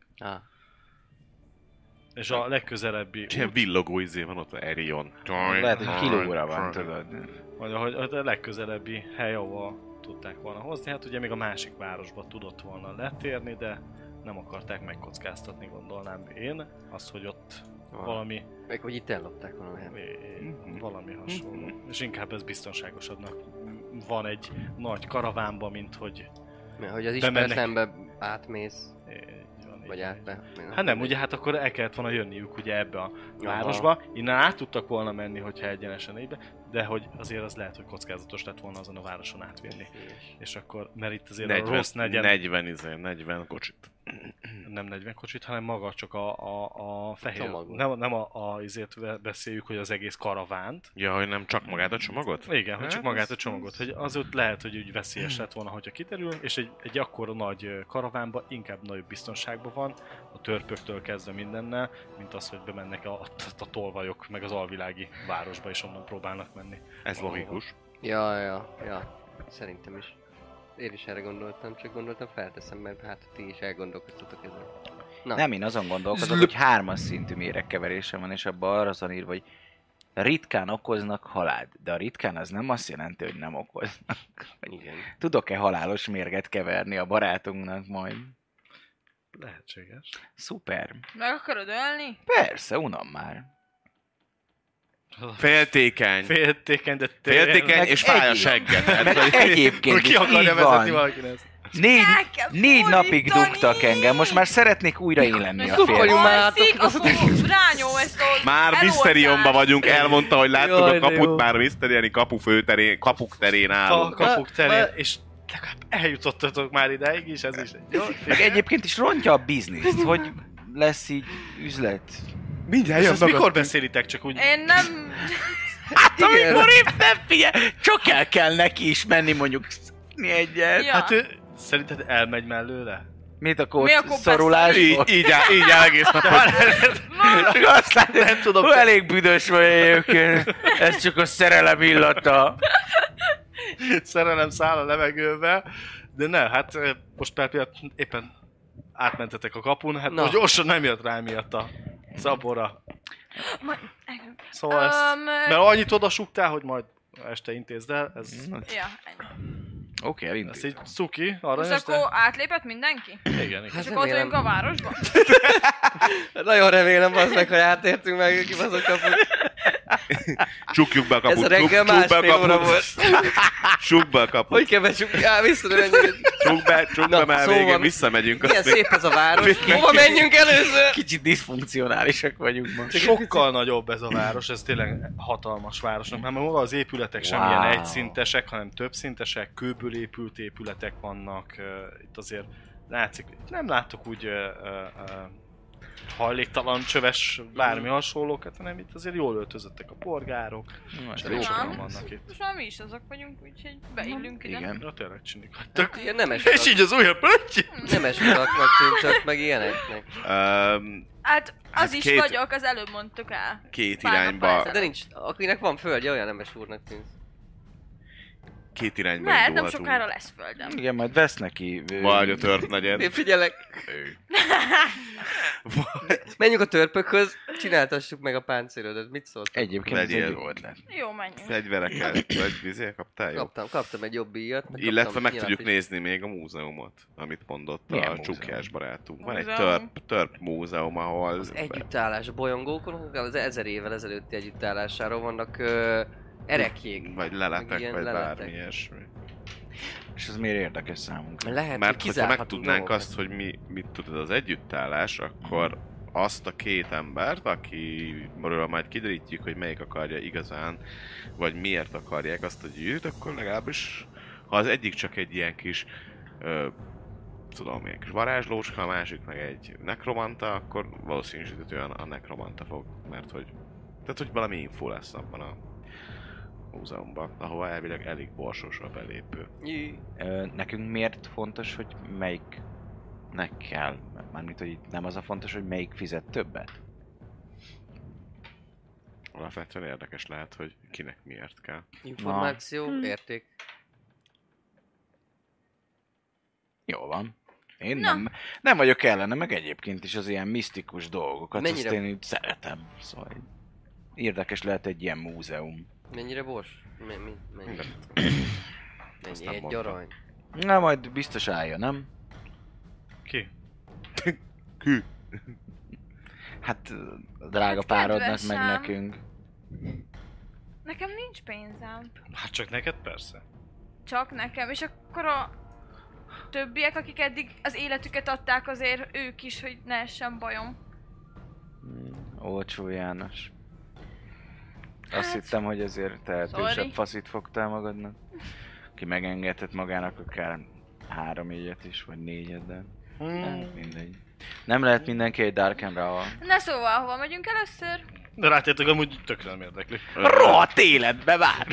És a legközelebbi Ilyen villogó izé van ott, Erion. Lehet, hogy kilóra van, tudod. vagy a legközelebbi hely, ahova tudták volna hozni. Hát ugye még a másik városba tudott volna letérni, de nem akarták megkockáztatni, gondolnám én. Az, hogy ott valami... Meg hogy itt ellopták valamilyen. Valami hasonló. És inkább ez biztonságosabbnak van egy nagy karavánba, mint hogy... Mert hogy az bemennek. ismeretlenbe átmész, Így van, vagy így át van. be. Hát nem, ugye hát akkor el kellett volna jönniük ugye ebbe a városba. Innen át tudtak volna menni, hogyha egyenesen egybe, de hogy azért az lehet, hogy kockázatos lett volna azon a városon átvinni. És akkor, mert itt azért a rossz 40 kocsit. nem 40 kocsit, hanem maga csak a fehér. Csomagot. Nem a izét beszéljük, hogy az egész karavánt. Ja, hogy nem csak magát a csomagot? Igen, hogy csak Hát, magát a csomagot. Hogy az ott lehet, hogy úgy veszélyes lett volna, hogyha kiderül, és egy akkora nagy karavánba inkább nagyobb biztonságban van, a törpöktől kezdve mindennel, mint az, hogy bemennek a tolvajok, meg az alvilági városba, és onnan próbálnak menni. Ez logikus. Ja. Szerintem is. Én is erre gondoltam, csak gondoltam felteszem, mert hát ti is elgondolkoztatok ezen. Na. Nem, én azon gondolkodom, hogy 3-as szintű méregkeverése van, és abban arra van írva, hogy ritkán okoznak halált. De a ritkán az nem azt jelenti, hogy nem okoznak. Igen. Tudok-e halálos mérget keverni a barátunknak majd? Lehetséges. Szuper. Meg akarod ölni? Persze, unom már. Féltékeny. Féltékeny, de Féltékeny és fáj a egyéb- segget. Meg egyébként Ki akarja így vezetni van. valakinek ezt? Négy El kell 4 napig fordítani! dugtak engem, most már szeretnék újra élenni a Szurkoljunk férj. már! Alszik, a rányom ezt a Már eloltást. Mysteriumban vagyunk, elmondta, hogy láttuk Jaj, a de jó. kaput, már Mysteriani kapuk terén A állunk. kapuk terén, és legalább eljutottatok már ideig is, ez is egy jó. Meg egyébként is rontja a bizniszt, hogy lesz így üzlet. Mindjárt Ezt mikor beszélitek, csak úgy... Én nem... Hát amikor épp nem figyelj, csak el kell neki is menni mondjuk egyet. Ja. Hát ő szerinted elmegy mellőle? Mit akkor Mi akkor szorulásból? Így áll egész nap. Csak azt látod, Nem tudom, hogy elég büdös vagy egyébként. Ez csak a szerelem illata. Szerelem száll a levegőbe, de ne, hát most például éppen átmentetek a kapun, hát Na. most gyorsan nem jött rá miatt a Szabora. Szóval ezt, mert annyit odasugtál, hogy majd este intézd el, ez, Ja, ennyi. Oké, ez elintézem. így cuki, Most aranyos, akkor átlépett mindenki? de... Igen. És Hát akkor ott remélem. vagyunk a városban? Nagyon remélem az meg, hogy átértünk meg kibaszott kaput. Csukjuk be a kaput. Ez a reggel másfél óra volt. Csukd be a kaput. Hogy kell becsukni? Á, visszamenjünk. Csukd be, Na, már szóval végén mi- visszamegyünk. Milyen szép ez a város. Hova menjünk először? Kicsit diszfunkcionálisak vagyunk ma. Sokkal nagyobb ez a város, ez tényleg hatalmas városnak, mert maga az épületek sem Wow. ilyen egyszintesek, hanem többszintesek, kőből épült épületek vannak, itt azért látszik, itt nem látok úgy hajléktalan, csöves, bármi hasonlókat, hanem itt azért jól öltözöttek a polgárok, és elég sokan Na, vannak itt. most már mi is azok vagyunk, úgyhogy beillünk ide. Igen. Ja, tényleg csinik vagytok. Ilyen nemes És utak. így az újabb pötty! Nemes utaknak tűnt csak, meg ilyeneknek. Hát az Hát is két- vagyok, az előbb mondtuk el. Két Pár nappal irányba, ezelőtt. De nincs, akinek van földje, olyan nemes úrnak tűnt. két irányba Mert nem indulhatunk. sokára lesz földem. Igen, majd vesz neki. Vagy a törp negyed. Én figyelek. Menjünk a törpökhöz, csináltassuk meg a páncélodat. Mit szólt? Egyébként ez Legyél. egy jó ötlet. Jó, menjünk. Fegyvereket, vagy vizé kaptál? Jó. Kaptam egy jobb íjat. meg Illetve kaptam meg nyilat tudjuk is. nézni még a múzeumot, amit mondott Milyen a múzeum? csukjás barátunk. Van egy Múzeum? törp múzeum, ahol... Az együttállás, a bolyongókon, az 1000 évvel ezelőtti együttállásáról vannak erekjék. Vagy Meg leletek, ilyen vagy leletek. bármi ilyesmi. És ez miért érdekes számunkra? Lehet, Mert hogy hogyha kizárhatunk megtudnánk dolgokat. azt, hogy mit tud az együttállás, akkor azt a két embert, akiről majd kiderítjük, hogy melyik akarja igazán, vagy miért akarják azt a gyűrűt, akkor legalábbis, ha az egyik csak egy ilyen kis ilyen kis varázslócska, a másik meg egy nekromanta, akkor valószínűsíthetően a nekromanta fog, mert hogy... Tehát, hogy valami info lesz abban a múzeumban, ahova elvileg elég borsos a belépő. Nekünk miért fontos, hogy melyiknek kell? Mármint, hogy itt nem az a fontos, hogy melyik fizet többet? Alapvetően érdekes lehet, hogy kinek miért kell. Információ, érték. Jó van. Én nem vagyok ellene, meg egyébként is az ilyen misztikus dolgokat, Mennyire- azt én így szeretem. Szóval érdekes lehet egy ilyen múzeum. Mennyire bors? Mennyi? Azt Mennyi? nem Egy mondtam. arany? Na, majd biztos állja, nem? Ki? Hű. Hát a drága Hát párodnak, meg kedvesem. nekünk. Nekem nincs pénzem. Hát csak neked persze. Csak nekem. És akkor a többiek, akik eddig az életüket adták azért ők is, hogy ne essen bajom. Olcsó János. Azt Hát, hittem, hogy azért tehetősebb sorry. faszit fogtál magadnak. Ki megengedhet magának akár 3 égyet is, vagy 4-et, de hát mindegy. Nem lehet mindenki egy Dark and Raw. Na szóval, hova megyünk először? De rátértek, amúgy tökre nem érdekli. Rohadt életbe vár!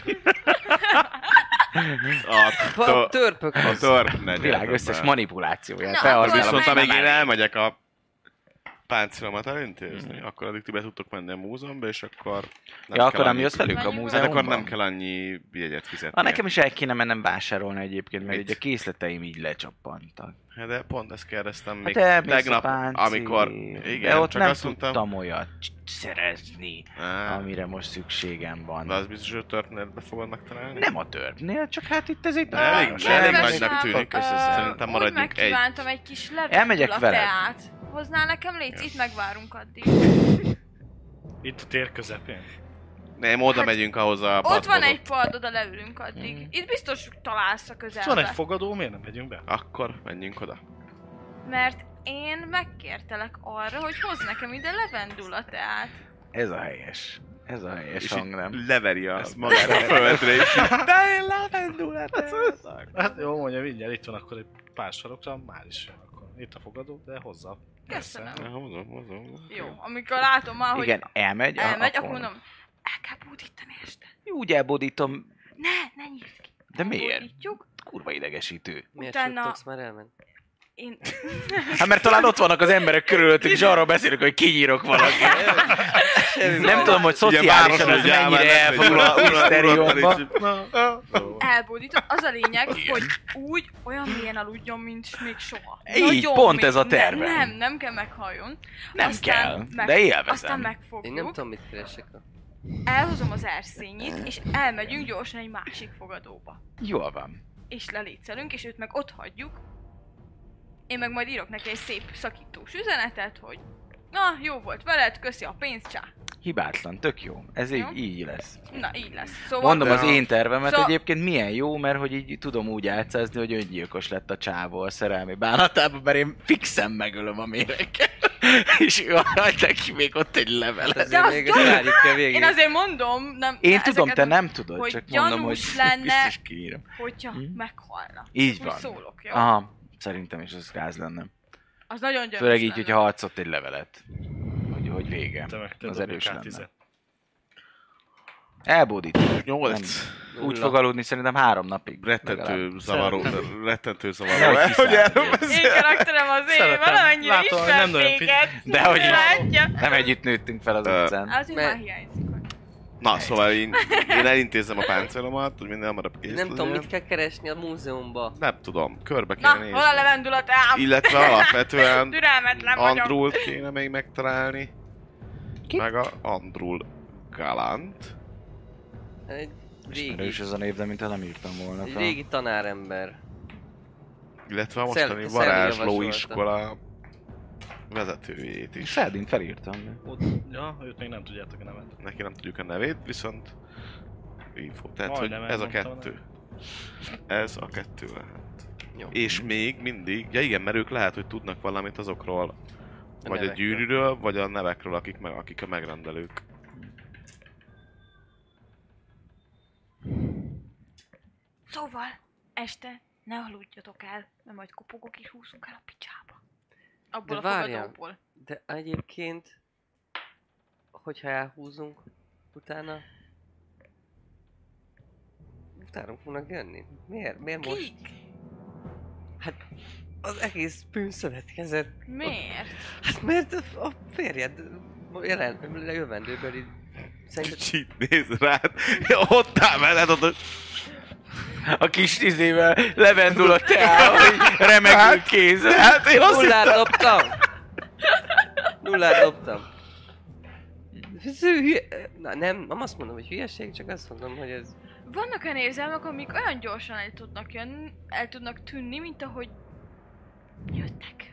A törpök A az. tör. Világ összes manipulációját Na, felhasználom. akkor Viszont amíg menj. én elmegyek a páncélomat elintézni, akkor addig ti be tudtok menni a múzeumba, és akkor Ja, akkor nem annyi- jössz velünk a Menjünk Hát múzeumban? akkor nem kell annyi jegyet fizetni. Nekem is el kéne mennem vásárolni egyébként, mert Mit? így a készleteim így lecsappantak. Hát de pont ezt kérdeztem még elmész a tegnap, páncél, amikor... de Igen, ott csak nem azt mondtam... tudtam olyat szerezni, Á, amire most szükségem van. de az biztos, hogy a történetbe fogod megtalálni? Nem a törpnél, csak hát itt ez egy... De elég Kedvesem, nagynak tűnik, szerintem úgy maradjunk egy... megkívántam egy kis Elmegyek levendula veled. teát. Hoznál nekem légy, itt megvárunk addig. Itt a tér közepén. Nem, oda Hát, megyünk ahhoz a Ott van padhoz. egy pad, oda leülünk addig. Itt biztos találsz a Itt közelbe. van egy fogadó, miért nem megyünk be? Akkor menjünk oda. Mert én megkértelek arra, hogy hozz nekem ide levendula teát. Ez a helyes. Ez a helyes És hang, nem? így leveri a magára a földre, és így, de én levendulát Hát jó, mondja, mindjárt itt van akkor egy pár sarokra, már is. Akkor itt a fogadó, de hozza. Köszönöm. Hozom. Jó, amikor látom már, hogy Igen, elmegy, akkor mondom, el kell bódítani este. Úgy elbodítom, Ne nyisd ki. de miért? Elbódítjuk, Kurva idegesítő. Miért Utána- suttogsz, már elment? én... Hát mert talán ott vannak az emberek körülöttük, és arról beszélünk, hogy kinyírok valakit. Nem tudom, hogy szociálisan ez mennyire elfogul a miszteriumba. Elbódítom. Az a lényeg, hogy úgy olyan mélyen aludjon, mint még soha. Így, Nagyon pont mély- ez a tervem. Nem kell meghalljon. Nem kell, de élvezem. Aztán Én nem megfogjuk, tudom, mit keresek. elhozom az erszényit, és elmegyünk gyorsan egy másik fogadóba. Jól van. És lelétszelünk, és őt meg ott hagyjuk. Én meg majd írok neki egy szép szakítós üzenetet, hogy na, jó volt veled, köszi a pénzt, csá. Hibátlan, tök jó. Ez Jó. így lesz. Na, így lesz. Szóval Mondom de az ha- én tervemet Szóval- egyébként milyen jó, mert hogy így tudom úgy átszázni, hogy öngyilkos lett a csávó a szerelmi bánatában, mert én fixen megölöm a méreket. És ő hagyd neki még ott egy levelet. Azért azt még tudom. ezt várjuk kell végig. én azért mondom, nem, Én ezeket tudom, te a- nem tudod, hogy csak mondom, hogy gyanús lenne, biztos kiírom. hogyha Hm? meghalna. Így Úgy van. szólok, jó? Aha, szerintem is az gáz lenne. Az nagyon gyanús Főleg így, lenne. hogyha adsz ott egy levelet. Hogy vége. Te meg Az te erős dobj lenne. K10-et. Elbódítom. 8. Úgy fog aludni szerintem 3 napig. Rettentő legalább. zavaró. Rettentő zavaró. Nehogy Hogy erről kiszállj. beszél? Én karakterem az én, Szeretem. valamennyire Látom, hogy ismer nem nagyon téged. Dehogy is. Látja. Nem együtt nőttünk fel az utcán. Azért Mert- már hiányzik. Na, szóval én elintézem a páncélomat, hogy minden hamarabb kész Nem tudom, legyen. mit kell keresni a múzeumba. Nem tudom, körbe Na, kell nézni. hol a levendulat ám? Illetve alapvetően Türelmetlen vagyok. Andrult kéne még megtalálni. Ki? Meg a Andrul Galant. Egy Ismerős régi, ez a név, de mintha nem írtam volna egy fel. régi tanárember. Illetve a mostani Szel- varázsló javasolta. iskola vezetőjét is. Feldint felírtam. De. Ott, ja, őt még nem tudjátok a nevet. Neki nem tudjuk a nevét, viszont info. Tehát, Majdnem hogy ez a elmondtam, kettő. Ez a kettő lehet. Jó. És még mindig, ja igen, mert ők lehet, hogy tudnak valamit azokról, vagy a nevekről. gyűrűről, vagy a nevekről, akik a megrendelők. Szóval, este ne aludjatok el, mert majd kopogok és húzunk el a picsába. Abból De a várjál. fogadóból. De egyébként, hogyha elhúzunk, utána fognak jönni. Miért most? Kik? Hát az egész bűnszövetkezet. Miért? Hát mert a férjed jövendőbeli Szerinted... Itt néz rád. Ott áll veled, ott A kis tizével levendul a teá, hogy remegő kézzel. hát én azt Nullát dobtam! Nullát dobtam. Ez Na, nem azt mondom, hogy hülyeség, csak azt mondom, hogy ez... Vannak olyan érzelmek, amik olyan gyorsan el tudnak tűnni, mint ahogy jöttek.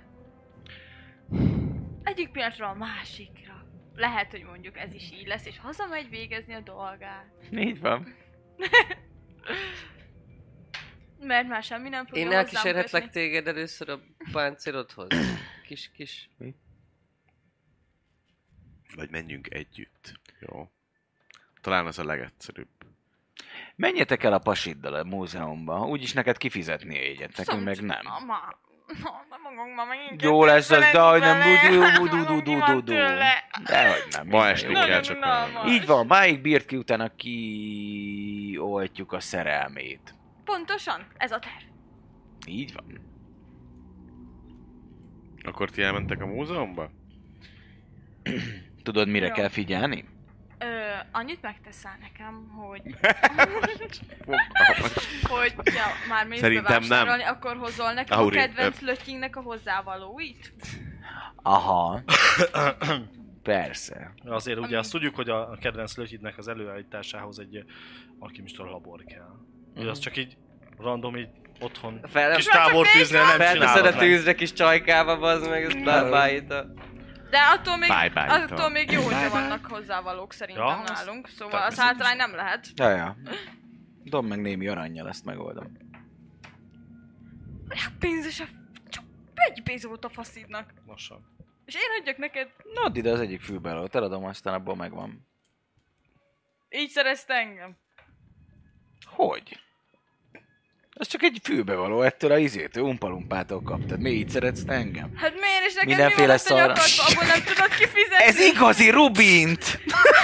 Egyik pillanatról a másikra. Lehet, hogy mondjuk ez is így lesz, és hazamegy végezni a dolgát. Így van. Mert már semmi nem fogja Én hozzám elkísérhetlek kötni. téged először a páncélodhoz. Kis... Vagy menjünk együtt. Jó. Talán az a legegyszerűbb. Menjetek el a pasiddal a múzeumba, úgyis neked kifizetni egyet, nekünk meg nem. Mama. Nem magunk ma megint. Jó lesz az, de hogy nem du. Dehogy nem. Ma minden estünk jó. el csak unalmas. Így van, máig bírt ki, utána kioltjuk a szerelmét. Pontosan, ez a terv. Így van. Akkor ti elmentek a múzeumba? Tudod, mire Jó. kell figyelni? Annyit megteszel nekem, hogy Fogalmas. ja, már mész Szerintem bevásárolni, akkor hozol nekem Auri, a kedvenc lötyingnek a hozzávalóit? Aha. Persze. Azért ugye azt tudjuk, hogy a kedvenc lötyidnek az előállításához egy alkimista labor kell. Ugye az csak így random így otthon kis tábortűznél nem Felteszed a csinálod meg. tűzre kis csajkába, bazd meg, ezt bájít. De Bye-bye-ta. attól még jó, hogyha vannak hozzávalók szerintem Ja, nálunk, szóval az természetesen. hátrány nem lehet. Jaja. Dob meg némi arannyal, ezt megoldom. Pénzes csak egy pénz volt a faszidnak. Lassan. És én adjak neked, Na, add ide az egyik fülbeállót, eladom, aztán abból megvan. így szerezte engem. Hogy? Ez csak egy fülbevaló, ettől a izétől, umpalumpától kaptad. Mi így szeretsz te engem? Hát miért is neked Mindenféle mi van azt a szarra. nyakadba, abból nem tudod kifizetni? Ez igazi Rubint!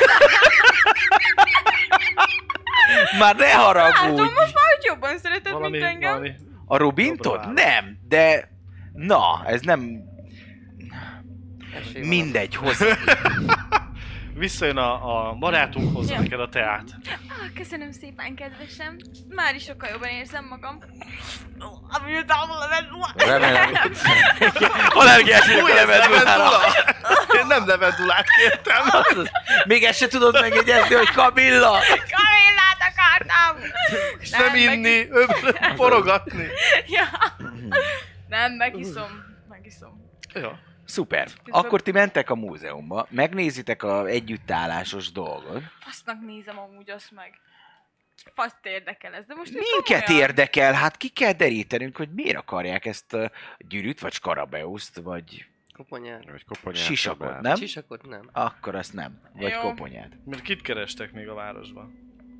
Már ne haragudj! Látom, most már hogy jobban szereted, mint engem. Valami A Rubintot? Dobra. Nem, de... Na, ez nem... Mindegy, hozzá. Visszajön a barátunk, hozza Ja. neked a teát. Köszönöm szépen, kedvesem. Már is sokkal jobban érzem magam. Miután Remélem. Allergiás vagyok a levendulálra. Én nem levendulát kértem. Még ezt se tudod megjegyezni, hogy Kamilla! Kamillát akartam! És nem inni, porogatni. Ja. Nem, megiszom. Ja. Szuper. Akkor ti mentek a múzeumba, megnézitek a együttállásos dolgot. Fasznak nézem amúgy azt meg. Faszt érdekel ez, de most Minket komolyan. érdekel, hát ki kell derítenünk, hogy miért akarják ezt a gyűrűt, vagy skarabeuszt, vagy Koponyát. Vagy koponyát. sisakot, nem? Sisakot nem. Akkor azt nem. Vagy Jó. koponyát. Mert kit kerestek még a városban?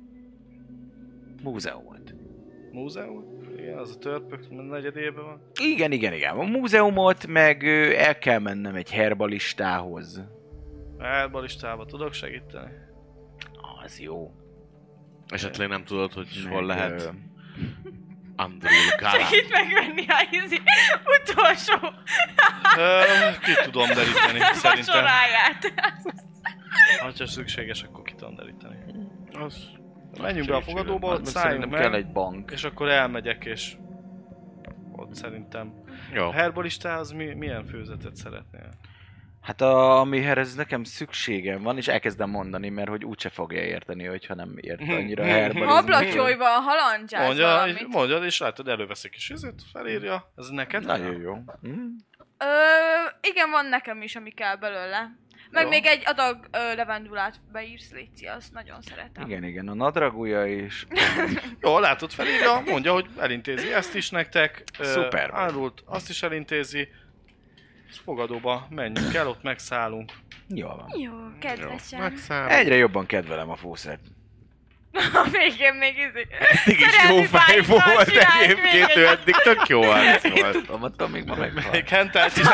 Múzeumot. Múzeum? Igen, az a törpök negyedében van. Igen. A múzeumot, meg el kell mennem egy herbalistához. Elbalistába tudok segíteni? Az jó. Esetleg nem tudod, hogy Meg, hol lehet Andrew Gala. Segít megvenni a utolsó Ki tudom deríteni, szerintem. vacsoráját. Ha csak szükséges, akkor ki tudom deríteni. Az... Menjünk be a fogadóba, ott Szerintem szálljunk kell meg, egy bank. és akkor elmegyek, és ott szerintem. Jó. A herballistához milyen főzetet szeretnél? Hát amihez nekem szükségem van, és elkezdem mondani, mert hogy úgyse fogja érteni, hogyha nem ért annyira a herbalizmus. Hablatyolva a halandzsáz valamit. Mondjad, és látod, elővesz egy kis izét, felírja, ez neked? Nagyon jó. Igen, van nekem is, ami kell belőle. Meg Jó. még egy adag levendulát beírsz, Léci, azt nagyon szeretem. Igen, a nadragúja is. Jó, látod, felírja, mondja, hogy elintézi ezt is nektek. Szuper. Árult, azt is elintézi. Fogadóba menjünk el, ott megszállunk. Jól van. Jó, kedvesem. Megszáll. Egyre jobban kedvelem a fószert. A végén még izé. Eddig is jó fej volt egyébként, ő eddig tök jó arc volt. Tudom, attól még ma meghal. Még hentelt is.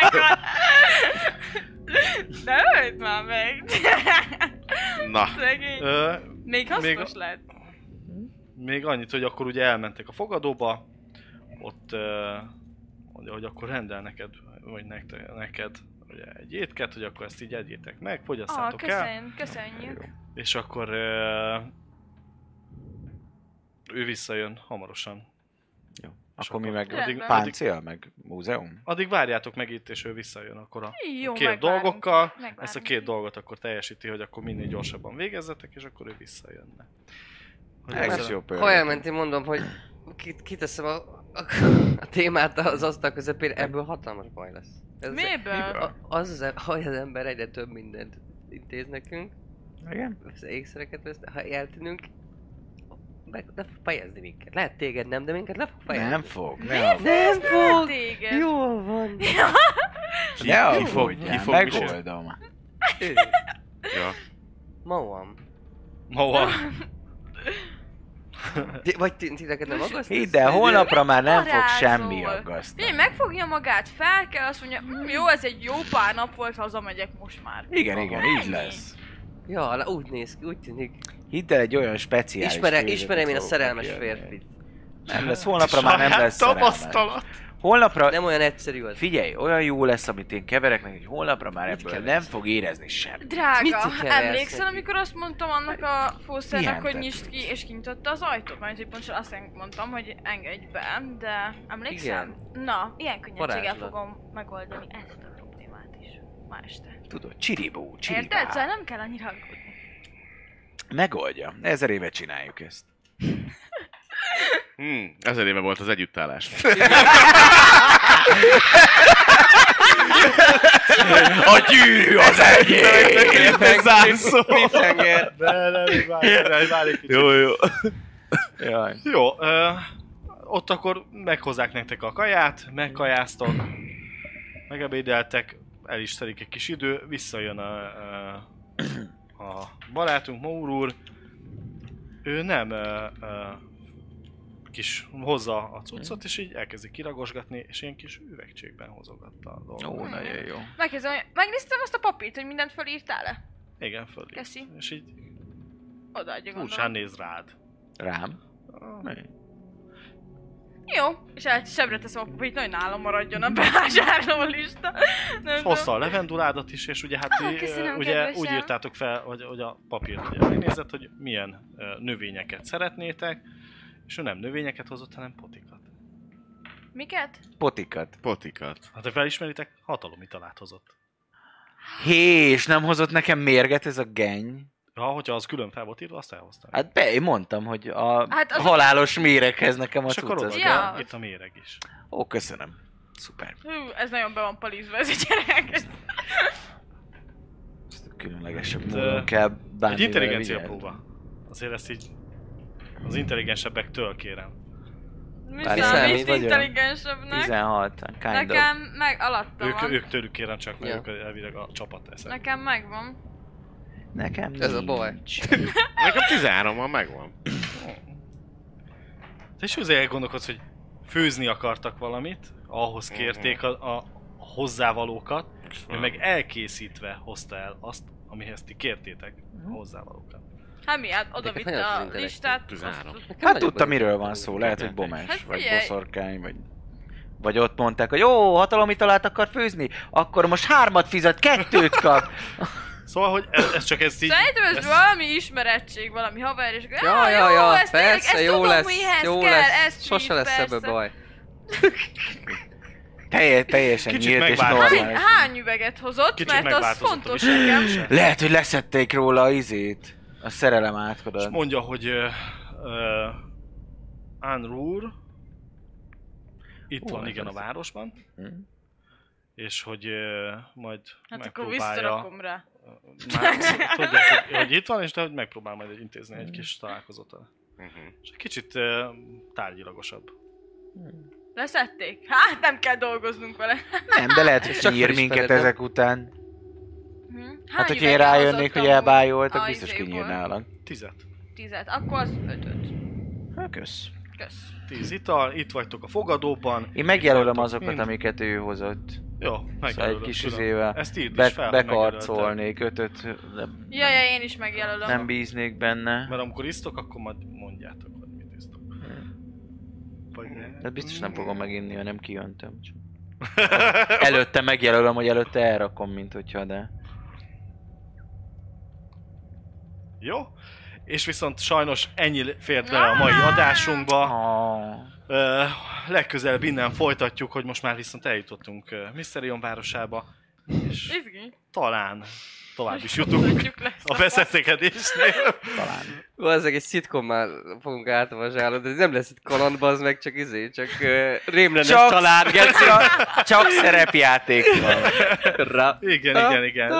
De ölt már meg. Na, Szegény. Még hasznos lehet. Még annyit, hogy akkor ugye elmentek a fogadóba, ott mondja, hogy akkor rendel neked, vagy neked ugye egy étket, hogy akkor ezt így egyétek meg, fogyasszátok el. Köszönjük. És akkor ő visszajön hamarosan. Jó. Akkor mi meg Rendben. páncél, meg múzeum? Addig várjátok meg itt, és ő visszajön akkor a Jó, két megvárunk. dolgokkal. Megvárunk. Ezt a két dolgot akkor teljesíti, hogy akkor minél gyorsabban végezzetek, és akkor ő visszajönne. Hogy Ez ezzel- jó Ha példa. elmenti, mondom, hogy kiteszem a témát az asztal közepére, ebből hatalmas baj lesz. Miből? Ha az ember egyre több mindent intéz nekünk, Igen? ékszereket vesz, ha eltűnünk, le fog fejezni minket. Lehet téged nem, de minket le fog fejezni. Nem fog. Nem fog! Téged. Jól van! Ne ki fog aggódjál, mesélni? megoldom. Ja. Ma van. Ma van. Vagy titeket nem aggaszt? Hidd el, holnapra már nem fog Varázsol. semmi aggasztani. Figyelj, megfogja magát, fel kell, azt mondja, jó, ez egy jó pár nap volt, hazamegyek most már. Igen, így Ennyi. lesz. Ja, úgy néz ki, úgy tűnik. Hidd el, egy olyan speciális Ismerem én a fogok szerelmes jönni. férfit. Nem lesz, holnapra már nem lesz szerelmes. tapasztalat. Holnapra, Nem olyan egyszerű az. figyelj, olyan jó lesz, amit én keverek neki, hogy holnapra már Mit ebből keversz? nem fog érezni semmi. Drága, Mit keversz emlékszel, neki? amikor azt mondtam annak a fószernek, hogy Pihentet. nyisd ki, és kinyitotta az ajtót? Mert hogy pontosan azt mondtam, hogy engedj be, de emlékszel? Na, ilyen könnyedséggel Varázslat. fogom megoldani ezt a problémát is. Ma este. Tudod, csiribó, Érted? csiribá. Szóval nem kell annyira aggódni. Megoldja. 1000 éve csináljuk ezt. 1000 éve volt az együttállás. A gyűrű az enyém! Zárszó. Cliffhanger. Várj egy kicsit. Jó. Jaj. Jó, ott akkor meghozzák nektek a kaját, megkajáztok, megebédeltek, el is telik egy kis idő, visszajön a barátunk, Maur úr. Ő nem kis hozza a cuccot, és így elkezdi kiragosgatni, és ilyen kis üvegcsékben hozogatta a dolgot. Ó, nagyon jó. Megkérdezem, hogy megnéztem azt a papírt, hogy mindent fölírtál-e? Igen, fölé. Köszi. És így Odaadja, furcsán gondolom. néz rád. Rám? Jó, és sebbre teszem a papírt, hogy nálam maradjon a bevásárló lista. Nem És hozta a levenduládat is, és ugye hát köszönöm, ugye kedvesem. úgy írtátok fel, hogy a papírt ugye megnézed, hogy milyen növényeket szeretnétek, és ő nem növényeket hozott, hanem potikat. Miket? Potikat. Potikat. Hát ha felismeritek, hatalomitalát hozott. Hé, és nem hozott nekem mérget ez a geny? Ha, hogyha az külön fel volt írva, azt elhoztam. Hát én mondtam, hogy a Hát az- halálos méreghez nekem a és akkor cucc oda az Ja. kell, itt a méreg is. Ó, köszönöm. Szuper. Hú, ez nagyon be van palízva, ez a gyerek. Ezt a különlegesebb Itt, módon kell bánni. Egy intelligencia vele, vigyázz. próba. Azért ezt így az intelligensebbektől kérem. Mi Várj, számít számít vagyok? intelligensebbnek? 16, kind of. Nekem meg alatta van. Ők tőlük kérem csak, mert Ja. ők elvileg a csapat eszek. Nekem megvan. Nekem Ez a baj. nincs. Nekem 13-mal megvan. Te is azért gondolkodsz, hogy főzni akartak valamit, ahhoz kérték a hozzávalókat, ő meg elkészítve hozta el azt, amihez ti kértétek a hozzávalókat. Hát mi, hát oda Neked vitte nagyon az a intellektus. listát. 13. Hát tudta, miről van szó. Lehet, hogy bomás, Hát vagy figyelj. boszorkány, vagy ott mondták, hogy jó, hatalomitalát akar főzni, akkor most 3 fizet, 2 kap. Szóval, hogy ez csak ez így... Szerintem ez ez- valami ismerettség, valami haver, és Ja, ez tényleg, persze, ezt jó tudom, lesz, mihez jó kell, lesz, ezt sose vidd, lesz persze. ebbe baj. Teljesen Kicsit nyílt és megváltozott. normális. Hány üveget hozott, Kicsit mert az megváltozott a fontos viselkedése. nekem. Lehet, hogy leszették róla a izét. A szerelem És átkodat. mondja, hogy Anrúr itt van, ez igen, a az. városban, Hm? és hogy majd Hát akkor megpróbálja... visszarakom rá. Már tudják, hogy itt van, és de hogy megpróbál majd intézni egy kis találkozót. És egy kicsit tárgyilagosabb. Leszették? Hát nem kell dolgoznunk vele. Nem, de lehet, hogy Csak nyír minket felismered, nem? ezek után. Hány Hát, hogyha én üveget rájönnék, hozott hogy amúgy elbájoltak, a biztos izéból? kinyírnálak. 10. 10, akkor az 5-öt. Hát kösz. Kösz. 10 ital, itt vagytok a fogadóban. Én megjelölöm Vagytok azokat, mind. amiket ő hozott. Jó, Szóval megjelölöm. egy kis tudom. izével Ezt írd is fel, hogy bekarcolnék 5-öt, de Ja, én is megjelölöm. nem bíznék benne. Mert amikor isztok, akkor majd mondjátok, hogy mit isztok. Vagy ne. De biztos nem fogom meginni, ha nem kijöntöm. Csak Előtte megjelölöm, hogy előtte elrakom, mint hogyha, de... Jó. És viszont sajnos ennyi fért bele a mai adásunkba. Legközelebb innen folytatjuk, hogy most már viszont eljutottunk Mysterion városába. És talán tovább is jutunk a veszekedésnél. Talán. Valószínűleg egy szitkommá fogunk átmazsálni, de nem lesz itt kalandba, az meg csak csak rémlenes családgeci. Csak szerepjáték van. Igen.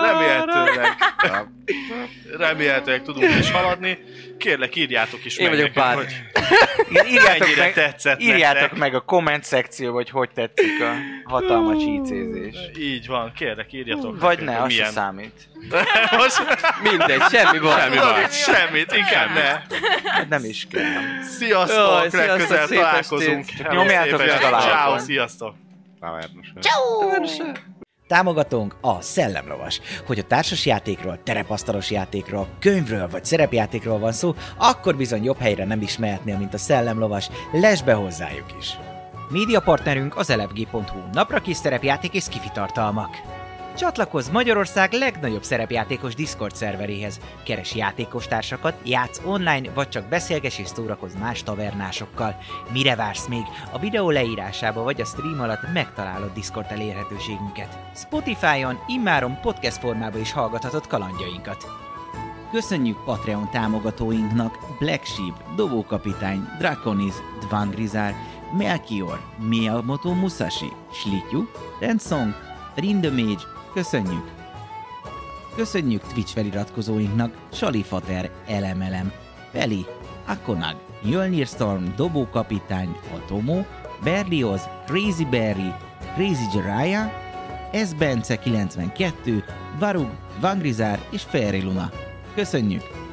Remélhetőleg tudunk is haladni. Kérlek, írjátok is meg nekünk, hogy mennyire tetszett írjátok meg a komment szekcióba, hogy tetszik a hatalmas IC-zés. Így van, kérlek, írjatok. Vagy ne, az se számít. Mindegy, semmi baj. Semmit, inkább ne. Nem is kell. Sziasztok, legközelebb találkozunk. Nyomjátok meg a lábon. Ciao, sziasztok. Ciao. Támogatónk a Szellemlovas. Hogy a társasjátékról, terepasztalos játékról, könyvről vagy szerepjátékról van szó, akkor bizony jobb helyre nem is mehetnél, mint a Szellemlovas. Lesz be hozzájuk is! Médiapartnerünk az elefg.hu, napra kis szerepjáték és skifi tartalmak. Csatlakozz Magyarország legnagyobb szerepjátékos Discord szerveréhez. Keres játékostársakat, játsz online, vagy csak beszélges és szórakozz más tavernásokkal. Mire vársz még? A videó leírásába vagy a stream alatt megtalálod Discord elérhetőségünket. Spotify-on immáron podcast formában is hallgathatod kalandjainkat. Köszönjük Patreon támogatóinknak Black Sheep, Dobókapitány, Draconis, Dvangrizár, Melchior, Miyamoto Musashi, Slityu, Rensong, Rindemage, köszönjük! Köszönjük Twitch feliratkozóinknak Salifater, Elemelem, Feli, Akonag, Mjölnir Storm, Dobókapitány, Atomo, Berlioz, Crazy Berry, Crazy Jiraiya, Bence 92, Varug, Vangrizár és Fairy Luna. Köszönjük!